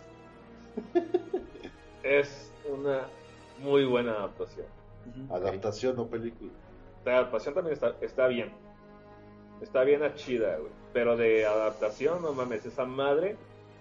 S1: Es una muy buena adaptación.
S3: Adaptación, no película.
S1: La adaptación también está, está bien. Está bien a chida, güey. Pero de adaptación, no mames, esa madre.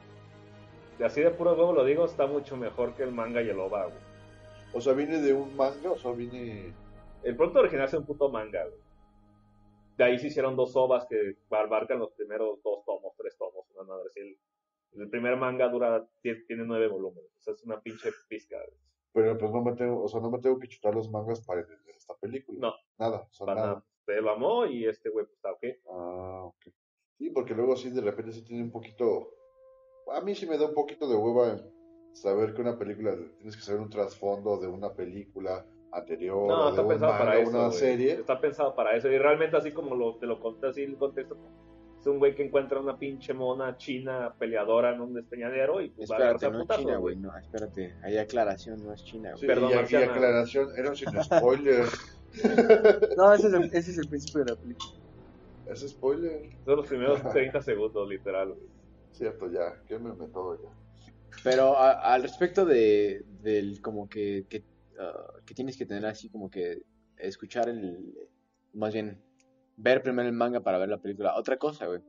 S1: De así de puro huevo lo digo, está mucho mejor que el manga y el O V A, güey.
S3: O sea, viene de un manga, o sea, viene...
S1: El producto original es un puto manga, güey. De ahí se hicieron dos O V As que abarcan los primeros dos tomos, tres tomos, una madre así. El, el primer manga dura, tiene, tiene nueve volúmenes. O sea, es una pinche pizca, güey.
S3: Pero pues no me tengo, o sea, no me tengo que chutar los mangas para entender esta película.
S1: No.
S3: Nada, o sea,
S1: Para
S3: nada.
S1: nada. Se lo amó y este güey, pues está ok.
S3: Ah, ok. Sí, porque luego sí, de repente sí tiene un poquito... A mí sí me da un poquito de hueva saber que una película, tienes que saber un trasfondo de una película anterior
S1: No,
S3: o de
S1: está
S3: un
S1: pensado
S3: manga,
S1: para eso,
S3: una
S1: güey.
S3: serie.
S1: Está pensado para eso. Y realmente así como lo, te lo conté así el contexto, es un güey que encuentra una pinche mona china peleadora en un despeñadero y pues va a agarrarse
S4: espérate,
S1: a
S4: no es
S1: putazos,
S4: China,
S1: güey.
S4: güey. No, espérate. Hay aclaración, no es China, güey.
S3: Sí,
S1: Perdón,
S3: y, y
S1: marciana.
S3: aclaración, era sin spoiler.
S2: No, ese es, el, ese es el principio de la película.
S3: Es spoiler.
S1: Son los primeros treinta segundos, literal, güey.
S3: Cierto, ya, quémeme todo ya.
S4: Pero a- al respecto de del como que que, ah, que tienes que tener así como que escuchar el más bien ver primero el manga para ver la película. Otra cosa, güey,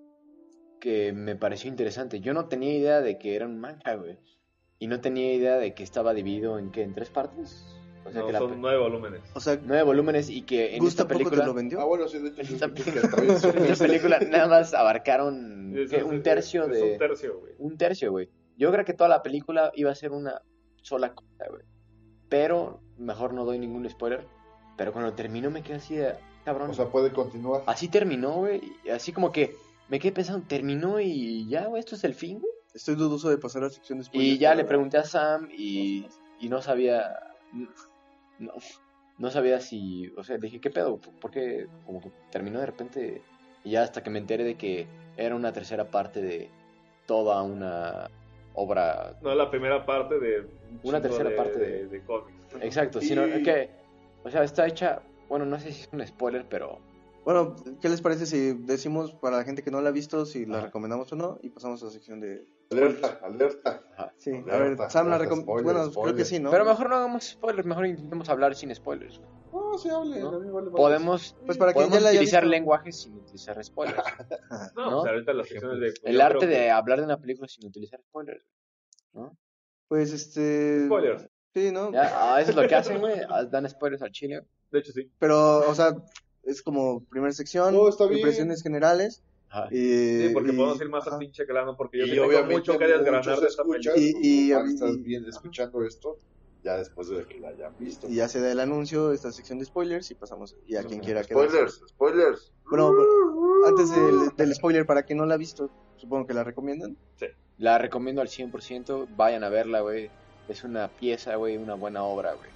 S4: que me pareció interesante. Yo no tenía idea de que era un manga, güey. Y no tenía idea de que estaba dividido en qué, en tres partes. O sea
S1: No,
S4: que la
S1: son
S4: pe-
S1: nueve volúmenes.
S2: O sea,
S4: nueve volúmenes y que en
S2: ¿Gusta
S4: esta
S2: poco te
S4: película
S2: lo
S3: Ah,
S2: vendió?
S3: bueno, sí, de hecho,
S4: en
S3: sí,
S4: esta,
S3: sí, que está bien
S4: en esta
S3: supiste.
S4: película nada más abarcaron
S1: Es-
S4: ¿qué?
S1: es-
S4: un tercio
S1: es,
S4: de
S1: Es un tercio, güey.
S4: un tercio, güey. Yo creo que toda la película iba a ser una sola cosa, güey. Pero mejor no doy ningún spoiler. Pero cuando terminó me quedé así de cabrón.
S3: O sea, puede continuar.
S4: Así terminó, güey. y Así como que me quedé pensando, terminó y ya, güey, esto es el fin, güey.
S2: Estoy dudoso de pasar a la sección de spoilers.
S4: Y ya
S2: para-
S4: le pregunté a Sam y, y no sabía. No, no sabía si. O sea, dije, ¿qué pedo? ¿Por qué? Como que terminó de repente. Y ya hasta que me enteré de que era una tercera parte de toda una obra.
S1: No es la primera parte de. un
S4: Una
S1: chingo
S4: tercera
S1: de,
S4: parte
S1: de,
S4: de-
S1: de cómics.
S4: Exacto,
S3: Y-
S4: sino que. O sea, está hecha. Bueno, no sé si es un spoiler, pero.
S2: Bueno, ¿qué les parece si decimos para la gente que no la ha visto si la
S4: Ajá.
S2: recomendamos o no? Y pasamos a la sección de...
S3: Alerta, alerta.
S4: Ajá.
S2: Sí,
S3: Alerta,
S2: a ver, Sam la
S3: alerta,
S2: recomienda...
S3: spoiler,
S2: Bueno, creo
S3: spoiler.
S2: que sí, ¿no?
S4: Pero mejor no hagamos spoilers, mejor intentemos hablar sin spoilers.
S3: No, sí, hable.
S4: ¿No?
S3: a mí vale, vale.
S4: Podemos,
S2: Pues para quien
S4: podemos
S2: ya la haya
S4: utilizar
S2: visto.
S4: lenguaje sin utilizar spoilers.
S1: No,
S4: ¿no?
S1: pues ahorita las secciones de.
S4: El
S1: yo
S4: arte
S1: creo que-
S4: de hablar de una película sin utilizar spoilers. ¿No?
S2: Pues este...
S1: Spoilers.
S2: Sí, ¿no?
S4: Ya, ah, eso es lo que hacen, güey. ah, Dan spoilers al chile.
S1: De hecho, sí.
S2: Pero, o sea, es como primera sección,
S3: No, está bien.
S2: impresiones generales.
S4: Ajá.
S2: Y,
S1: Sí, porque
S2: y-
S1: podemos ir más
S2: ajá.
S1: al pinche grano, porque yo
S3: Y
S1: sí tengo
S3: obviamente
S1: mucho que desgranar
S3: muchos
S1: de esta
S3: escuchas,
S1: película.
S2: Y- y-
S3: van a
S2: y-
S3: estar
S2: y-
S3: bien escuchando esto ya después de que la hayan visto.
S2: Y ya se da el anuncio, esta sección de spoilers, y pasamos, y a quien quiera quedarse.
S3: Spoilers, spoilers.
S2: Bueno, pero antes del, del spoiler, para quien no la ha visto, supongo que la recomiendan.
S4: La recomiendo al cien por ciento. Vayan a verla, güey. Es una pieza, güey. Una buena obra, güey.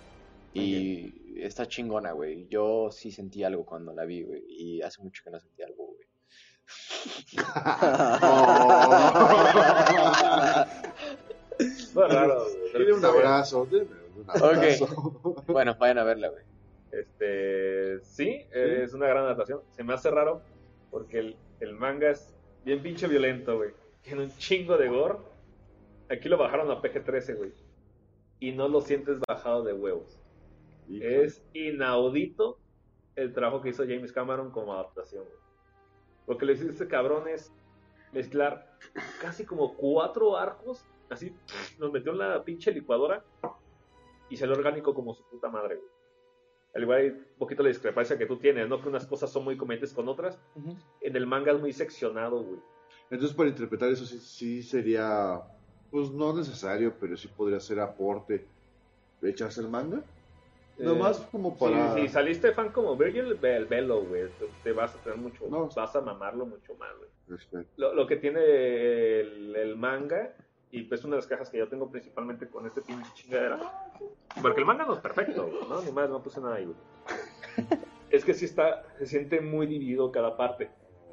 S4: Y está chingona, güey. Yo sí sentí algo cuando la vi, güey. Y hace mucho que no sentí algo, güey.
S1: No es raro, güey.
S3: Dile un abrazo, dile un abrazo.
S4: Bueno, vayan a verla, güey.
S1: Este, sí, eh, es una gran adaptación. Se me hace raro porque el, el manga es bien pinche violento, güey. Tiene un chingo de gore. Aquí lo bajaron a P G trece, güey. Y no lo sientes bajado de huevos.
S3: Híjole.
S1: Es inaudito el trabajo que hizo James Cameron como adaptación, güey. Lo que le hizo este cabrón es mezclar casi como cuatro arcos, así, nos metió en la pinche licuadora y salió orgánico como su puta madre, güey. Al igual hay un poquito la discrepancia que tú tienes, ¿no? Que unas cosas son muy convenientes con otras.
S2: Ujú.
S1: En el manga es muy seccionado, güey.
S3: Entonces, para interpretar eso sí, sí sería, pues no necesario, pero sí podría ser aporte de echarse el manga.
S1: Eh,
S3: Nomás como para...
S1: Si, si saliste fan como Virgil, ve el velo, güey. Te, te vas a tener mucho,
S3: No.
S1: vas a mamarlo mucho más, güey.
S3: Respeto.
S1: Lo, lo que tiene el, el manga, y pues una de las cajas que yo tengo principalmente con este pinche chingadera, porque el manga no es perfecto, güey, ¿no? Ni más, no puse nada ahí, güey. Es que sí está, se siente muy dividido cada parte.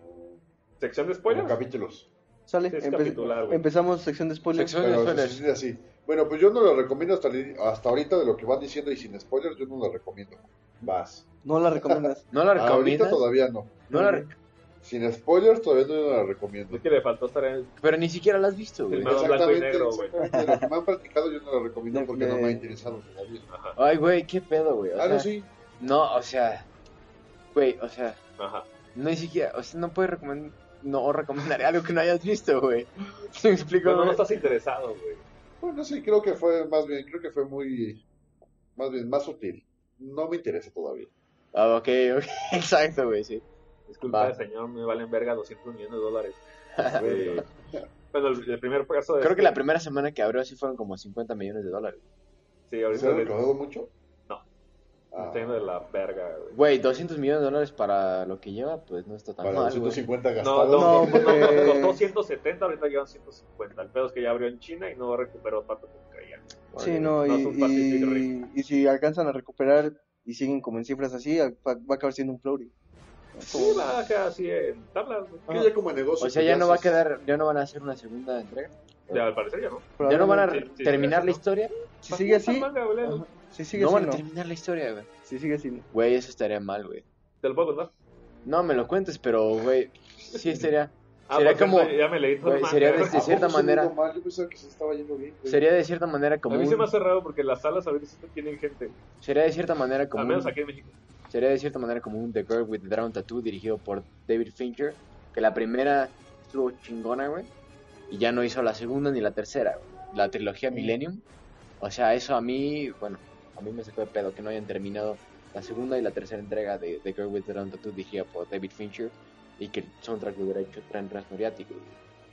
S1: Sección de
S3: Como
S1: spoilers.
S3: capítulos.
S2: Sale,
S1: Sí, es
S2: empe-
S1: capitular, güey.
S2: empezamos sección de spoilers.
S4: Sección-
S3: Pero
S4: spoilers.
S3: sí, sí, así. Bueno, pues yo no lo recomiendo hasta, el- hasta ahorita de lo que van diciendo y sin spoilers, yo no lo recomiendo. Vas.
S2: No la recomiendas.
S4: ¿No la
S3: Ahorita
S4: recomiendas?
S3: todavía no.
S4: No la re-
S3: Sin spoilers todavía no la recomiendo.
S1: Es que le faltó estar en
S4: Pero ni siquiera la has visto, güey.
S1: Filmado blanco y negro, güey.
S3: exactamente. Lo que me han platicado yo no la recomiendo
S2: De-
S3: porque no me ha
S2: de-
S3: interesado todavía.
S1: Ajá,
S4: Ay, güey, qué pedo, güey. O
S3: Ah, no,
S4: sea,
S3: sí.
S4: no, o sea, güey, o sea,
S1: ajá.
S4: no ni siquiera, o sea, no puedes recomendar, no recomendaré algo que no hayas visto, güey. ¿Me explico?
S1: Pero no
S4: güey?
S1: estás interesado, güey.
S3: Bueno, sí, creo que fue más bien, creo que fue muy, más bien, más sutil. No me interesa todavía.
S4: Ah, ok, ok, exacto, güey, sí.
S1: Disculpa,
S4: Va.
S1: señor, me valen verga doscientos millones de dólares.
S3: Bueno,
S1: Eh, bueno, el, el primer caso de
S4: Creo que
S1: este-
S4: la primera semana que abrió sí fueron como cincuenta millones de dólares.
S1: Sí,
S3: ¿se
S1: ahorita
S3: ha
S1: le
S3: recaudado mucho?
S1: No.
S3: Ah,
S1: está yendo de la verga, güey.
S4: Güey, doscientos millones de dólares para lo que lleva, pues no está tan
S3: para
S4: mal,
S3: doscientos
S4: güey.
S3: cincuenta
S1: No,
S3: gastados.
S1: no, no,
S2: No, porque-
S1: costó ciento setenta, ahorita llevan ciento cincuenta. El pedo es que ya abrió en China y no recuperó tanto como creían.
S2: Sí, no,
S1: No
S2: y,
S1: es un Pacific
S2: y,
S1: Rim.
S2: y si alcanzan a recuperar y siguen como en cifras así, va, va a acabar siendo un floating.
S1: Sí, va a quedar así en tablas, güey.
S3: Que ya como negocio.
S4: O sea,
S3: pues
S4: ya no va a
S3: se-
S4: quedar, ya no van a hacer una segunda entrega.
S1: Ya, al parecer ya no.
S4: Ya no van a
S1: Sí, sí,
S4: terminar
S1: sí,
S4: la
S1: sí,
S4: historia.
S2: Si sigue así,
S1: El manga, güey,
S2: ajá, si sigue
S4: No
S2: así,
S4: van a
S2: no.
S4: terminar la historia, güey.
S2: Si sigue así, no.
S4: Güey, eso estaría mal, güey.
S1: Te lo puedo contar.
S4: No me lo cuentes, pero, güey, sí estaría.
S1: Ah,
S4: Sería
S1: por cierto,
S4: como-
S1: ya me leí todo el
S4: güey,
S1: manga.
S4: sería de-
S3: ¿A
S4: de
S3: poco
S4: cierta
S3: se me
S4: manera-
S3: hizo mal? Yo pensaba que se estaba yendo bien. güey.
S4: Sería de cierta manera como
S1: A mí se me
S4: un,
S1: hace raro porque las salas a veces no tienen gente.
S4: sería de cierta manera como
S1: Al menos
S4: un-
S1: aquí en México.
S4: sería de cierta manera como un The Girl with the Dragon Tattoo dirigido por David Fincher, que la primera estuvo chingona, güey, y ya no hizo la segunda ni la tercera, güey. La trilogía Millennium. O sea, eso a mí, bueno, a mí me sacó de pedo que no hayan terminado la segunda y la tercera entrega de The Girl with the Dragon Tattoo dirigida por David Fincher y que el soundtrack lo hubiera hecho Trent Reznor-Yátic, güey.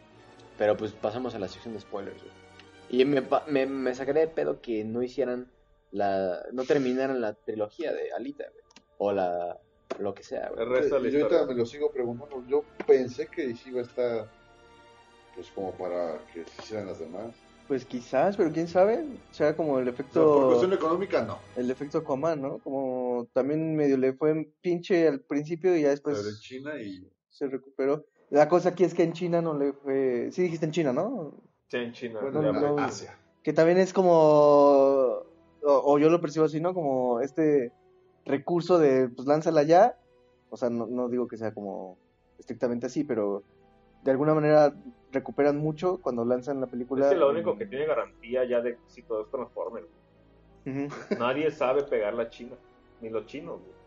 S4: Pero pues pasamos a la sección de spoilers, güey. Y me, pa- me, me sacaría de pedo que no hicieran la, no terminaran la trilogía de Alita, güey. O la, lo que sea, güey.
S1: El resto de la
S3: Y yo ahorita
S1: historia.
S3: me lo sigo preguntando. Yo pensé que sí iba a estar, pues como para que se hicieran las demás.
S2: Pues quizás, pero quién sabe. Sea como el
S3: O sea, por
S2: efecto,
S3: cuestión económica, no.
S2: el efecto Aquaman, ¿no? Como también medio le fue en pinche al principio y ya después
S3: Pero en China y...
S2: se recuperó. La cosa aquí es que en China no le fue. Sí, dijiste en China, ¿no?
S1: Sí, en China.
S3: Bueno,
S1: ya
S3: en
S2: no,
S1: me-
S3: Asia.
S2: Que también es como. O, o yo lo percibo así, ¿no? Como este recurso de, pues lánzala ya. O sea, no, no digo que sea como estrictamente así, pero de alguna manera recuperan mucho cuando lanzan la película.
S1: Es que lo único que tiene garantía ya de éxito es Transformers.
S2: Ujú.
S1: Nadie sabe pegar la China. Ni los chinos, güey.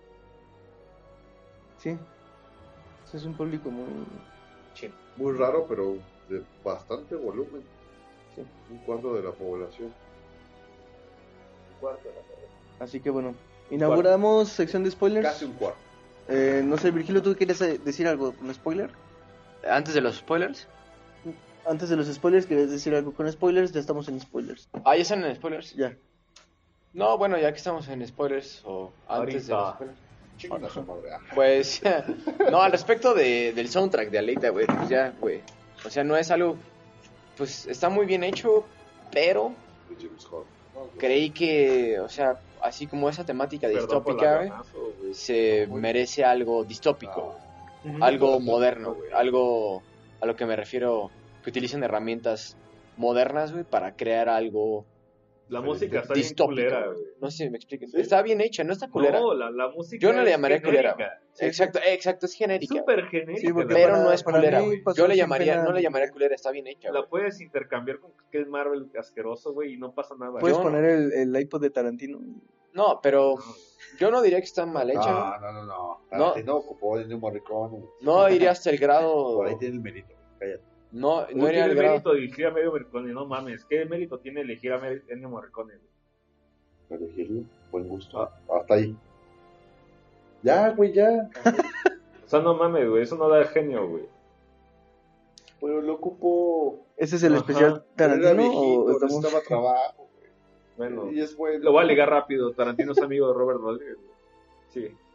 S2: Sí. Ese es un público muy.
S1: Chino.
S3: Muy raro, pero de bastante volumen.
S2: Sí.
S3: Un cuarto de la población.
S1: Cuarto de la carrera.
S2: Así que bueno. Inauguramos sección de spoilers.
S3: Casi un cuarto.
S2: Eh, no sé, Virgilio, ¿tú quieres eh, decir algo con spoiler?
S4: Antes de los spoilers.
S2: Antes de los spoilers, ¿quieres decir algo con spoilers? Ya estamos en spoilers.
S4: Ah, ya están en spoilers.
S2: Ya.
S4: No, bueno, ya que estamos en spoilers o antes de
S1: Ahorita.
S4: los spoilers.
S3: Chingan a su madre. Ah,
S4: Pues, no, al respecto de, del soundtrack de Alita, güey, pues ya, güey. O sea, no es algo, pues está muy bien hecho, pero
S3: de James Horner. No,
S4: creí que, o sea, así como esa temática
S1: Perdón por
S4: distópica,
S1: la
S4: güey,
S1: ganazo, güey.
S4: se merece algo distópico,
S3: Ah,
S4: algo moderno, güey, algo a lo que me refiero, que utilicen herramientas modernas, güey, para crear algo
S1: La música está bien
S4: distópica,
S1: culera,
S4: güey.
S1: güey.
S4: No sé si me expliquen.
S3: ¿Sí?
S4: Está bien hecha, no está culera.
S1: No, la, la música
S4: Yo no le
S1: es
S4: llamaría culera,
S1: genérica.
S4: Sí, exacto, eh, exacto, es
S1: Es
S4: genérica.
S1: súper genérica.
S2: Sí, porque
S1: la
S4: Pero
S2: para-
S4: no es
S2: para
S4: culera,
S2: mí
S4: güey.
S2: pasó
S4: Yo le
S2: sin
S4: llamaría,
S2: pena
S4: no le
S2: ni
S4: llamaría
S2: gloria.
S4: culera, está bien hecha,
S1: La
S4: güey.
S1: puedes intercambiar con que es Marvel asqueroso, güey, y no pasa nada.
S2: Puedes
S4: Yo no.
S2: poner el, el iPod de Tarantino.
S4: No, pero yo no diría que está mal hecha,
S3: No,
S4: güey.
S3: no, no, no. Tarantino ocupó Ennio Morricone.
S4: No iría hasta el grado.
S3: Por ahí tiene el mérito. Cállate.
S4: No,
S1: Uy,
S4: no iría
S1: tiene
S4: al grado.
S1: mérito elegir a medio Morricone, no mames. ¿Qué mérito tiene elegir a Mer- Ennio Morricone? güey?
S3: Para elegirlo, buen gusto. Hasta ahí. Ya, güey, ya.
S1: O sea, no mames, güey, eso no da genio, güey.
S3: Pero lo ocupó.
S2: ¿Ese es el
S1: Ajá.
S2: especial
S3: Pero era
S2: Tarantino
S3: viejito,
S2: o estamos...
S3: necesitaba trabajo.
S1: Bueno,
S3: Y es bueno.
S1: lo voy a ligar rápido. Tarantino es amigo de Robert Rodríguez. güey. Sí.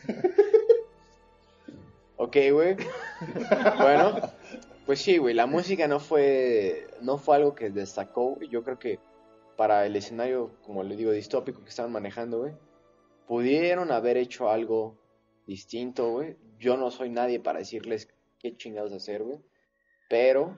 S4: Ok, güey. Bueno, pues sí, güey, la música no fue no fue algo que destacó, güey. Yo creo que para el escenario, como le digo, distópico que estaban manejando, güey, pudieron haber hecho algo distinto, güey. Yo no soy nadie para decirles qué chingados hacer, güey. Pero,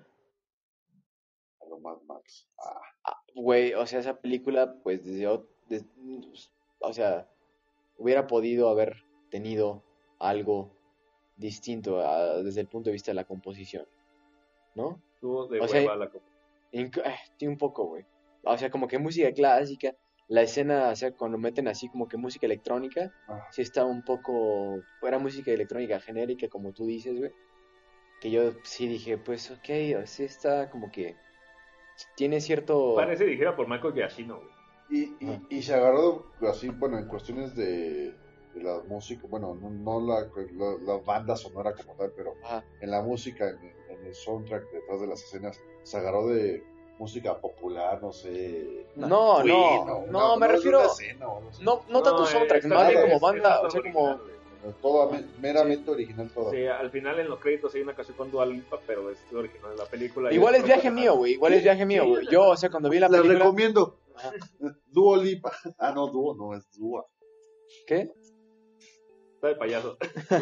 S3: A lo más Max. Ah,
S4: ah, güey, o sea, esa película, pues, desde, o- des- o sea, hubiera podido haber tenido algo distinto ah, desde el punto de vista de la composición, ¿no?
S1: Estuvo de
S4: O sea,
S1: hueva la copa.
S4: Inc- eh, sí, un poco, güey. O sea, como que música clásica, la escena, o sea, cuando meten así como que música electrónica,
S3: ah.
S4: sí está un poco, era música electrónica genérica, como tú dices, güey. Que yo sí dije, pues, ok, o sea, está como que tiene cierto...
S1: Parece dijera por Michael Giacchino, güey.
S3: Y, y, y se agarró así, bueno, en cuestiones de, de la música, bueno, no, no la, la, la banda sonora como tal, pero
S4: Ajá.
S3: en la música, en, en el soundtrack detrás de las escenas, se agarró de música popular, no sé.
S4: No, no,
S3: Queen,
S4: no,
S3: o
S4: no,
S3: una-
S4: me
S3: de
S4: refiero...
S3: una escena o algo así.
S4: No, no tanto
S1: eh,
S4: soundtrack,
S1: esta
S4: más bien
S1: es-
S4: como
S1: es
S4: banda,
S1: banda
S4: o sea, como...
S1: original, güey.
S3: Toda, me- meramente original toda.
S1: Sí, al final en los créditos hay una canción con Dua Lipa, pero es original de la película. y
S4: Igual es viaje
S1: profesional.
S4: mío, güey, igual es viaje mío,
S1: Sí,
S4: güey.
S1: la-
S4: Yo, o sea, cuando vi la
S3: La
S4: película...
S3: recomiendo.
S4: Ajá.
S3: Duo Lipa. Ah, no, Duo, no, es Dua.
S4: ¿Qué?
S1: Está de payaso.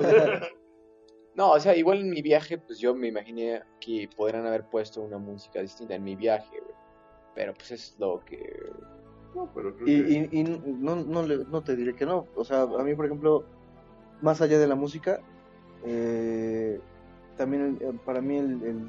S4: No, o sea, igual en mi viaje, pues yo me imaginé que podrían haber puesto una música distinta en mi viaje, güey. Pero pues es lo que...
S3: No, pero creo
S2: Y,
S3: que...
S2: y, y no, no, le- no te diré que no. O sea, a mí, por ejemplo, más allá de la música, eh, también el- para mí el, el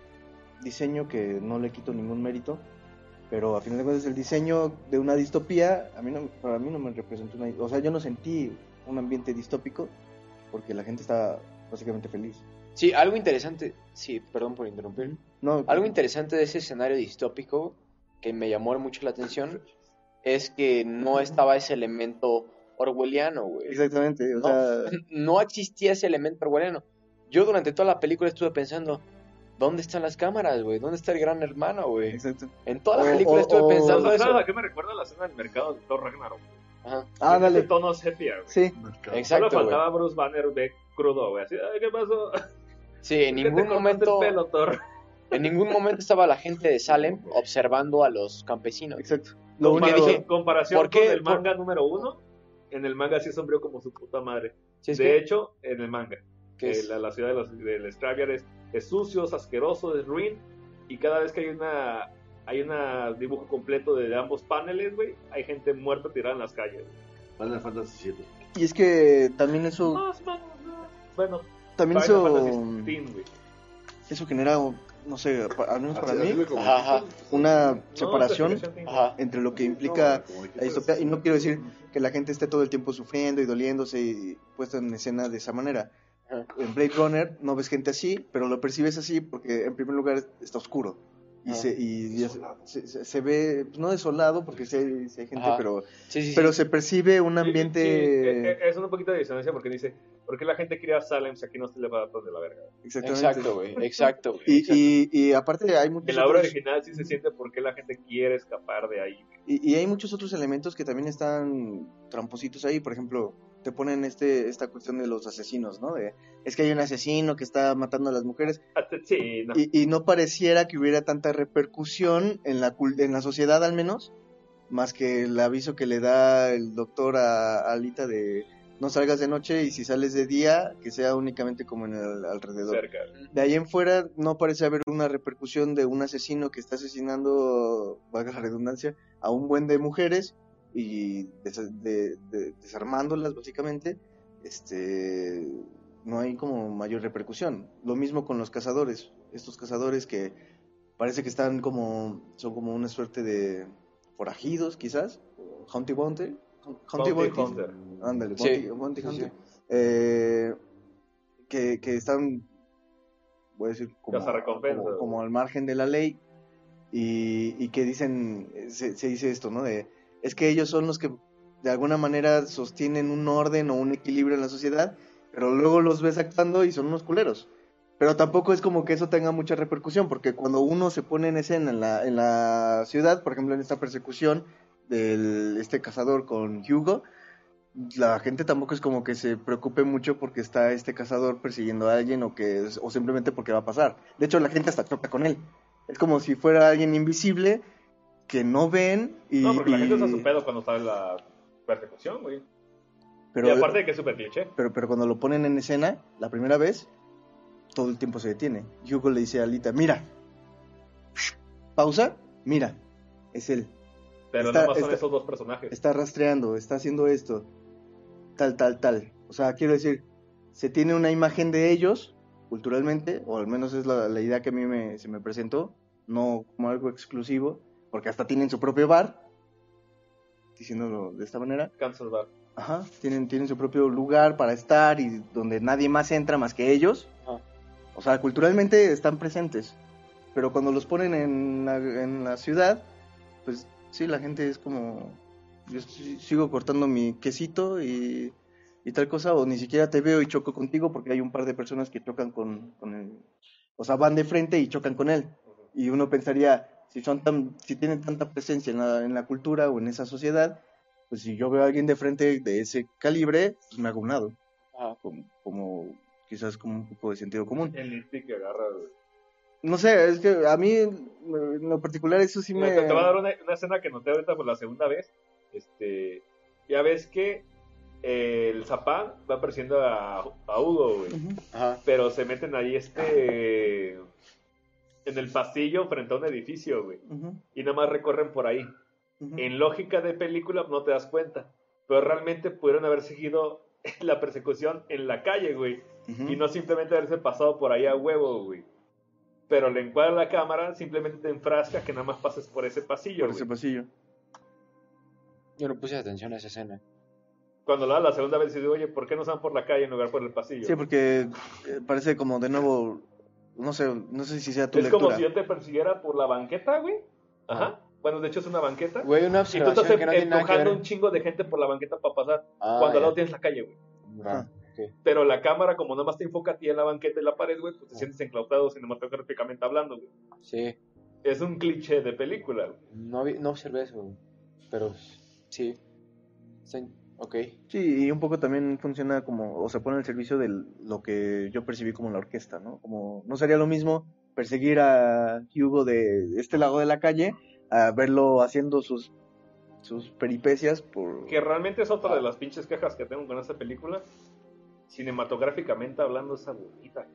S2: diseño, que no le quito ningún mérito, pero a final de cuentas el diseño de una distopía, a mí no, para mí no me representó una... O sea, yo no sentí un ambiente distópico porque la gente está básicamente feliz.
S4: Sí, algo interesante, sí, perdón por interrumpir.
S2: No,
S4: Algo interesante de ese escenario distópico que me llamó mucho la atención es que no estaba ese elemento orwelliano, güey.
S2: Exactamente, o
S4: No,
S2: sea...
S4: no existía ese elemento orwelliano. Yo durante toda la película estuve pensando, ¿dónde están las cámaras, güey? ¿Dónde está el gran hermano, güey?
S2: Exacto.
S4: En toda la
S2: O-
S4: película
S2: o-
S4: estuve
S2: o-
S4: pensando
S1: ¿Sabes
S4: eso.
S1: a qué me recuerda la escena del mercado de Thor Ragnarok?
S4: Ajá.
S2: Ah,
S1: Tiene
S2: dale.
S1: ese tono sepia, güey.
S2: Sí.
S3: Mercado.
S4: Exacto,
S1: Solo
S4: güey.
S1: faltaba Bruce Banner de crudo, güey. Así, ay, ¿qué pasó?
S4: Sí, en
S1: ¿Por qué te
S4: ningún
S1: cortaste
S4: momento,
S1: el pelo, Thor?
S4: en ningún momento estaba la gente de Salem observando a los campesinos.
S2: Exacto. Lo
S4: Porque
S2: único...
S4: dije,
S1: En comparación
S4: ¿por qué?
S1: con el
S4: Por-
S1: manga número uno, en el manga sí es sombrío como su puta madre.
S4: ¿Sí es
S1: De
S4: que-
S1: hecho, en el manga,
S4: que
S1: que
S4: es-
S1: la, la ciudad de los, del Straviar es, es sucio, es asqueroso, es ruin, y cada vez que hay una hay un dibujo completo de ambos paneles, güey, hay gente muerta tirada en las calles.
S3: Final Fantasy siete.
S2: Y es que también eso...
S1: Más, más, más. Bueno,
S2: También
S1: Final
S2: eso...
S1: Fantasy diez, güey.
S2: Eso genera, no sé, pa- al menos para
S3: Así- así
S2: mí,
S3: lo comenté.
S4: Ajá,
S2: una
S1: No,
S2: separación
S1: PlayStation cinco.
S4: Ajá.
S2: entre lo que implica
S3: No, como dijiste,
S2: la distopía. Y no quiero decir que la gente esté todo el tiempo sufriendo y doliéndose y puesta en escena de esa manera.
S4: Ajá.
S2: En Blade Runner no ves gente así, pero lo percibes así porque en primer lugar está oscuro. Y,
S4: Ah.
S2: se, y y es-
S3: Desolado.
S2: se, se- se ve, pues, no desolado porque sí hay, sí hay gente,
S4: Ajá.
S2: pero,
S4: Sí, sí, sí.
S2: pero se percibe un
S1: Sí,
S2: ambiente...
S1: sí, eh, eh, es un poquito de disonancia porque dice, ¿por qué la gente quiere a Salem si aquí no se le va a dar de la verga?
S2: Exactamente.
S4: Exacto, güey, exacto, güey.
S2: Y,
S4: exacto.
S2: y, y aparte hay muchos
S1: En la obra
S2: otros-
S1: original sí se siente por qué la gente quiere escapar de ahí.
S2: Y, y hay muchos otros elementos que también están trampositos ahí. Por ejemplo, te ponen este esta cuestión de los asesinos, ¿no? De, es que hay un asesino que está matando a las mujeres
S1: Ah, te- Sí, no.
S2: y, y no pareciera que hubiera tanta repercusión en la cul- en la sociedad al menos, más que el aviso que le da el doctor a, a Alita de no salgas de noche y si sales de día, que sea únicamente como en el alrededor.
S1: Cerca.
S2: De ahí en fuera no parece haber una repercusión de un asesino que está asesinando, valga la redundancia, a un buen de mujeres y des- de- de- desarmándolas básicamente. Este, no hay como mayor repercusión. Lo mismo con los cazadores, estos cazadores que parece que están como, son como una suerte de forajidos quizás, Hunty Bounty, Hunty
S1: Bounty
S2: Bounty,
S1: Hunter.
S2: ándale,
S4: Sí,
S2: Bounty, Bounty
S4: sí,
S2: Hunter.
S4: sí.
S2: Eh, que, que están, voy a decir, como,
S1: Cazarrecompensas.
S2: como, como al margen de la ley y, y que dicen, se, se dice esto, ¿no? De, es que ellos son los que de alguna manera sostienen un orden o un equilibrio en la sociedad, pero luego los ves actuando y son unos culeros. Pero tampoco es como que eso tenga mucha repercusión, porque cuando uno se pone en escena en la, en la ciudad, por ejemplo en esta persecución de este cazador con Hugo, la gente tampoco es como que se preocupe mucho porque está este cazador persiguiendo a alguien o que o simplemente porque va a pasar. De hecho, la gente hasta choca con él. Es como si fuera alguien invisible que no ven y...
S1: No, porque la gente
S2: y-
S1: está su pedo cuando sale la persecución, güey.
S2: pero,
S1: Y aparte de que es súper cliché.
S2: pero, pero cuando lo ponen en escena, la primera vez, todo el tiempo se detiene. Hugo le dice a Alita, mira. Pausa, mira. Es él.
S1: Pero
S2: Está-
S1: nada más son
S2: está-
S1: esos dos personajes.
S2: Está rastreando, está haciendo esto, tal, tal, tal. O sea, quiero decir, se tiene una imagen de ellos, culturalmente, o al menos es la, la idea que a mí me, se me presentó, no como algo exclusivo, porque hasta tienen su propio bar, diciéndolo de esta manera.
S1: Kansas Bar.
S2: Ajá, tienen, tienen su propio lugar para estar y donde nadie más entra más que ellos.
S4: Ajá.
S2: O sea, culturalmente están presentes, pero cuando los ponen en la, en la ciudad, pues sí, la gente es como, yo estoy- sigo cortando mi quesito y, y tal cosa, o ni siquiera te veo y choco contigo porque hay un par de personas que chocan con, con él, o sea, van de frente y chocan con él. Y uno pensaría, si son tan, si tienen tanta presencia en la, en la cultura o en esa sociedad, pues si yo veo a alguien de frente de ese calibre, pues me hago un lado,
S4: Ajá.
S2: como, como quizás como un poco de sentido común.
S1: El nitpick que agarra, güey.
S2: No sé, es que a mí en lo particular eso sí me...
S1: Te, te voy a dar una, una escena que noté ahorita por la segunda vez. Este, ya ves que eh, el Zapán va persiguiendo a, a Hugo, güey.
S2: Ujú,
S4: Ajá.
S1: Pero se meten ahí este en el pasillo frente a un edificio, güey.
S2: ujú,
S1: Y nada más recorren por ahí.
S2: ujú.
S1: En lógica de película no te das cuenta. Pero realmente pudieron haber seguido la persecución en la calle, güey.
S2: Ujú.
S1: Y no simplemente haberse pasado por ahí a huevo, güey. Pero le encuadra la cámara, simplemente te enfrasca que nada más pases por ese pasillo,
S2: Por ese
S1: güey.
S2: pasillo.
S4: Yo no puse atención a esa escena.
S1: Cuando la das la segunda vez dices, oye, ¿por qué no se van por la calle en lugar por el pasillo?
S2: Sí, porque eh, parece como de nuevo, no sé, no sé si sea tu
S1: Es
S2: lectura.
S1: como si yo te persiguiera por la banqueta, güey. Ajá. Bueno, de hecho es una banqueta.
S4: Güey, una
S1: Y tú estás
S4: observación que no tiene nada que
S1: empujando
S4: ver.
S1: un chingo de gente por la banqueta para pasar.
S4: Ah,
S1: cuando al
S4: ya.
S1: lado tienes la calle, güey.
S4: Ah, ok.
S1: Pero la cámara, como nada más te enfoca a ti en la banqueta y la pared, güey, pues te sientes enclausado cinematográficamente hablando, güey.
S4: Sí.
S1: Es un cliché de película, güey.
S4: No, vi- no observé eso, güey. Pero sí. Sí, ok.
S2: Sí, y un poco también funciona como, o se pone al servicio de lo que yo percibí como la orquesta, ¿no? Como, no sería lo mismo perseguir a Hugo de este lado de la calle a verlo haciendo sus, sus peripecias por...
S1: Que realmente es otra de las pinches quejas que tengo con esta película. Cinematográficamente hablando, es aburrida.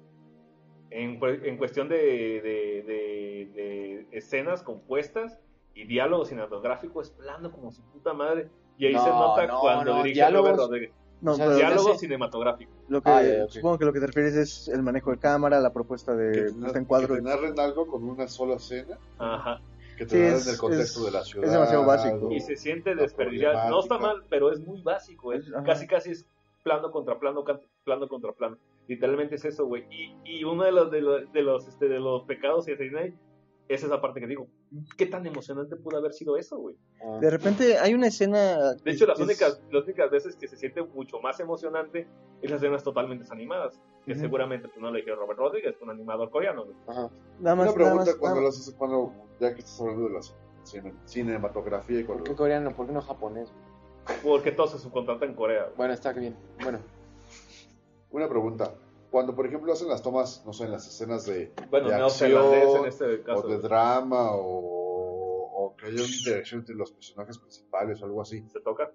S1: En, cu- en cuestión de, de, de- de escenas compuestas y diálogo cinematográfico, es plano como su puta madre. Y ahí
S4: No,
S1: se nota
S4: no,
S1: cuando
S4: no,
S1: dirige a Robert
S4: diálogos-
S1: Rodríguez.
S2: No,
S4: o sea,
S2: pero
S4: ya
S1: Diálogo
S4: sé.
S1: cinematográfico.
S2: lo que,
S4: Ah, ya, ya, ok.
S2: supongo que lo que te refieres es el manejo de cámara, la propuesta
S3: Que
S2: de
S3: te,
S2: puesta en
S3: que
S2: cuadro.
S3: te narren algo con una sola escena,
S1: Ajá.
S3: que te
S2: Sí,
S3: narren
S2: es-
S3: el contexto
S2: es-
S3: de la
S2: es
S3: ciudad.
S2: demasiado básico.
S1: Y se siente
S3: La
S1: desperdiciado. No está
S3: problemática.
S1: mal, pero es muy básico. Es,
S2: Ajá.
S1: casi, casi es plano contra plano, can- plano contra plano. Literalmente es eso, güey. Y, y uno de los, de los, de los, este, de los pecados de Disney es esa parte que digo. ¿Qué tan emocionante pudo haber sido eso, güey?
S4: Ah.
S2: De repente hay una escena...
S1: De hecho,
S2: que
S1: las
S2: es-
S1: únicas, las únicas veces que se siente mucho más emocionante es las escenas totalmente desanimadas. Que
S2: Ujú.
S1: seguramente pues, no lo dirigió Robert Rodríguez, un animador coreano, güey.
S4: Ajá.
S2: Nada más,
S3: Una pregunta
S2: nada más-
S3: cuando,
S2: nada-
S3: las- cuando ya que estás hablando de la cine- cinematografía y
S4: ¿Por
S3: cuando...
S4: qué coreano? ¿Por qué no japonés?
S1: Porque todo se subcontrata en Corea, güey.
S4: Bueno, está bien. Bueno.
S3: Una pregunta. Cuando, por ejemplo, hacen las tomas, no sé, en las escenas de,
S1: Bueno,
S3: de
S1: neozelandés en
S3: acción
S1: este caso.
S3: o de
S1: güey.
S3: drama o, o que haya una interacción entre los personajes principales o algo así,
S1: Se toca.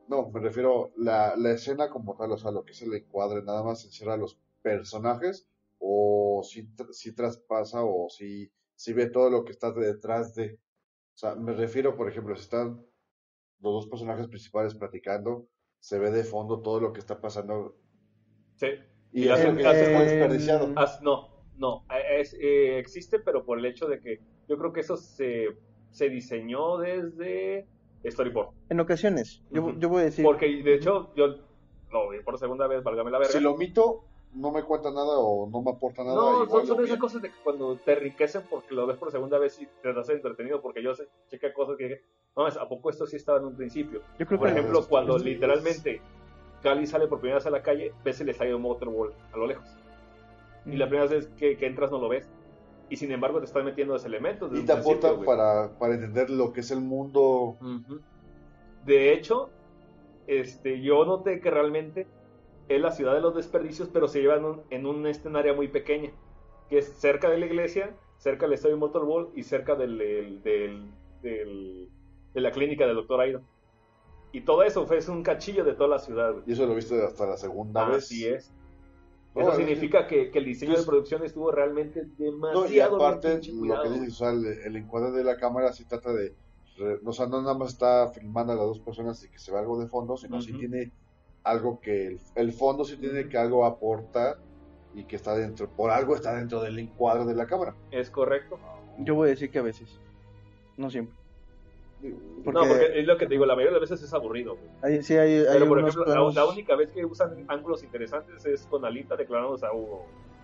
S3: No, me refiero la, la escena como tal, o sea, lo que es el encuadre, nada más encierra a los personajes, o si, tr- si traspasa, o si, si ve todo lo que está detrás de. O sea, me refiero, por ejemplo, si están los dos personajes principales platicando, se ve de fondo todo lo que está pasando,
S1: Sí.
S3: y
S1: Y las
S3: eso
S2: En,
S3: que eso fue
S1: hace-
S3: desperdiciado.
S2: en-
S1: haz- no, no, eh, es, eh, existe, pero por el hecho de que yo creo que eso se, se diseñó desde Storyboard.
S2: en ocasiones, yo,
S1: Ujú.
S2: yo voy a decir,
S1: Porque de hecho, yo lo vi por segunda vez, válgame la verga.
S3: Si lo omito, no me cuenta nada o no me aporta nada,
S1: No,
S3: igual
S1: son, son
S3: lo
S1: esas
S3: vi.
S1: cosas de que cuando te enriquecen porque lo ves por segunda vez y te das entretenido, porque yo sé, checa cosas que dije, no, ¿a poco esto sí estaba en un principio?
S2: yo creo
S1: Por
S2: que
S1: ejemplo,
S3: es-
S1: cuando
S3: es-
S1: literalmente Cali sale por primera vez a la calle, ves el estadio de Motorball a lo lejos. Y la
S2: mm,
S1: primera vez que, que entras no lo ves. Y sin embargo te están metiendo esos elementos. desde
S3: Y
S1: un
S3: te
S1: principio,
S3: aporta
S1: güey.
S3: para, para entender lo que es el mundo.
S1: Ujú. De hecho, este, yo noté que realmente es la ciudad de los desperdicios, pero se lleva en un, en un este, en área muy pequeña, que es cerca de la iglesia, cerca del estadio de Motorball y cerca del, del, del- del- de la clínica del doctor Iron. Y todo eso fue es un cachillo de toda la ciudad, güey.
S3: Y eso lo viste hasta la segunda vez.
S1: Así es.
S3: No,
S1: Eso
S3: es que-
S1: significa que, que el diseño
S3: Pues-
S1: de producción estuvo realmente demasiado
S3: No, y
S1: bien
S3: aparte,
S1: pinche
S3: lo
S1: cuidado,
S3: que
S1: güey.
S3: dices, o sea, el, el encuadre de la cámara sí trata de, re- o sea, no nada más está filmando a las dos personas y que se ve algo de fondo, sino sí
S1: Ujú.
S3: tiene algo que, el, el fondo sí tiene
S1: Ujú.
S3: que algo aporta y que está dentro, por algo está dentro del encuadre de la cámara.
S1: Es correcto.
S2: yo voy a decir que a veces, no siempre. Porque-
S1: No, porque es lo que te digo, la mayoría de las veces es aburrido, güey.
S2: Hay, sí, hay, hay
S1: Pero, por
S2: unos
S1: ejemplo, la,
S2: planos-
S1: la única vez que usan ángulos interesantes es con Alita declarándose a Hugo.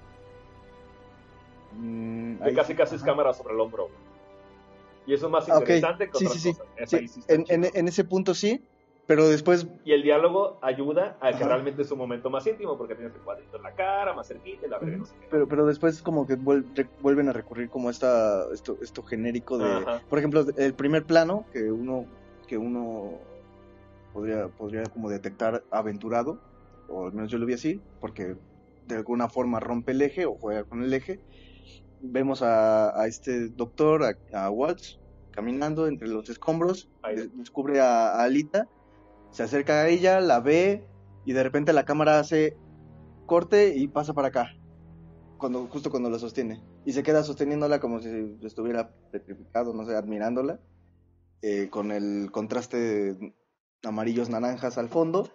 S2: mm,
S1: Que
S2: ahí
S1: casi
S2: sí,
S1: casi es
S2: ajá.
S1: cámara sobre el hombro, güey. Y eso es más
S2: Ah, ok.
S1: interesante que
S2: Sí,
S1: otras
S2: sí, sí.
S1: cosas. Es
S2: Sí,
S1: ahí sí está
S2: en, en,
S1: chido.
S2: en ese punto sí, pero después,
S1: Y el diálogo ayuda a que
S2: Ajá.
S1: realmente es un momento más íntimo, porque tienes el cuadrito en la cara, más cerquita, y la verga, no sé qué.
S2: pero, pero después como que vuel- re- vuelven a recurrir como a esta, esto, esto genérico de,
S1: Ajá.
S2: por ejemplo, el primer plano que uno, que uno podría, podría como detectar aventurado, o al menos yo lo vi así, porque de alguna forma rompe el eje o juega con el eje. Vemos a, a este doctor, a, a Waltz, caminando entre los escombros,
S1: Ahí.
S2: de- descubre a, a Alita, se acerca a ella, la ve y de repente la cámara hace corte y pasa para acá, cuando, justo cuando la sostiene. Y se queda sosteniéndola como si estuviera petrificado, no sé, admirándola, eh, con el contraste de amarillos naranjas al fondo.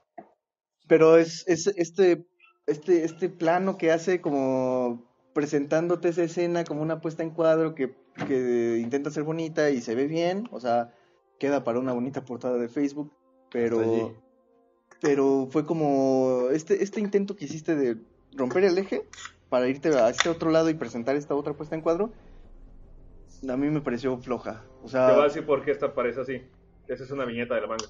S2: Pero es, es este, este, este plano que hace como presentándote esa escena como una puesta en cuadro que, que intenta ser bonita y se ve bien, o sea, queda para una bonita portada de Facebook,
S3: Hasta allí.
S2: pero, pero fue como este, este intento que hiciste de romper el eje para irte a este otro lado y presentar esta otra puesta en cuadro, a mí me pareció floja, o
S1: Te voy a
S2: sea,
S1: decir por qué esta parece así. Esa es una viñeta de la manga.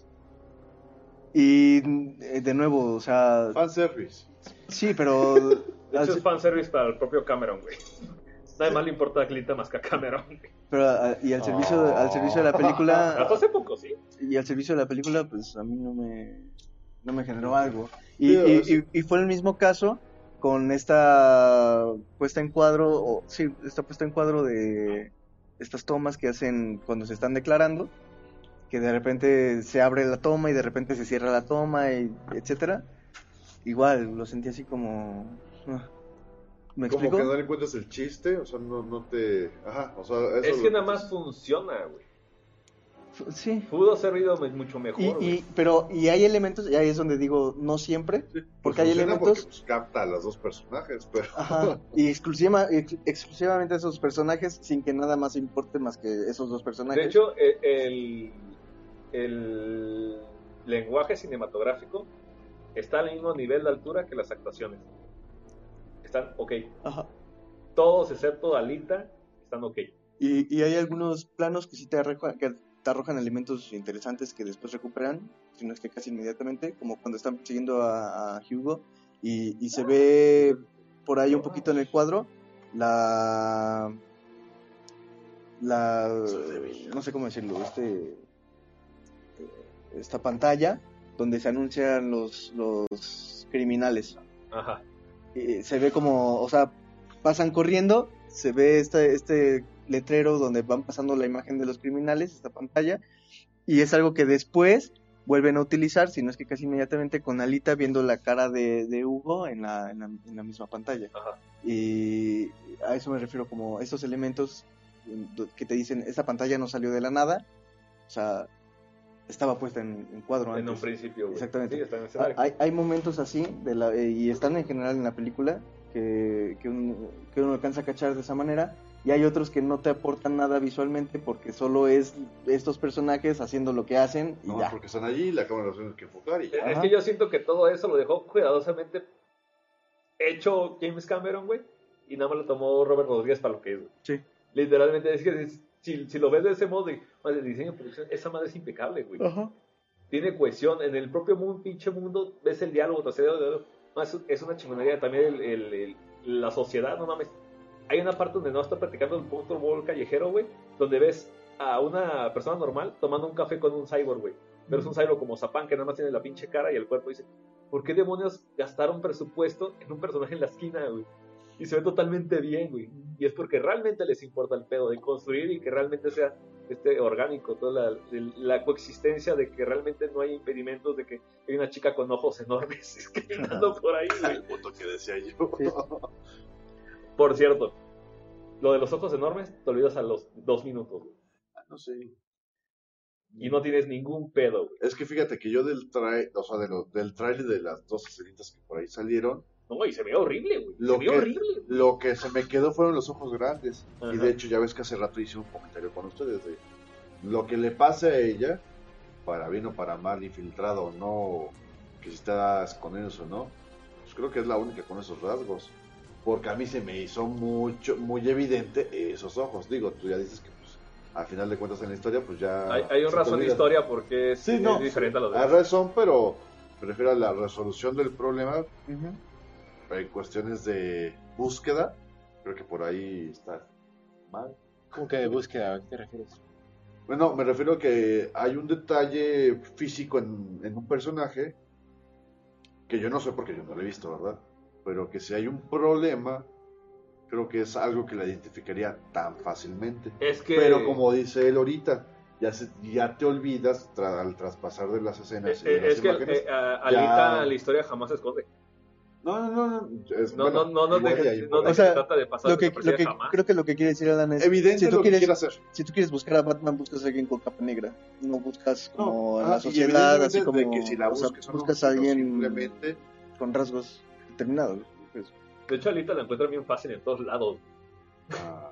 S2: y eh, de nuevo, o sea,
S3: Fanservice.
S2: sí, pero...
S1: De hecho, es fanservice para el propio Cameron, güey. Nadie más le importa a Clinton más que a Cameron.
S2: Pero, ah, y al servicio, de- al servicio de la
S1: Hasta
S2: película,
S1: hace poco, sí.
S2: y al servicio de la película, pues a mí no me, no me generó algo. Y,
S3: Sí,
S2: y,
S3: es-
S2: y- y fue el mismo caso con esta puesta en cuadro, o sí, esta puesta en cuadro de estas tomas que hacen cuando se están declarando, que de repente se abre la toma y de repente se cierra la toma, y etcétera. Igual, lo sentí así como... ah. ¿Me
S3: Como
S2: explico?
S3: que no le encuentras el chiste, o sea, no, no te... Ajá, o sea, eso
S1: Es
S3: lo
S1: que nada más funciona, güey.
S2: F- Sí.
S1: Pudo ser servido mucho mejor,
S2: Y,
S1: güey.
S2: y, pero, y hay elementos, y ahí es donde digo, no siempre,
S3: Sí,
S2: porque
S3: pues
S2: hay
S3: funciona
S2: elementos...
S3: porque, pues, capta a los dos personajes, pero...
S2: Ajá, y exclusiva, ex- exclusivamente esos personajes sin que nada más importe más que esos dos personajes.
S1: De hecho, e- el, el lenguaje cinematográfico está al mismo nivel de altura que las actuaciones. Están ok.
S2: Ajá.
S1: Todos excepto Alita están ok.
S2: Y, y hay algunos planos que sí te arrojan, que te arrojan elementos interesantes que después recuperan, si no es que casi inmediatamente, como cuando están siguiendo a, a Hugo y, y se ve por ahí un poquito en el cuadro la la no sé cómo decirlo, este esta pantalla donde se anuncian los los criminales.
S1: Ajá.
S2: Eh, se ve como, o sea, pasan corriendo, se ve este, este letrero donde van pasando la imagen de los criminales, esta pantalla, y es algo que después vuelven a utilizar, si no es que casi inmediatamente, con Alita viendo la cara de, de Hugo en la, en, la, en la misma pantalla.
S1: Ajá.
S2: Y a eso me refiero como estos elementos que te dicen, esta pantalla no salió de la nada, o sea, estaba puesta en, en cuadro
S1: En
S2: antes.
S1: un principio, güey.
S2: Exactamente.
S1: Sí, está en ese
S2: Ah,
S1: arco.
S2: hay, hay momentos así, de la, eh, y están en general en la película, que, que, un, que uno alcanza a cachar de esa manera, y hay otros que no te aportan nada visualmente porque solo es estos personajes haciendo lo que hacen y
S3: No,
S2: ya.
S3: porque están allí, la cámara los tiene que enfocar y ya.
S1: Es
S2: Ajá.
S1: que yo siento que todo eso lo dejó cuidadosamente hecho James Cameron, güey, y nada más lo tomó Robert Rodríguez para lo que es, güey.
S2: Sí.
S1: Literalmente, es que si, si lo ves de ese modo, de, de diseño de producción, esa madre es impecable, güey.
S2: Ajá.
S1: Tiene cohesión. En el propio mundo, pinche mundo, ves el diálogo, tras el diálogo, no, es, es una chingonería. También el, el, el, la sociedad, no mames. Hay una parte donde no está practicando el fútbol callejero, güey, donde ves a una persona normal tomando un café con un cyborg, güey. Pero es un cyborg como Zapán, que nada más tiene la pinche cara y el cuerpo. Dice, ¿por qué demonios gastaron presupuesto en un personaje en la esquina, güey? Y se ve totalmente bien, güey. Y es porque realmente les importa el pedo de construir y que realmente sea este orgánico, toda la, la coexistencia de que realmente no hay impedimentos de que hay una chica con ojos enormes caminando por ahí, güey.
S3: El punto que decía yo.
S2: Sí.
S1: Por cierto, lo de los ojos enormes te olvidas a los dos minutos, güey.
S3: No sé.
S1: Y no tienes ningún pedo, güey.
S3: Es que fíjate que yo del trailer, o sea, de lo, del trailer de las dos escenitas que por ahí salieron,
S1: No, y se ve horrible, güey.
S3: Lo
S1: Se ve
S3: que-
S1: horrible, güey.
S3: lo que se me quedó fueron los ojos grandes.
S1: Ajá.
S3: Y de hecho ya ves que hace rato hice un comentario con ustedes de lo que le pase a ella, para bien o para mal, infiltrado o no, que si está escondiéndose o no, pues creo que es la única con esos rasgos. Porque a mí se me hizo mucho, muy evidente esos ojos. Digo, tú ya dices que pues, al final de cuentas en la historia, pues ya...
S1: Hay, hay un
S3: se te
S1: razón de
S3: olvida.
S1: historia porque es,
S3: Sí, no,
S1: es diferente a los
S3: Hay
S1: demás.
S3: razón, pero prefiero la resolución del problema
S2: Ujú.
S3: en cuestiones de búsqueda. Creo que por ahí está mal.
S4: ¿Cómo que de búsqueda? ¿A qué te refieres?
S3: Bueno, me refiero a que hay un detalle físico en, en un personaje que yo no sé porque yo no lo he visto, ¿verdad? Pero que si hay un problema, creo que es algo que la identificaría tan fácilmente.
S1: Es que...
S3: Pero como dice él ahorita, ya, se, ya te olvidas tra- al traspasar de las escenas
S1: eh,
S3: y de
S1: eh,
S3: las
S1: es que
S3: imágenes.
S1: eh, a- Alita
S3: ya-
S1: la historia jamás se esconde.
S3: No, no, no, no. Es,
S1: No,
S3: bueno,
S1: no, no, no,
S3: igual
S1: de,
S3: y ahí
S1: no
S3: por
S1: de
S3: ahí.
S2: O sea,
S1: que se trata de pasar
S2: Lo que, lo que
S1: desapercibida jamás.
S2: creo que lo que quiere decir Alan es,
S3: Evidente
S2: si tú
S3: lo que
S2: quieres,
S3: quiere hacer.
S2: si tú quieres buscar a Batman, buscas a alguien con capa negra, no buscas como
S3: No,
S2: en
S3: ah,
S2: la
S3: y
S2: sociedad, así
S3: evidentemente
S2: como,
S3: de que si la
S2: o sea,
S3: busques o no,
S2: buscas a
S3: sino
S2: alguien
S3: simplemente
S2: con rasgos determinados. Pues,
S1: De hecho, Alita la encuentran bien fácil en todos lados.
S3: ah,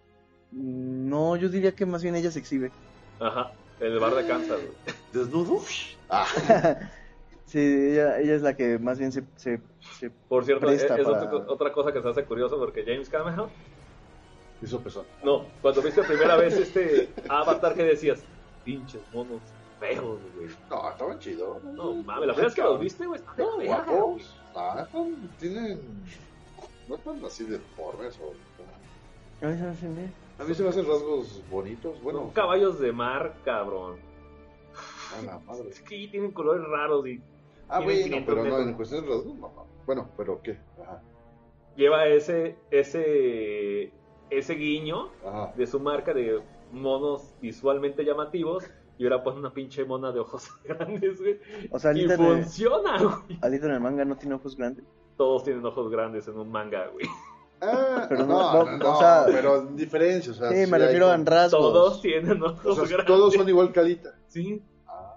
S2: no, yo diría que más bien ella se exhibe.
S1: Ajá. En el bar de Kansas, güey.
S3: ¿desnudo? Ah,
S2: Sí, ella, ella es la que más bien se, se, se
S1: Por cierto, es,
S2: presta
S1: es
S2: para...
S1: otra, otra cosa que se hace curioso porque James Cameron,
S3: hizo pezón.
S1: no, cuando viste primera vez este Avatar, ¿qué decías? Pinches monos feos, güey.
S3: No, estaban chidos.
S1: No mames, la primera vez que los viste, güey, está de
S3: No,
S1: verga, güey.
S3: guapos. Ah, están- tienen. No están así deformes o.
S2: Ay, se me hace bien.
S3: A mí se me hacen rasgos bonitos.
S1: Son
S3: Bueno,
S1: caballos de mar, cabrón.
S3: a la madre.
S1: Es que tienen colores raros y
S3: Ah,
S1: tienen
S3: bueno,
S1: quinientos
S3: pero no,
S1: metros.
S3: en cuestión de rasgos, no, no. Bueno, pero ¿qué? Ajá.
S1: lleva ese, ese, ese guiño
S3: Ajá.
S1: de su marca de monos visualmente llamativos y ahora pone una pinche mona de ojos grandes, güey.
S2: O sea,
S1: Y
S2: Alita, en el,
S1: funciona, güey.
S2: Alita en el manga no tiene ojos grandes.
S1: Todos tienen ojos grandes en un manga, güey.
S3: Ah,
S2: Pero
S3: no,
S2: no,
S3: no,
S2: no,
S3: no,
S2: o sea-
S3: pero en diferencia, o sea,
S2: Sí, me
S3: hay
S2: refiero a
S3: como-
S2: en rasgos.
S1: Todos tienen ojos
S3: O sea,
S1: grandes.
S3: todos son igual calita.
S1: Sí.
S3: Ah,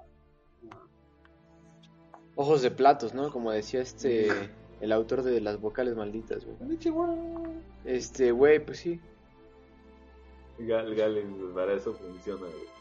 S4: Ojos de platos, ¿no? Como decía este, el autor de Las vocales malditas, güey. Este, güey, pues sí.
S1: Gal, Gal, para eso funciona, güey.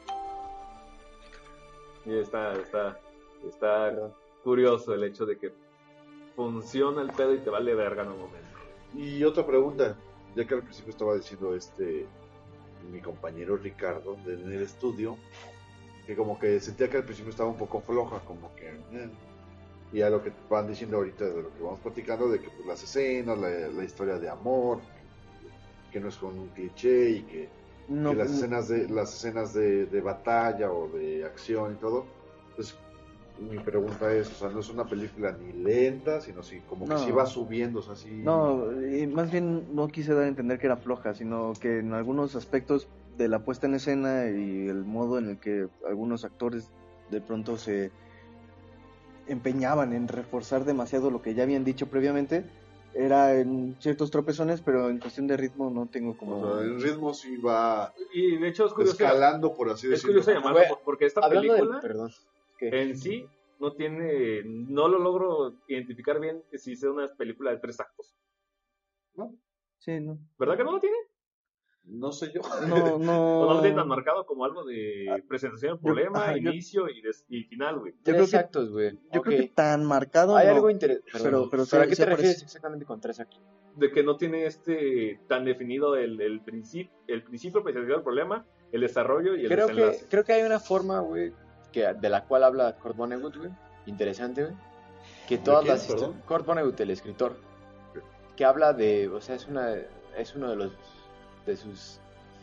S1: Y está, está, está curioso el hecho de que funciona el pedo y te vale verga en un momento.
S3: Y otra pregunta, ya que al principio estaba diciendo este mi compañero Ricardo de- en el estudio, que como que sentía que al principio estaba un poco floja, como que eh. y a lo que van diciendo ahorita de lo que vamos platicando, de que pues, las escenas, la, la historia de amor, que no es con un cliché y que,
S2: No,
S3: que las
S2: no-
S3: escenas de las escenas de, de batalla o de acción y todo, pues mi pregunta es, o sea, no es una película ni lenta, sino si como que
S2: No.
S3: si va subiendo, o sea, sí.
S2: No, eh, más bien no quise dar a entender que era floja, sino que en algunos aspectos de la puesta en escena y el modo en el que algunos actores de pronto se empeñaban en reforzar demasiado lo que ya habían dicho previamente. Era en ciertos tropezones, pero en cuestión de ritmo no tengo como...
S3: O sea, el ritmo sí va
S1: Y de hecho es curioso,
S3: escalando, por así
S1: es
S3: decirlo.
S1: curioso llamarlo
S4: Güey,
S1: por- porque esta
S4: Hablando
S1: película
S4: del... Perdón. ¿Qué?
S1: en sí no tiene, no lo logro identificar bien que si sea una película de tres actos.
S2: Sí, no.
S1: ¿Verdad que no lo tiene?
S3: No sé yo.
S2: No,
S1: O no lo tiene tan
S2: no...
S1: marcado como algo de presentación del
S2: yo-
S1: problema,
S2: ajá, yo-
S1: inicio y, des- y final, güey.
S2: Yo creo
S4: Tres
S2: que-
S4: actos, güey.
S2: Yo
S4: Ok.
S2: creo que tan marcado
S4: Hay
S2: no.
S4: algo interesante.
S2: pero- pero sí-
S4: ¿a qué
S2: sí
S4: te
S2: aparece.
S4: refieres exactamente con tres actos?
S1: De que no tiene este tan definido el, el principio, el principio, presentación del problema, el desarrollo y el
S4: Creo que,
S1: desenlace.
S4: creo que hay una forma, güey, que, de la cual habla Kurt Vonnegut, güey. Interesante, güey. Que todas
S3: quién,
S4: las histo-
S3: perdón?
S4: Kurt Vonnegut, el escritor. Que habla de, o sea, es una es uno de los de sus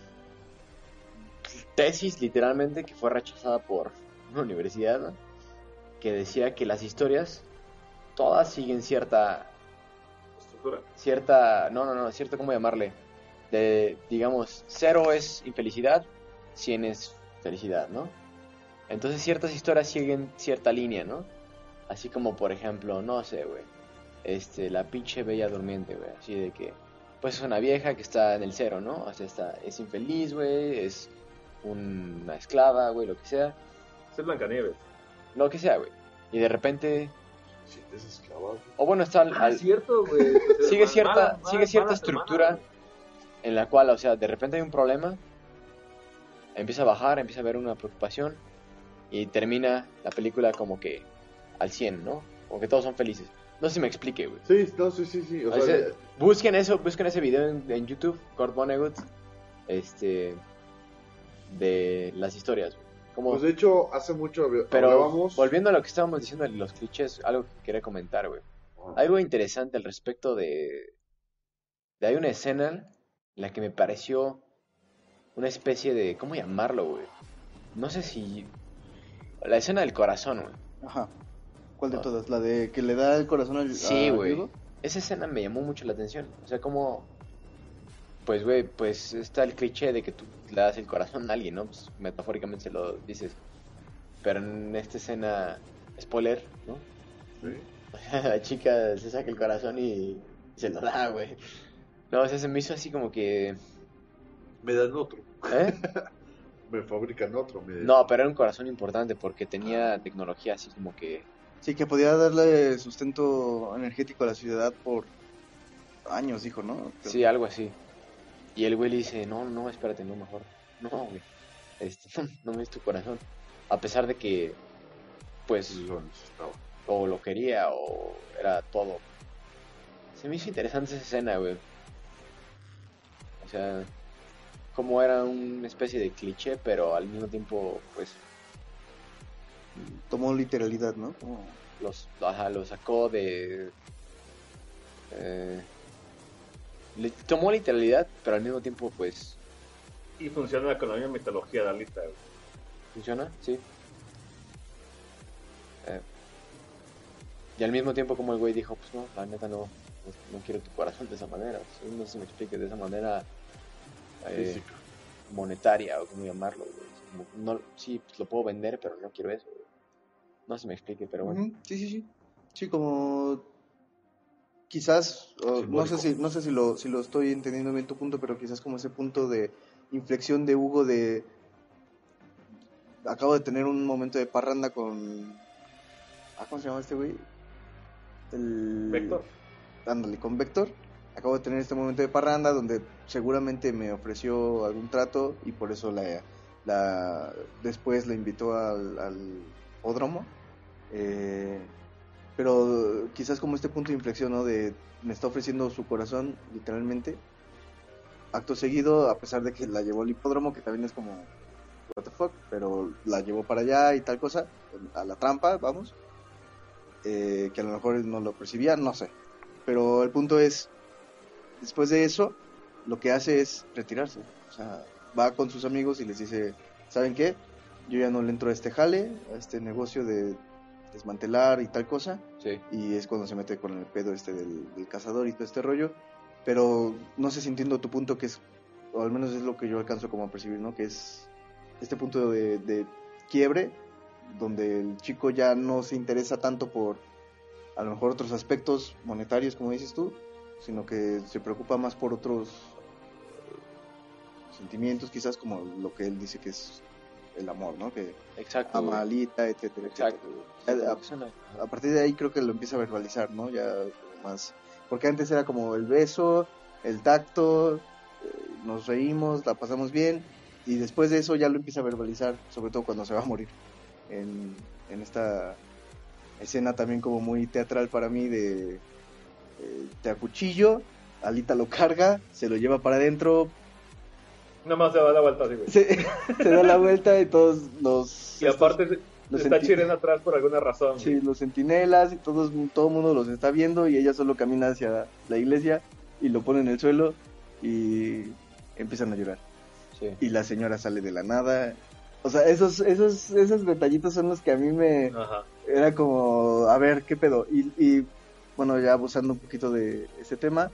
S4: tesis, literalmente, que fue rechazada por una universidad, ¿no? Que decía que las historias todas siguen cierta
S1: Estructura.
S4: cierta, no, no, no, cierto, ¿cómo llamarle? De, digamos, cero es infelicidad, cien es felicidad, ¿no? Entonces ciertas historias siguen cierta línea, ¿no? Así como, por ejemplo, no sé, güey, este, la pinche Bella Durmiente, güey, así de que, pues es una vieja que está en el cero, ¿no? O sea, está, es infeliz, güey, es una esclava, güey, lo que sea,
S1: Es Blancanieves.
S4: lo que sea, güey. Y de repente,
S3: Si te es esclavo.
S4: o bueno, está al,
S1: Ah,
S4: al-
S1: es cierto, güey.
S4: sigue
S1: Mala-
S4: cierta,
S1: mala-
S4: sigue
S1: mala
S4: cierta
S1: semana,
S4: estructura
S1: güey.
S4: en la cual, o sea, de repente hay un problema, empieza a bajar, empieza a haber una preocupación y termina la película como que al cien, ¿no? Como que todos son felices. No sé si me explique, güey.
S3: Sí, no, sí, sí, sí. O
S4: O
S3: sea,
S4: sea, busquen eso, busquen ese video en, en YouTube, Kurt Vonnegut, este, de las historias, güey. Como,
S3: pues de hecho, hace mucho
S4: pero
S3: hablábamos.
S4: volviendo a lo que estábamos diciendo de los clichés, algo que quería comentar, güey.
S3: Ah,
S4: Algo interesante al respecto de, de hay una escena en la que me pareció una especie de, ¿cómo llamarlo, güey? No sé si la escena del corazón, güey.
S2: Ajá. ¿Cuál de
S4: Ah.
S2: todas? ¿La de que le da el corazón al
S4: Sí,
S2: a
S4: güey.
S2: Diego?
S4: Esa escena me llamó mucho la atención. O sea, como, pues, güey, pues está el cliché de que tú le das el corazón a alguien, ¿no? Pues, metafóricamente se lo dices. Pero en esta escena, spoiler, ¿no?
S3: sí.
S4: La chica se saca el corazón y se lo da, güey. No, o sea, se me hizo así como que...
S3: Me dan otro.
S4: ¿Eh?
S3: Me fabrican otro. Me...
S4: No, pero era un corazón importante porque tenía tecnología así como que...
S2: Sí, que podía darle sustento energético a la ciudad por años, dijo, ¿no? Pero-
S4: Sí, algo así. Y el güey le dice, no, no, espérate, no, mejor. No, güey. Este, no me des tu corazón. A pesar de que, pues,
S3: Sí, lo necesitaba.
S4: o lo quería o era todo. Se me hizo interesante esa escena, güey. O sea, como era una especie de cliché, pero al mismo tiempo, pues,
S2: Tomó literalidad, ¿no? Como-
S4: los, ajá, lo sacó de... eh, le tomó literalidad, pero al mismo tiempo, pues,
S1: Y funciona con la misma mitología de Alita, güey.
S4: funciona, sí. Eh, y al mismo tiempo como el güey dijo, pues no, la neta no, no, no quiero tu corazón de esa manera. O sea, no sé si me explique, de esa manera eh,
S3: Física.
S4: monetaria o como llamarlo. Güey. Como, no, sí, pues lo puedo vender, pero no quiero eso. Güey. No sé si me explique, pero bueno.
S2: Ujú, sí, sí, sí. Sí, como quizás, o no sé
S3: Simbólico.
S2: si, no sé si lo, si lo estoy entendiendo bien tu punto, pero quizás como ese punto de inflexión de Hugo de acabo de tener un momento de parranda con ah, ¿cómo se llama este güey? El
S1: Vector.
S2: Ándale, con Vector. Acabo de tener este momento de parranda donde seguramente me ofreció algún trato y por eso la, la después la invitó al, al hipódromo. Eh, pero quizás como este punto de inflexión, ¿no? De me está ofreciendo su corazón, literalmente. Acto seguido, a pesar de que la llevó al hipódromo, que también es como what the fuck, pero la llevó para allá y tal cosa, a la trampa, vamos. Eh, que a lo mejor no lo percibía, no sé. Pero el punto es, después de eso, lo que hace es retirarse. O sea, va con sus amigos y les dice, ¿saben qué? Yo ya no le entro a este jale, a este negocio de desmantelar y tal cosa.
S4: Sí.
S2: Y es cuando se mete con el pedo este del, del cazador y todo este rollo. Pero no sé si entiendo tu punto, que es, o al menos es lo que yo alcanzo como a percibir, ¿no? Que es este punto de, de quiebre, donde el chico ya no se interesa tanto por a lo mejor otros aspectos monetarios, como dices tú, sino que se preocupa más por otros eh, sentimientos, quizás como lo que él dice que es el amor, ¿no? Que
S4: Exacto,
S2: ama a
S4: güey.
S2: Alita, etcétera,
S4: Exacto,
S2: etcétera.
S4: güey.
S2: A, a partir de ahí creo que lo empieza a verbalizar, ¿no? Ya más, porque antes era como el beso, el tacto, eh, nos reímos, la pasamos bien, y después de eso ya lo empieza a verbalizar, sobre todo cuando se va a morir. En, en esta escena también como muy teatral para mí de eh, te acuchillo, Alita lo carga, se lo lleva para adentro,
S1: Nada más se da la vuelta así, güey.
S2: se, se da la vuelta y todos los...
S1: Y aparte se-
S2: los
S1: está
S2: senti-
S1: Chiren atrás por alguna razón.
S2: Sí,
S1: güey.
S2: los centinelas y todos, todo el mundo los está viendo y ella solo camina hacia la iglesia y lo pone en el suelo y empiezan a llorar.
S4: Sí.
S2: Y la señora sale de la nada. O sea, esos, esos, esos detallitos son los que a mí me...
S1: Ajá.
S2: Era como, a ver, ¿qué pedo? Y, y bueno, ya abusando un poquito de ese tema,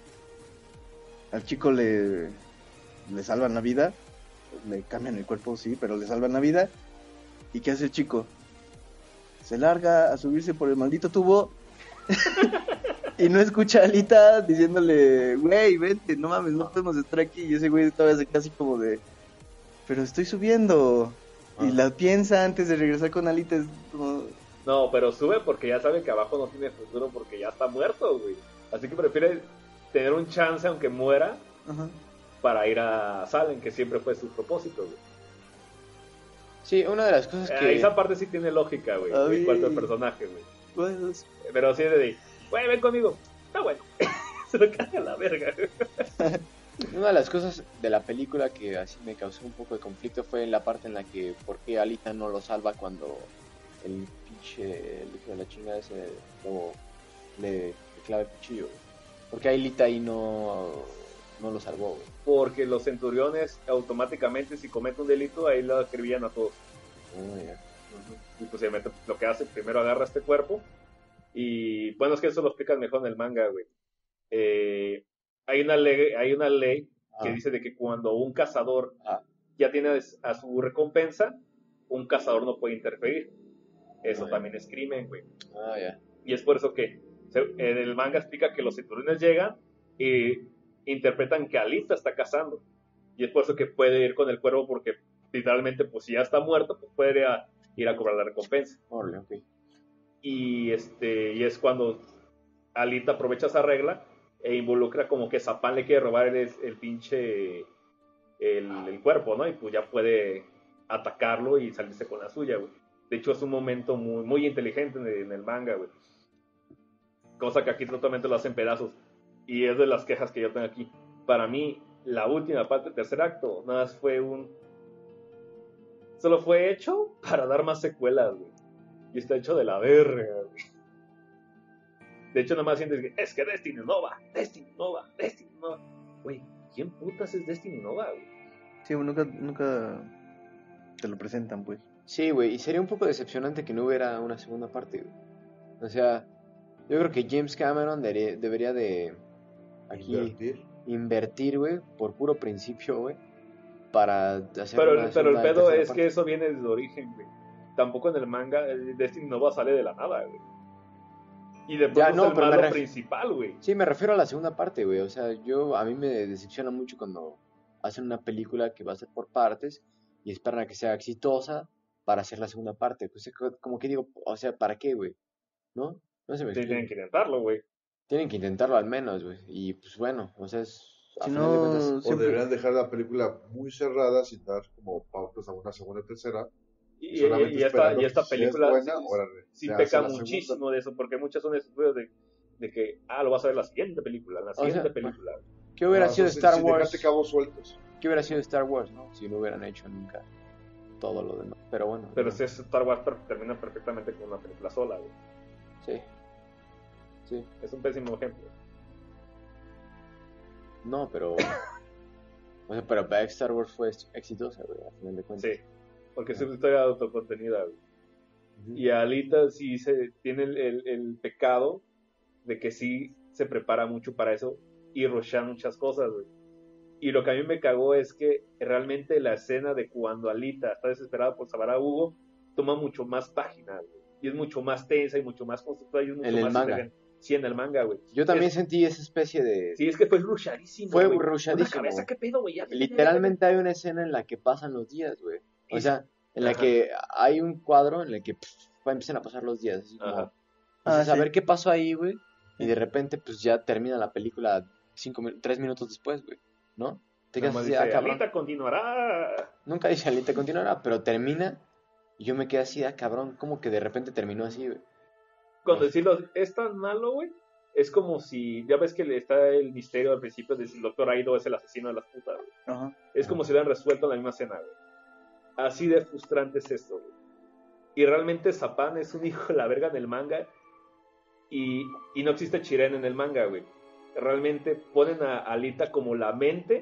S2: al chico le, le salvan la vida, le cambian el cuerpo, sí, pero le salvan la vida. ¿Y qué hace el chico? Se larga a subirse por el maldito tubo y no escucha a Alita diciéndole, güey, vente, no mames, no podemos estar aquí. Y ese güey todavía se queda así como de, pero estoy subiendo. Y
S4: Ah.
S2: la piensa antes de regresar con Alita, es como...
S1: No, pero sube porque ya sabe que abajo no tiene futuro porque ya está muerto, güey. Así que prefiere tener un chance aunque muera
S2: Ajá.
S1: para ir a Salem, que siempre fue su propósito, güey.
S4: Sí, una de las cosas
S1: Eh,
S4: que...
S1: Esa parte sí tiene lógica, güey,
S2: Ay.
S1: en cuanto al personaje, güey.
S2: Pues,
S1: Pero sí es de, güey, ven conmigo. Está bueno. Se lo caga la verga.
S4: Una de las cosas de la película que así me causó un poco de conflicto fue en la parte en la que por qué Alita no lo salva cuando el pinche, el hijo de la chingada ese lo, le, le clava el cuchillo, güey. Porque Alita ahí no, no lo salvó, güey.
S1: Porque los centuriones automáticamente, si cometen un delito, ahí lo escribían a todos.
S4: Oh, ya.
S1: Y pues obviamente lo que hace, primero agarra este cuerpo. Y bueno, es que eso lo explican mejor en el manga, güey. Eh, hay una ley, hay una ley que
S4: Ah.
S1: dice de que cuando un cazador
S4: Ah.
S1: ya tiene a su recompensa, un cazador no puede interferir. Eso
S4: Ah, ya.
S1: también es crimen, güey.
S4: Ah, ya.
S1: Y es por eso que se- en el manga explica que los cinturones llegan y interpretan que Alita está cazando. Y es por eso que puede ir con el cuervo porque literalmente, pues si ya está muerto, pues puede ir a, ir a cobrar la recompensa.
S4: Órale, ok.
S1: Y, este, y es cuando Alita aprovecha esa regla e involucra como que Zapán le quiere robar el, el pinche el, el cuerpo, ¿no? Y pues ya puede atacarlo y salirse con la suya, güey. De hecho es un momento muy, muy inteligente en el, en el manga, güey. Cosa que aquí totalmente lo hacen pedazos. Y es de las quejas que yo tengo aquí. Para mí, la última parte del tercer acto, nada más fue un... Solo fue hecho para dar más secuelas, güey. Y está hecho de la verga, güey. De hecho, nada más sientes que es que Destiny Nova, Destiny Nova, Destiny Nova. Güey, ¿quién putas es Destiny Nova, güey?
S2: sí, nunca, nunca te lo presentan, pues.
S4: Sí, güey, y sería un poco decepcionante que no hubiera una segunda parte, güey. O sea, yo creo que James Cameron debería, debería de aquí
S3: Invertir.
S4: invertir, güey, por puro principio, güey, para hacer
S1: Pero,
S4: una
S1: el- pero el
S4: segunda y
S1: pedo
S4: tercera
S1: es
S4: parte.
S1: que eso viene desde origen, güey. Tampoco en el manga el Destiny Nova sale de la nada, güey. Y de pronto
S4: Ya,
S1: es
S4: no,
S1: el
S4: pero me
S1: malo
S4: ref-
S1: principal, güey.
S4: Sí, me refiero a la segunda parte, güey. O sea, yo a mí me decepciona mucho cuando hacen una película que va a ser por partes y esperan a que sea exitosa para hacer la segunda parte. Pues como que digo, o sea, ¿para qué, güey? ¿No? No se me
S1: Sí,
S4: explica.
S1: tienen que intentarlo, güey.
S4: Tienen que intentarlo al menos, güey. Y pues bueno, o sea, es... A
S2: Si
S4: final de cuentas,
S2: no,
S3: O
S2: siempre...
S3: deberían dejar la película muy cerrada sin dar como pautas a una segunda y tercera.
S1: Y,
S3: solamente
S1: y esta,
S3: esperando
S1: y esta
S3: que si es
S1: película
S3: buena,
S1: sí,
S3: órale,
S1: sí
S3: se
S1: peca
S3: hace la
S1: muchísimo
S3: segunda.
S1: de eso, porque muchas son estudios de, de que, ah, lo vas a ver en la siguiente película, en la
S4: sea,
S1: siguiente película.
S4: ¿qué hubiera
S3: No,
S4: sido
S3: eso sí,
S4: Star
S3: sin
S4: Wars?
S3: dejarte cabos sueltos.
S4: ¿Qué hubiera sido Star Wars, no? Si no hubieran hecho nunca todo lo demás. Pero bueno.
S1: Pero
S4: no.
S1: si es Star Wars, per- termina perfectamente con una película sola, güey.
S4: Sí. Sí.
S1: Es un pésimo ejemplo.
S4: No, pero... O sea, pero Star Wars fue exitosa, güey, a final de cuentas.
S1: Sí, porque es una historia autocontenida, güey.
S4: Ujú.
S1: Y Alita sí se tiene el, el, el pecado de que sí se prepara mucho para eso y rushan muchas cosas, güey. Y lo que a mí me cagó es que realmente la escena de cuando Alita está desesperada por salvar a Hugo, toma mucho más páginas, güey. Y es mucho más tensa y mucho más constructiva y es mucho
S4: En el
S1: más
S4: manga.
S1: inteligente. Sí, en el manga, güey.
S4: Yo también
S1: Es-
S4: sentí esa especie de...
S1: Sí, es que fue rushadísimo,
S4: Fue
S1: güey.
S4: rushadísimo,
S1: Una cabeza,
S4: güey.
S1: ¿qué pedo, güey? Ya, ya, ya, ya, ya, ya.
S4: Literalmente hay una escena en la que pasan los días, güey. O
S1: Y-
S4: sea, en la
S1: Ajá.
S4: que hay un cuadro en el que pff, empiezan a pasar los días. Así como,
S1: Ajá.
S4: dices,
S2: Ah,
S4: a
S2: sí.
S4: ver qué pasó ahí, güey. Y de repente, pues ya termina la película cinco, mi- tres minutos después, güey. ¿No? Te
S1: Nada
S4: quedas
S1: más
S4: así,
S1: dice,
S4: ah, cabrón.
S1: Alita continuará.
S4: Nunca dice Alita continuará, pero termina. Y yo me quedé así, ah, cabrón. Como que de repente terminó así, güey.
S1: Cuando decirlo es tan malo, güey, es como si, ya ves que le está el misterio al principio de si el doctor Aido es el asesino de las putas, güey.
S2: Ajá.
S1: Es como si lo hubieran resuelto en la misma escena, güey. Así de frustrante es esto, güey. Y realmente Zapan es un hijo de la verga en el manga y, y no existe Chiren en el manga, güey. Realmente ponen a Alita como la mente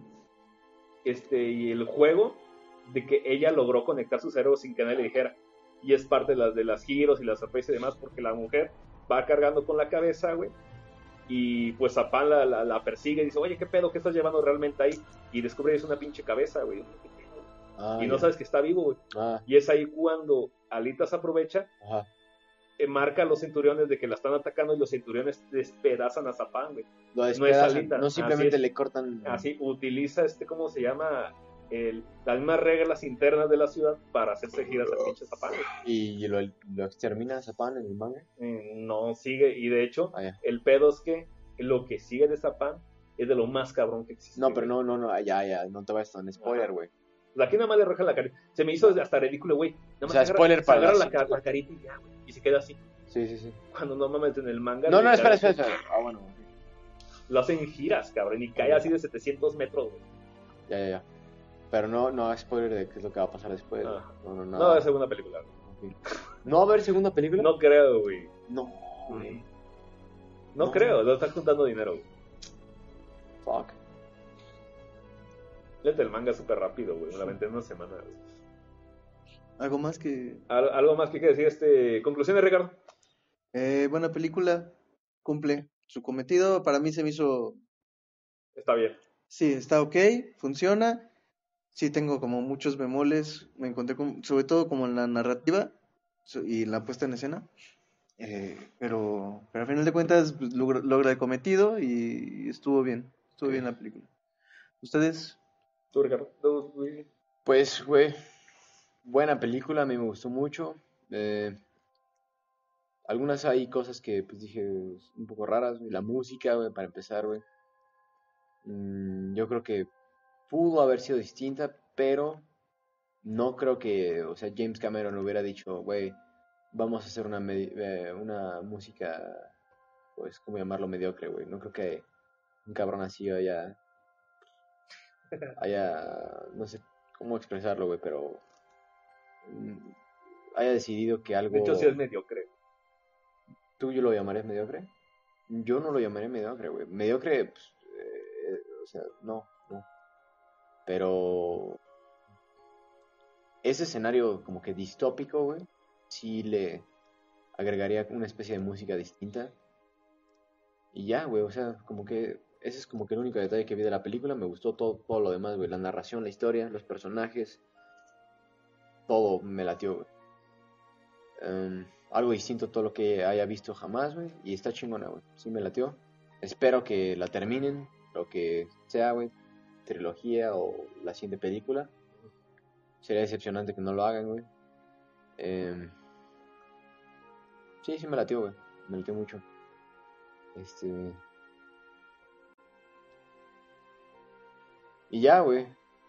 S1: este, y el juego de que ella logró conectar su cerebro sin que nadie le dijera. Y es parte de las, de las giros y las sorpresas y demás, porque la mujer va cargando con la cabeza, güey. Y pues Zapan la, la, la persigue y dice, oye, ¿qué pedo? ¿Qué estás llevando realmente ahí? Y descubre que es una pinche cabeza, güey.
S4: Ah,
S1: Y no
S4: ya.
S1: sabes que está vivo, güey.
S4: Ah,
S1: Y es ahí cuando Alita se aprovecha,
S4: ajá.
S1: eh, marca a los centuriones de que la están atacando y los centuriones despedazan a Zapan, güey.
S4: Lo
S1: No es
S4: despedazan,
S1: Alita,
S4: no
S1: así
S4: simplemente
S1: es.
S4: le cortan.
S1: Así utiliza este, ¿cómo se llama? El, las mismas reglas internas de la ciudad para hacerse giras al pinche Zapan, güey.
S4: Y lo, lo extermina Zapan en el manga.
S1: Eh, no sigue, y de hecho,
S4: Ah, ya.
S1: el pedo es que lo que sigue de Zapan es de lo más cabrón que existe.
S4: No, pero
S1: güey.
S4: no, no, no, ya, ya, no te vayas tan spoiler,
S1: Ajá.
S4: güey.
S1: Aquí nada más le arrojan la carita. Se me hizo hasta ridículo, güey. Nada más
S4: O sea,
S1: se agarra-
S4: spoiler
S1: se
S4: para
S1: agarra
S4: la-
S1: la, ca- la carita y ya, güey. Y se queda así.
S4: Sí, sí, sí.
S1: Cuando no mames en el manga.
S4: No, no, espera,
S1: literalmente
S4: espera, espera. Ah, bueno.
S1: Lo hacen giras, cabrón. Y cae así de setecientos metros, güey.
S4: Ya, ya, ya. Pero no, no hay spoiler de qué es lo que va a pasar después.
S1: Ah.
S4: No, no,
S1: No,
S4: nada.
S1: es segunda película, güey.
S4: Ok. ¿No va a haber segunda película?
S1: No creo, güey.
S4: No, güey.
S1: No,
S4: No.
S1: creo. Lo están juntando dinero, güey.
S4: Fuck.
S1: Léete el manga súper rápido, güey. Me la aventé en una semana, güey.
S2: Algo más que...
S1: Al- ¿Algo más que hay que decir? Este... Conclusiones, Ricardo.
S2: Eh, buena película, cumple su cometido. Para mí se me hizo...
S1: Está bien.
S2: Sí, está ok, funciona. Sí tengo como muchos bemoles. Me encontré con, sobre todo como en la narrativa so- y en la puesta en escena. Eh, pero, pero al final de cuentas pues, logra, logra el cometido y estuvo bien. Estuvo bien la película. ¿Ustedes?
S1: Tú, Ricardo. Tú, güey.
S4: Pues, güey, buena película, a mí me gustó mucho. Eh, algunas hay cosas que, pues, dije un poco raras, güey. La música, güey, para empezar, güey. Mm, yo creo que pudo haber sido distinta, pero no creo que, o sea, James Cameron hubiera dicho, güey, vamos a hacer una, medi- eh, una música, pues, ¿cómo llamarlo? Mediocre, güey. No creo que un cabrón así haya, haya, no sé cómo expresarlo, güey, pero mm, haya decidido que algo...
S1: De hecho, sí es mediocre.
S4: ¿Tú yo lo llamarías mediocre? Yo no lo llamaría mediocre, güey. Mediocre, pues, eh, o sea, no, no. Pero ese escenario como que distópico, güey, sí le agregaría una especie de música distinta. Y ya, güey, o sea, como que ese es como que el único detalle que vi de la película. Me gustó todo, todo lo demás, güey. La narración, la historia, los personajes. Todo me latió, güey. Em, algo distinto a todo lo que haya visto jamás, güey. Y está chingona, güey. Sí me latió. Espero que la terminen, lo que sea, güey. Trilogía o la siguiente película. Sería decepcionante que no lo hagan, güey. Em, sí, sí me latió, güey. Me latió mucho. Este... Y ya, güey.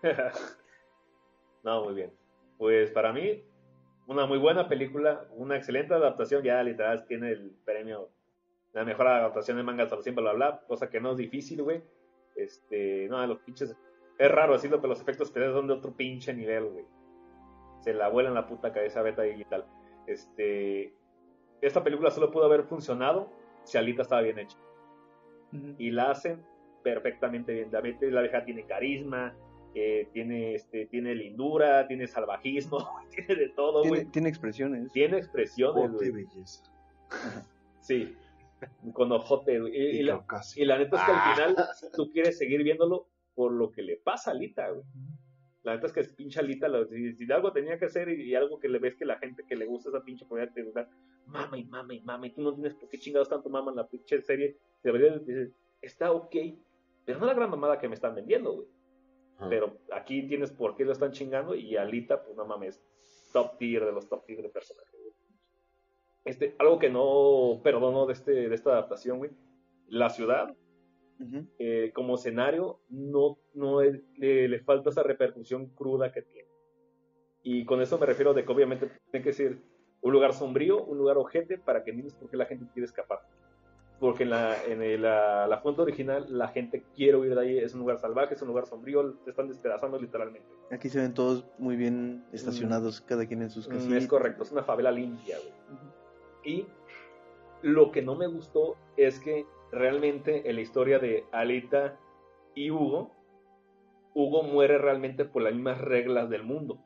S1: No, muy bien. Pues para mí, una muy buena película, una excelente adaptación, ya literal tiene el premio la mejor adaptación de manga hasta siempre, bla, bla, bla, cosa que no es difícil, güey. Este, no, los pinches, es raro decirlo, pero los efectos especiales son de otro pinche nivel, güey. Se la vuelan la puta cabeza beta digital. Este, esta película solo pudo haber funcionado si Alita estaba bien hecha. Y la hacen perfectamente bien. La, la vieja tiene carisma, eh, tiene, este, tiene lindura, tiene salvajismo, tiene de todo,
S2: Tiene,
S1: güey.
S2: tiene expresiones.
S1: Tiene expresiones,
S3: Porte y
S1: güey.
S3: belleza.
S1: Sí, con ojote, güey. Y,
S3: Y
S1: y la,
S3: caucásico.
S1: y la neta es que al final tú quieres seguir viéndolo por lo que le pasa a Alita, güey. La neta es que es pinche Alita, lo, si, si algo tenía que hacer y, y algo que le ves que la gente que le gusta esa pinche comedia te gusta, mama y mama y mama, y tú no tienes por qué chingados tanto mama en la pinche serie, debería decir, está ok, pero no la gran mamada que me están vendiendo, güey.
S4: Ajá.
S1: Pero aquí tienes por qué lo están chingando y Alita, pues no mames, top tier de los top tier de personajes, güey. Este, algo que no perdono de, este, de esta adaptación, güey, la ciudad,
S2: Ujú.
S1: eh, como escenario no, no es- le, le falta esa repercusión cruda que tiene. Y con eso me refiero de que obviamente tiene que ser un lugar sombrío, un lugar ojete, para que entiendas por qué la gente quiere escapar. Porque en la, en el- la, la fuente original la gente quiere huir de ahí, es un lugar salvaje, es un lugar sombrío, te están despedazando literalmente.
S2: Aquí se ven todos muy bien estacionados, cada quien en sus
S1: Mm,
S2: casitas.
S1: es correcto, es una favela limpia, güey. Y lo que no me gustó es que realmente en la historia de Alita y Hugo, Hugo muere realmente por las mismas reglas del mundo.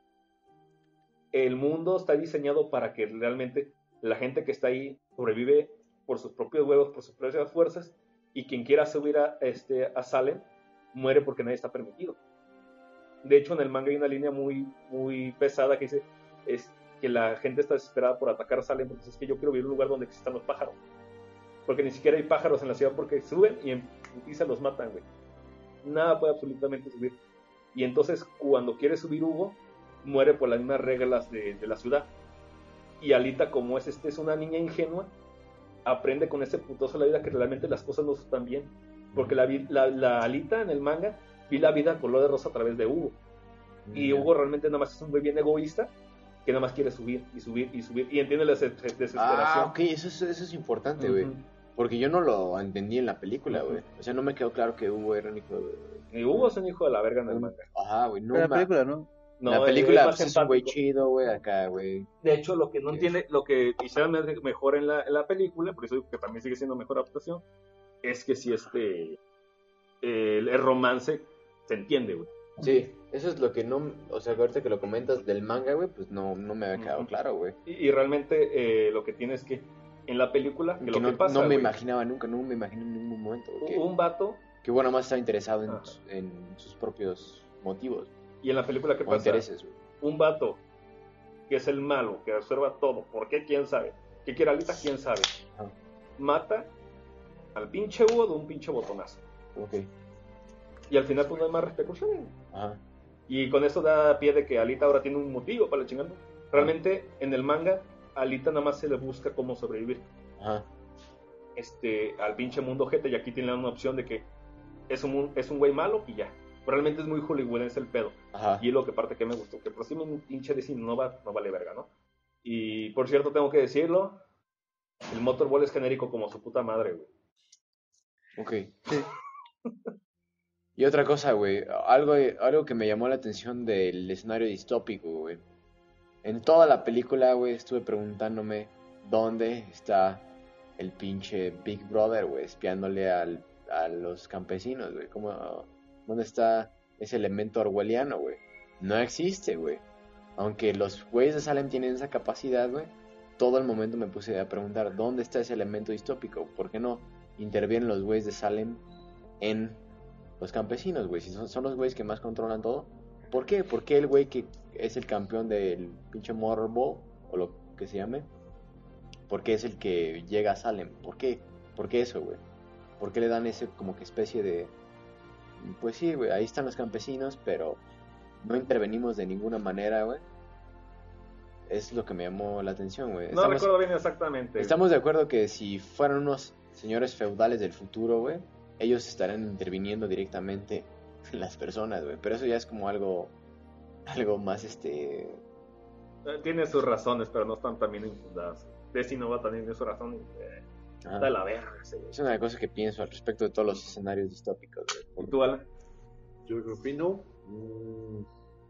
S1: El mundo está diseñado para que realmente la gente que está ahí sobrevive por sus propios huevos, por sus propias fuerzas, y quien quiera subir a, este, a Salem muere porque nadie está permitido. De hecho, en el manga hay una línea muy, muy pesada que dice es que la gente está desesperada por atacar a Salem, porque es que yo quiero vivir en un lugar donde existan los pájaros. Porque ni siquiera hay pájaros en la ciudad porque suben y en putiza los matan, güey. Nada puede absolutamente subir. Y entonces, cuando quiere subir Hugo, muere por las mismas reglas de, de la ciudad. Y Alita, como es, este, es una niña ingenua, aprende con ese putazo de la vida que realmente las cosas no están bien. Porque la, vi- la, la Alita en el manga vi la vida color de rosa a través de Hugo. Y Hugo realmente nada más es un güey bien egoísta que nada más quiere subir y subir y subir. Y entiende la des- desesperación.
S4: Ah, ok, eso es, eso es importante, güey.
S1: Ujú.
S4: Porque yo no lo entendí en la película,
S1: Ujú.
S4: güey. O sea, no me quedó claro que Hugo era un hijo de...
S1: Y Hugo es un hijo de la verga en el
S4: un-
S1: manga.
S4: Ajá, güey. No,
S2: Pero la
S4: ma-
S2: película, ¿no?
S1: No,
S4: la
S1: es
S4: película
S1: más
S4: pues, es un güey
S1: empático.
S4: chido, güey, acá, güey.
S1: De hecho, lo que no
S4: Ok.
S1: entiende, lo que hicieron mejor en la, en la película, por eso digo que también sigue siendo mejor adaptación, es que si este el, el romance se entiende, güey.
S4: Sí, eso es lo que no... O sea, ahorita que lo comentas del manga, güey, pues no, no me había quedado
S1: Ujú.
S4: claro, güey.
S1: Y, y realmente eh, lo que tiene es que en la película, que
S4: Que
S1: lo
S4: no,
S1: que pasa,
S4: no me
S1: güey,
S4: imaginaba nunca, no me imaginé en ningún momento. güey, Que,
S1: un vato,
S4: que bueno, más estaba interesado en,
S1: Ajá.
S4: en sus propios motivos
S1: y en la película, ¿qué
S4: o
S1: pasa?
S4: intereses, güey.
S1: Un vato que es el malo, que observa todo, ¿por qué? ¿Quién sabe? ¿Qué quiere Alita? ¿Quién sabe?
S4: Ajá.
S1: Mata al pinche Hugo de un pinche botonazo.
S4: Ok.
S1: Y al final pues no hay más repercusiones.
S4: Ajá.
S1: Y con eso da pie de que Alita ahora tiene un motivo para la chingada. Realmente en el manga, Alita nada más se le busca cómo sobrevivir
S4: Ajá.
S1: este, al pinche mundo ojete, y aquí tiene una opción de que es un, es un güey malo y ya. Realmente es muy hollywoodense el pedo.
S4: Ajá.
S1: Y es lo que parte que me gustó, que por si un pinche de cine no, va, no vale verga, ¿no? Y por cierto, tengo que decirlo, el Motorball es genérico como su puta madre, güey.
S4: Ok.
S2: Sí.
S4: Y otra cosa, güey, algo, algo que me llamó la atención del escenario distópico, güey. En toda la película, güey, estuve preguntándome dónde está el pinche Big Brother, güey, espiándole al, a los campesinos, güey. ¿Cómo, ¿Dónde está ese elemento orwelliano, güey? No existe, güey. Aunque los güeyes de Salem tienen esa capacidad, güey, todo el momento me puse a preguntar, ¿dónde está ese elemento distópico? ¿Por qué no intervienen los güeyes de Salem en los campesinos, güey? Si son, son los güeyes que más controlan todo. ¿Por qué? ¿Por qué el güey que es el campeón del pinche Motorball, o lo que se llame, por qué es el que llega a Salem? ¿Por qué? ¿Por qué eso, güey? ¿Por qué le dan ese como que especie de... Pues sí, güey, ahí están los campesinos, pero no intervenimos de ninguna manera, güey? Es lo que me llamó la atención, güey.
S1: No
S4: Estamos,
S1: recuerdo bien exactamente.
S4: estamos de acuerdo que si fueran unos señores feudales del futuro, güey, ellos estarán interviniendo directamente en las personas, güey. Pero eso ya es como algo, algo más, este...
S1: Eh, Tiene sus razones, pero no están tan bien infundadas. Destino va también tiene su razón. Eh,
S4: ajá.
S1: da la verga ese güey.
S4: Es una cosa que pienso al respecto de todos los escenarios distópicos, güey.
S1: ¿Y tú, Alan?
S3: Yo que opino, mm,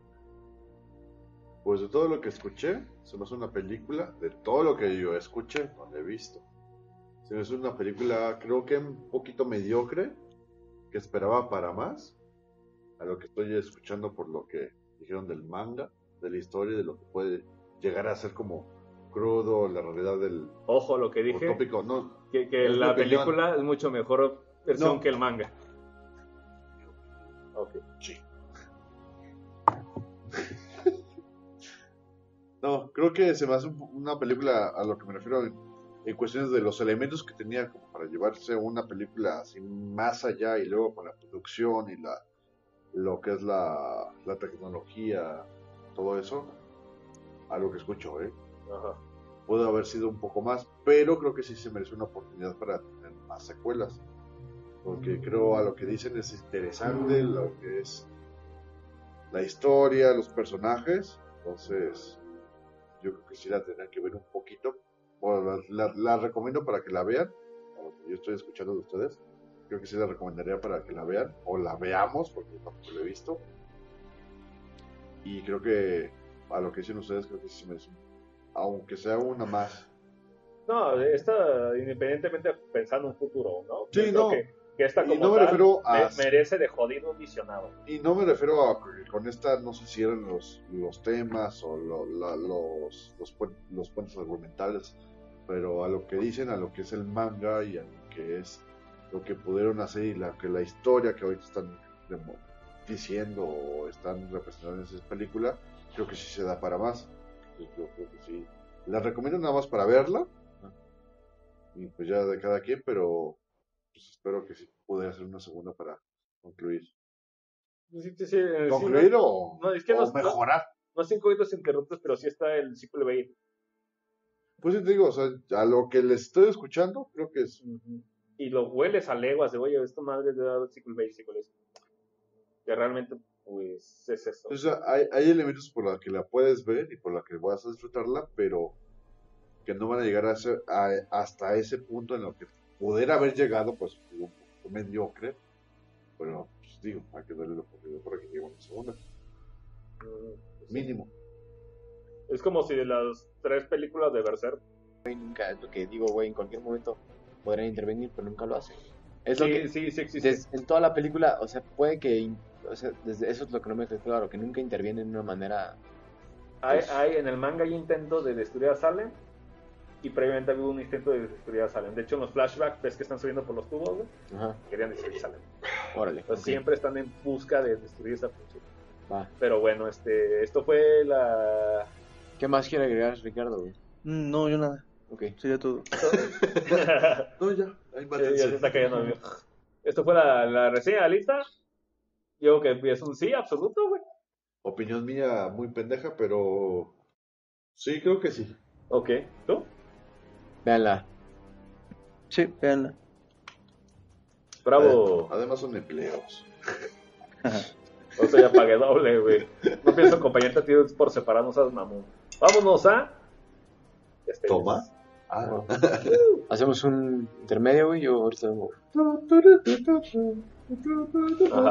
S3: pues de todo lo que escuché, se me hace una película, de todo lo que yo escuché, no la he visto. Se me hace una película, creo que un poquito mediocre, que esperaba para más, a lo que estoy escuchando por lo que dijeron del manga, de la historia, de lo que puede llegar a ser como crudo, la realidad del
S1: Ojo, lo que dije,
S3: utópico, no,
S1: que, que
S3: es mi
S1: la
S3: opinión.
S1: película es mucho mejor versión
S3: No.
S1: que el manga. Ok.
S3: sí. No, creo que se me hace un- una película a lo que me refiero en, en cuestiones de los elementos que tenía como para llevarse una película así más allá y luego con la producción y la lo que es la, la tecnología, todo eso, a lo que escucho, ¿eh?
S1: Ajá.
S3: Puede haber sido un poco más, pero creo que sí se merece una oportunidad para tener más secuelas, porque creo a lo que dicen es interesante, lo que es la historia, los personajes, entonces yo creo que sí la tendrán que ver un poquito. Bueno, la, la- la recomiendo para que la vean, a lo que yo estoy escuchando de ustedes, creo que sí la recomendaría para que la vean, o la veamos, porque yo tampoco la he visto, y creo que a lo que dicen ustedes, creo que sí se merece, aunque sea una más.
S1: No, esta, independientemente pensando en un futuro, ¿no? Yo
S3: Sí,
S1: creo
S3: no,
S1: que, que esta
S3: y
S1: como
S3: no me
S1: tal
S3: refiero a...
S1: me- merece de jodido visionado.
S3: Y no me refiero a que con esta no se cierren los, los temas o lo- la- los, los, puen- los puentes argumentales, pero a lo que dicen, a lo que es el manga y a lo que es lo que pudieron hacer y la, que la historia que ahorita están demo- diciendo o están representando en esa película, creo que sí se da para más. Entonces, yo creo que sí. La recomiendo nada más para verla, ¿no? Y pues ya de cada quien, pero pues espero que sí pudiera hacer una segunda para concluir.
S1: Sí, sí, sí, sí,
S3: ¿Concluir
S1: no,
S3: o,
S1: no, es que
S3: o
S1: no, no,
S3: mejorar?
S1: no cinco hitos interruptos, pero sí está el ciclo de
S3: Pues sí te digo, o sea, a lo que les estoy escuchando, creo que es.
S1: Ujú. Y lo hueles a leguas de, oye, esto madre de dar ciclo basic, que realmente, pues, es eso.
S3: O sea, hay, hay elementos por los que la puedes ver y por los que vas a disfrutarla, pero que no van a llegar a ese- a- hasta ese punto en lo que pudiera haber llegado, pues, un poco mediocre. Pero, pues digo, hay que darle la oportunidad para que llegue una segunda,
S1: Mm,
S3: mínimo.
S1: Es como si de las tres películas de Berserk.
S4: Güey, nunca, es lo que digo, güey, en cualquier momento podrán intervenir, pero nunca lo hacen. Es
S1: Sí,
S4: lo que,
S1: sí, sí existe.
S4: des- en toda la película, o sea, puede que, in- o sea, desde eso es lo que no me quedó claro, que nunca intervienen de una manera,
S1: Hay,
S4: pues,
S1: hay, en el manga hay intentos de destruir a Salem. Y previamente había un intento de destruir a Salem. De hecho, en los flashbacks, ves que están subiendo por los tubos, güey.
S4: ajá,
S1: Querían destruir Salem.
S4: órale,
S1: Entonces,
S4: ok,
S1: siempre están en busca de destruir esa función.
S4: va.
S1: Pero bueno, este, esto fue la.
S4: ¿Qué más quiere agregar, Ricardo, güey?
S2: Mm, No, yo nada.
S4: Ok,
S2: Sería todo.
S3: No, ya, ahí
S1: Sí,
S3: mátense.
S1: ya se está cayendo. Amigo. Esto fue la, la reseña de la lista. Yo creo que es un sí absoluto, güey.
S3: Opinión mía muy pendeja, pero sí, creo que sí.
S1: Ok, ¿tú?
S4: véanla.
S2: Sí, véanla.
S1: Bravo.
S3: Además son empleos.
S1: O sea, ya pagué doble, güey. No pienso acompañarte a ti por separado, no seas mamón. Vámonos a. Este,
S3: Toma. Ah.
S4: Hacemos un intermedio, güey, yo ahorita vengo.
S1: Ajá.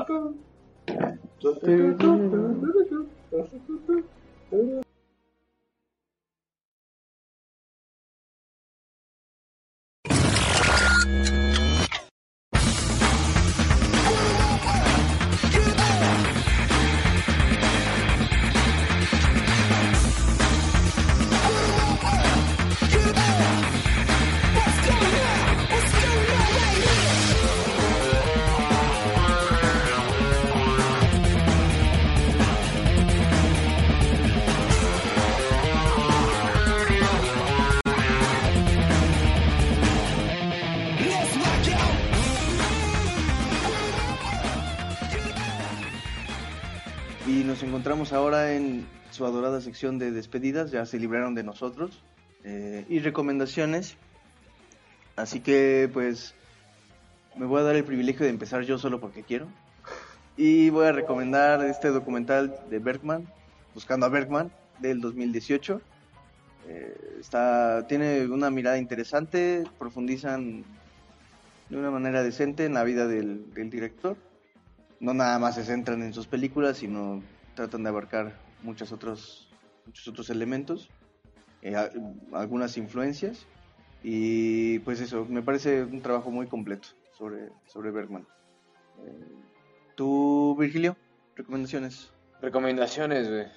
S2: Y nos encontramos ahora en su adorada sección de despedidas, ya se libraron de nosotros, eh, y recomendaciones. Así que pues me voy a dar el privilegio de empezar yo solo porque quiero. Y voy a recomendar este documental de Bergman, Buscando a Bergman, del dos mil dieciocho. Eh, está, tiene una mirada interesante, profundizan de una manera decente en la vida del, del director. No nada más se centran en sus películas, sino tratan de abarcar muchos otros, muchos otros elementos, eh, a- algunas influencias, y pues eso, me parece un trabajo muy completo sobre, sobre Bergman. Eh, ¿Tú, Virgilio? ¿Recomendaciones?
S4: Recomendaciones, güey.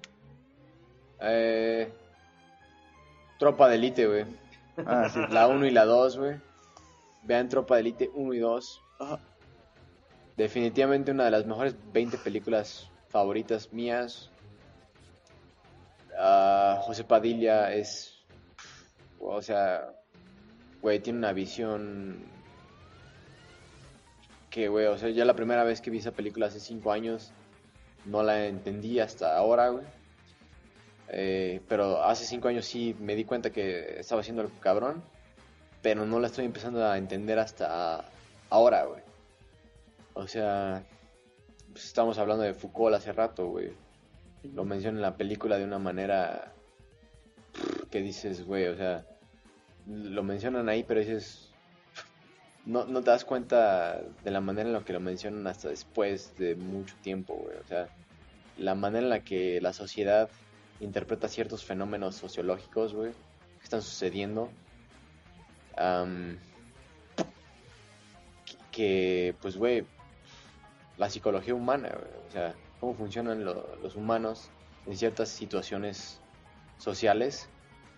S4: Eh, Tropa de Elite, güey.
S2: Ah, sí.
S4: La uno y la dos, güey. Vean Tropa de Elite uno y dos.
S2: Ah,
S4: Definitivamente una de las mejores veinte películas favoritas mías. Uh, José Padilla es, o sea, güey, tiene una visión que, güey, o sea, ya la primera vez que vi esa película hace cinco años no la entendí hasta ahora, güey. Eh, pero hace cinco años sí me di cuenta que estaba haciendo algo cabrón, pero no la estoy empezando a entender hasta ahora, güey. O sea, pues estamos hablando de Foucault hace rato, güey. Lo menciona en la película de una manera que dices, güey, o sea, lo mencionan ahí, pero dices, no, no te das cuenta de la manera en la que lo mencionan hasta después de mucho tiempo, güey. O sea, la manera en la que la sociedad interpreta ciertos fenómenos sociológicos, güey, que están sucediendo. Um, que, que, pues, güey, la psicología humana, güey, o sea, cómo funcionan lo, los humanos en ciertas situaciones sociales,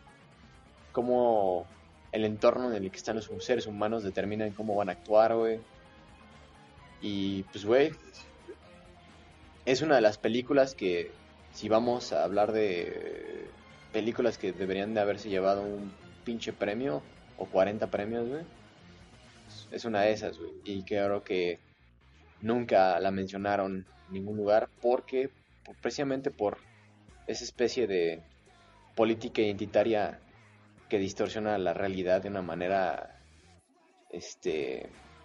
S4: cómo el entorno en el que están los seres humanos determinan cómo van a actuar, güey. Y, pues, güey, es una de las películas que, si vamos a hablar de películas que deberían de haberse llevado un pinche premio o cuarenta premios, güey, es una de esas, güey. Y creo que nunca la mencionaron en ningún lugar porque, por, precisamente por esa especie de política identitaria que distorsiona la realidad de una manera, este,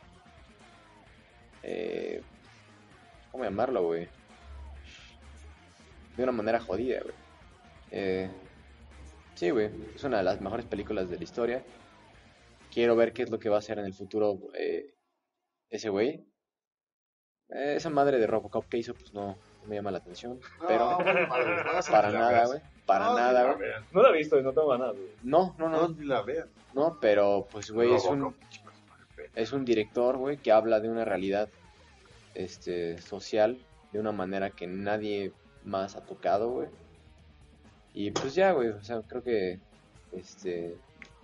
S4: eh, ¿cómo llamarlo, güey? De una manera jodida, güey. Eh, sí, güey, es una de las mejores películas de la historia. Quiero ver qué es lo que va a hacer en el futuro eh, ese güey. Eh, esa madre de Robocop que hizo, pues no, no me llama la atención. Pero
S3: No, bueno, madre, no, esa
S4: para
S3: ni la
S4: nada,
S3: veas.
S4: güey. Para
S3: No, ni
S4: nada,
S3: la
S4: güey.
S3: veas.
S1: No la he visto y no tengo ganas, güey.
S4: No, no,
S3: No,
S4: no.
S3: ni la veas.
S4: No, pero pues, güey, es un,
S3: Robocop, chicos, madre.
S4: es un director, güey, que habla de una realidad este, social de una manera que nadie más ha tocado, güey. Y pues ya, güey, o sea, creo que, este,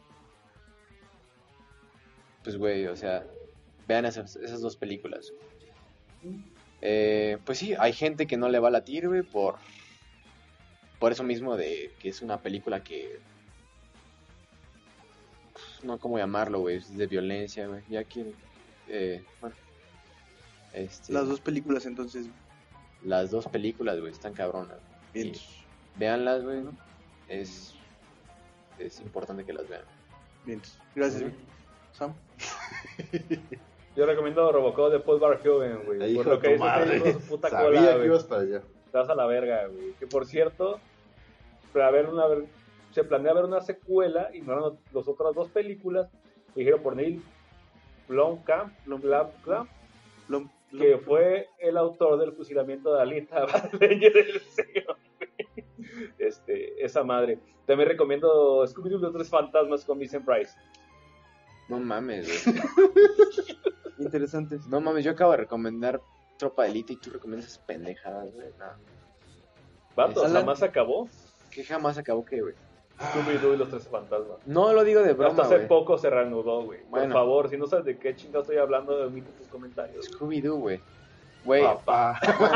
S4: pues, güey, o sea, vean esas, esas dos películas. Eh, pues sí, hay gente que no le va a latir, güey, por, por eso mismo de que es una película que, no, ¿cómo llamarlo, güey? Es de violencia, güey. Ya quiero, eh, bueno, este,
S2: Las dos películas, entonces.
S4: las dos películas, güey, están cabronas.
S2: Bien.
S4: Y véanlas, güey, es, es importante que las vean.
S2: Bien. Gracias,
S4: Ujú.
S2: Sam.
S1: Yo recomiendo Robocop de Paul Verhoeven, güey.
S3: Ay,
S1: Por
S3: hijo
S1: lo
S3: de
S1: que
S3: tu
S1: hizo este
S3: madre.
S1: hijo de su puta
S3: Sabía
S1: cola,
S3: que
S1: güey.
S3: ibas para allá.
S1: Te vas a la verga, güey. Que por cierto, para ver una, se planea ver una secuela y no eran las otras dos películas dirigido por Neil Blomkamp, Blomkamp,
S2: Lo-
S1: que fue el autor del fusilamiento de Alita Battle del Museo. Este, esa madre. También recomiendo Scooby-Doo y los tres fantasmas con Vincent Price.
S4: No mames, güey.
S2: Interesante.
S4: No mames, yo acabo de recomendar Tropa de Elite y tú recomiendas esas pendejadas, güey. No.
S1: Vato,
S2: Alan.
S1: jamás acabó
S4: ¿Qué jamás acabó qué, güey?
S1: Scooby-Doo y los tres fantasmas.
S4: No lo digo de
S1: Hasta
S4: broma,
S1: hace
S4: güey.
S1: poco se reanudó, güey. Por
S4: Bueno.
S1: favor, si no sabes de qué chingado estoy hablando, omite tus comentarios.
S4: Scooby-Doo, güey. Güey,
S3: Papá.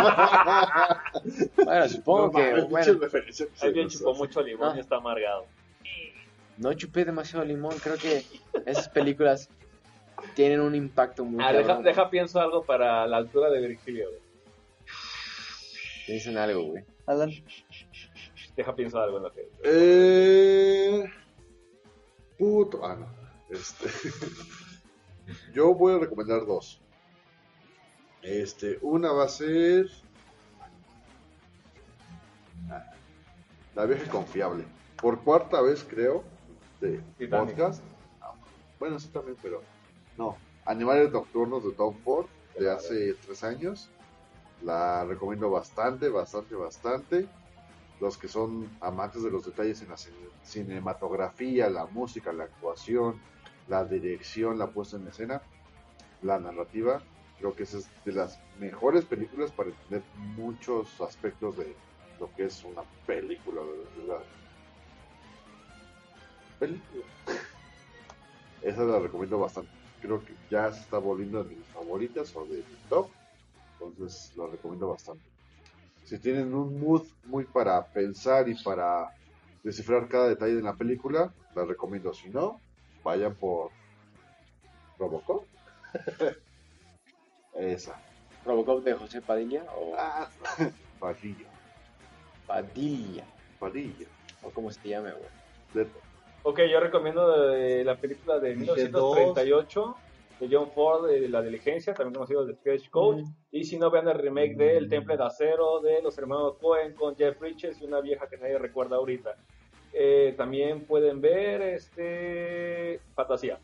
S4: bueno, supongo
S3: No
S4: que,
S3: mames,
S4: bueno,
S3: pinche referencia que se
S1: Alguien
S3: nos
S1: chupó
S3: hace.
S1: mucho limón
S4: Ah.
S1: y está amargado.
S4: no chupé demasiado limón. Creo que esas películas tienen un impacto muy
S1: Ah, deja,
S4: cabrón.
S1: deja pienso algo para la altura de Virgilio, güey.
S4: Dicen algo, güey.
S2: Alan.
S1: Deja pienso algo en lo que...
S3: Eh... Puto. Ah, no. Este. Yo voy a recomendar dos. Este, una va a ser. La vieja confiable. Por cuarta vez, creo, de
S1: Titanic.
S3: podcast. Bueno, sí también, pero. No. Animales Nocturnos de Tom Ford, de hace tres años. La recomiendo bastante, bastante, bastante. Los que son amantes de los detalles en la cine- cinematografía, la música, la actuación, la dirección, la puesta en escena, la narrativa, creo que esa es de las mejores películas para entender muchos aspectos de lo que es una película, de verdad. Película. Esa la recomiendo bastante. Creo que ya se está volviendo de mis favoritas o de mi top. Entonces la recomiendo bastante. si tienen un mood muy para pensar y para descifrar cada detalle de la película, la recomiendo. Si no, vayan por Robocop. Esa.
S4: ¿Robocop de José Padilla o
S3: Ah, Padilla.
S4: Padilla?
S3: Padilla.
S4: O como se llame, güey.
S3: De-
S1: Ok, yo recomiendo eh, la película de mil novecientos treinta y ocho de John Ford, de La Diligencia, también conocido de Stagecoach.
S2: Mm.
S1: Y si no, vean el remake de El Temple de Acero de los hermanos Coen con Jeff Bridges y una vieja que nadie recuerda ahorita. Eh, también pueden ver este Fantasía.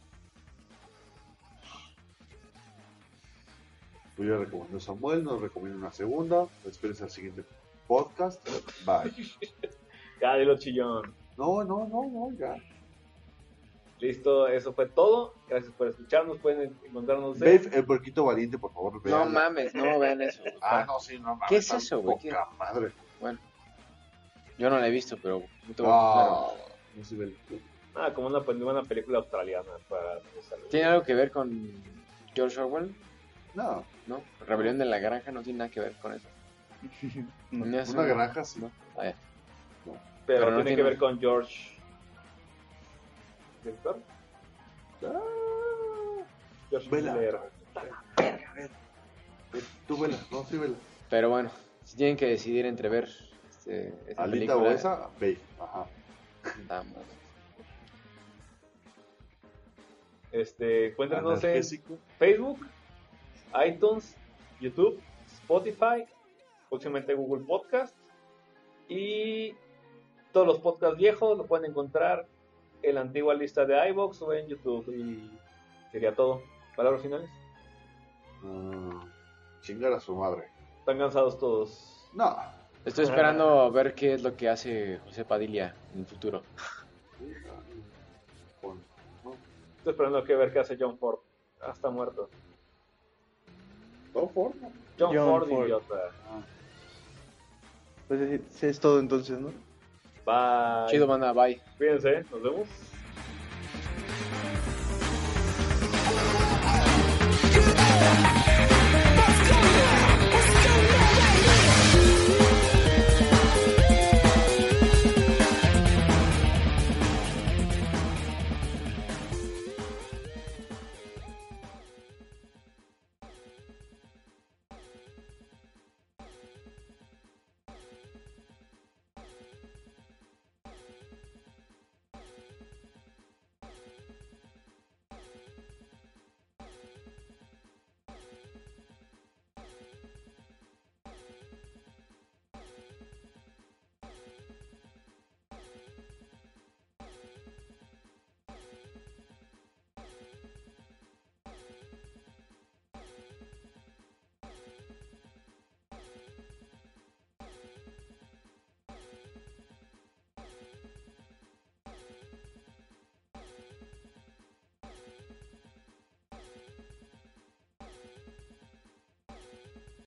S3: Yo ya recomiendo a Samuel, nos recomiendo una segunda. Espérense al siguiente podcast. Bye.
S1: Ya, dilo chillón.
S3: No, no, no, no, ya.
S1: Listo, eso fue todo. Gracias por escucharnos. Pueden encontrarnos en...
S3: Babe, el puerquito valiente, por favor.
S4: No
S3: véanla.
S4: mames, no vean eso.
S3: Ah, no, sí, no mames.
S4: ¿Qué es
S3: está
S4: eso, güey?
S3: Poca madre.
S4: Bueno, yo no la he visto, pero no te voy a
S3: No,
S4: contar.
S3: no se ve.
S1: Ah, como una, pues, una película australiana. Para...
S4: ¿Tiene algo que ver con George Orwell?
S3: No,
S4: ¿No? Rebelión de la Granja no tiene nada que ver con eso.
S2: Mm.
S4: Es
S3: una granja sí.
S4: ¿no? Ah, ya.
S1: Pero,
S4: Pero no
S1: tiene que
S4: tiene-
S1: ver con George. ¿Director?
S3: Ah,
S1: George
S3: Vela.
S1: Miller.
S3: eh, tú vela, no, sí vela.
S4: Pero bueno, si tienen que decidir entre ver este, esta
S3: Alita
S4: película,
S3: o esa, Babe. Ajá.
S4: vamos.
S1: Este, encuéntrenos en
S3: Analgésico.
S1: Facebook, iTunes, YouTube, Spotify, próximamente Google Podcast y todos los podcasts viejos lo pueden encontrar en la antigua lista de iVoox o en YouTube. Y sería todo. ¿Palabras finales?
S3: Ah, chingar a su madre.
S1: ¿Están cansados todos?
S3: No.
S4: Estoy esperando ver qué es lo que hace José Padilla en el futuro.
S3: Con- no.
S1: Estoy esperando a que ver qué hace John Ford. Ah, está muerto.
S3: No, forma.
S1: John,
S2: John
S1: Ford,
S2: Ford.
S1: idiota.
S2: Pues sí, sí, es todo entonces, ¿no?
S1: Bye.
S4: Chido, banda, bye.
S1: Cuídense, nos vemos.
S5: Thank you.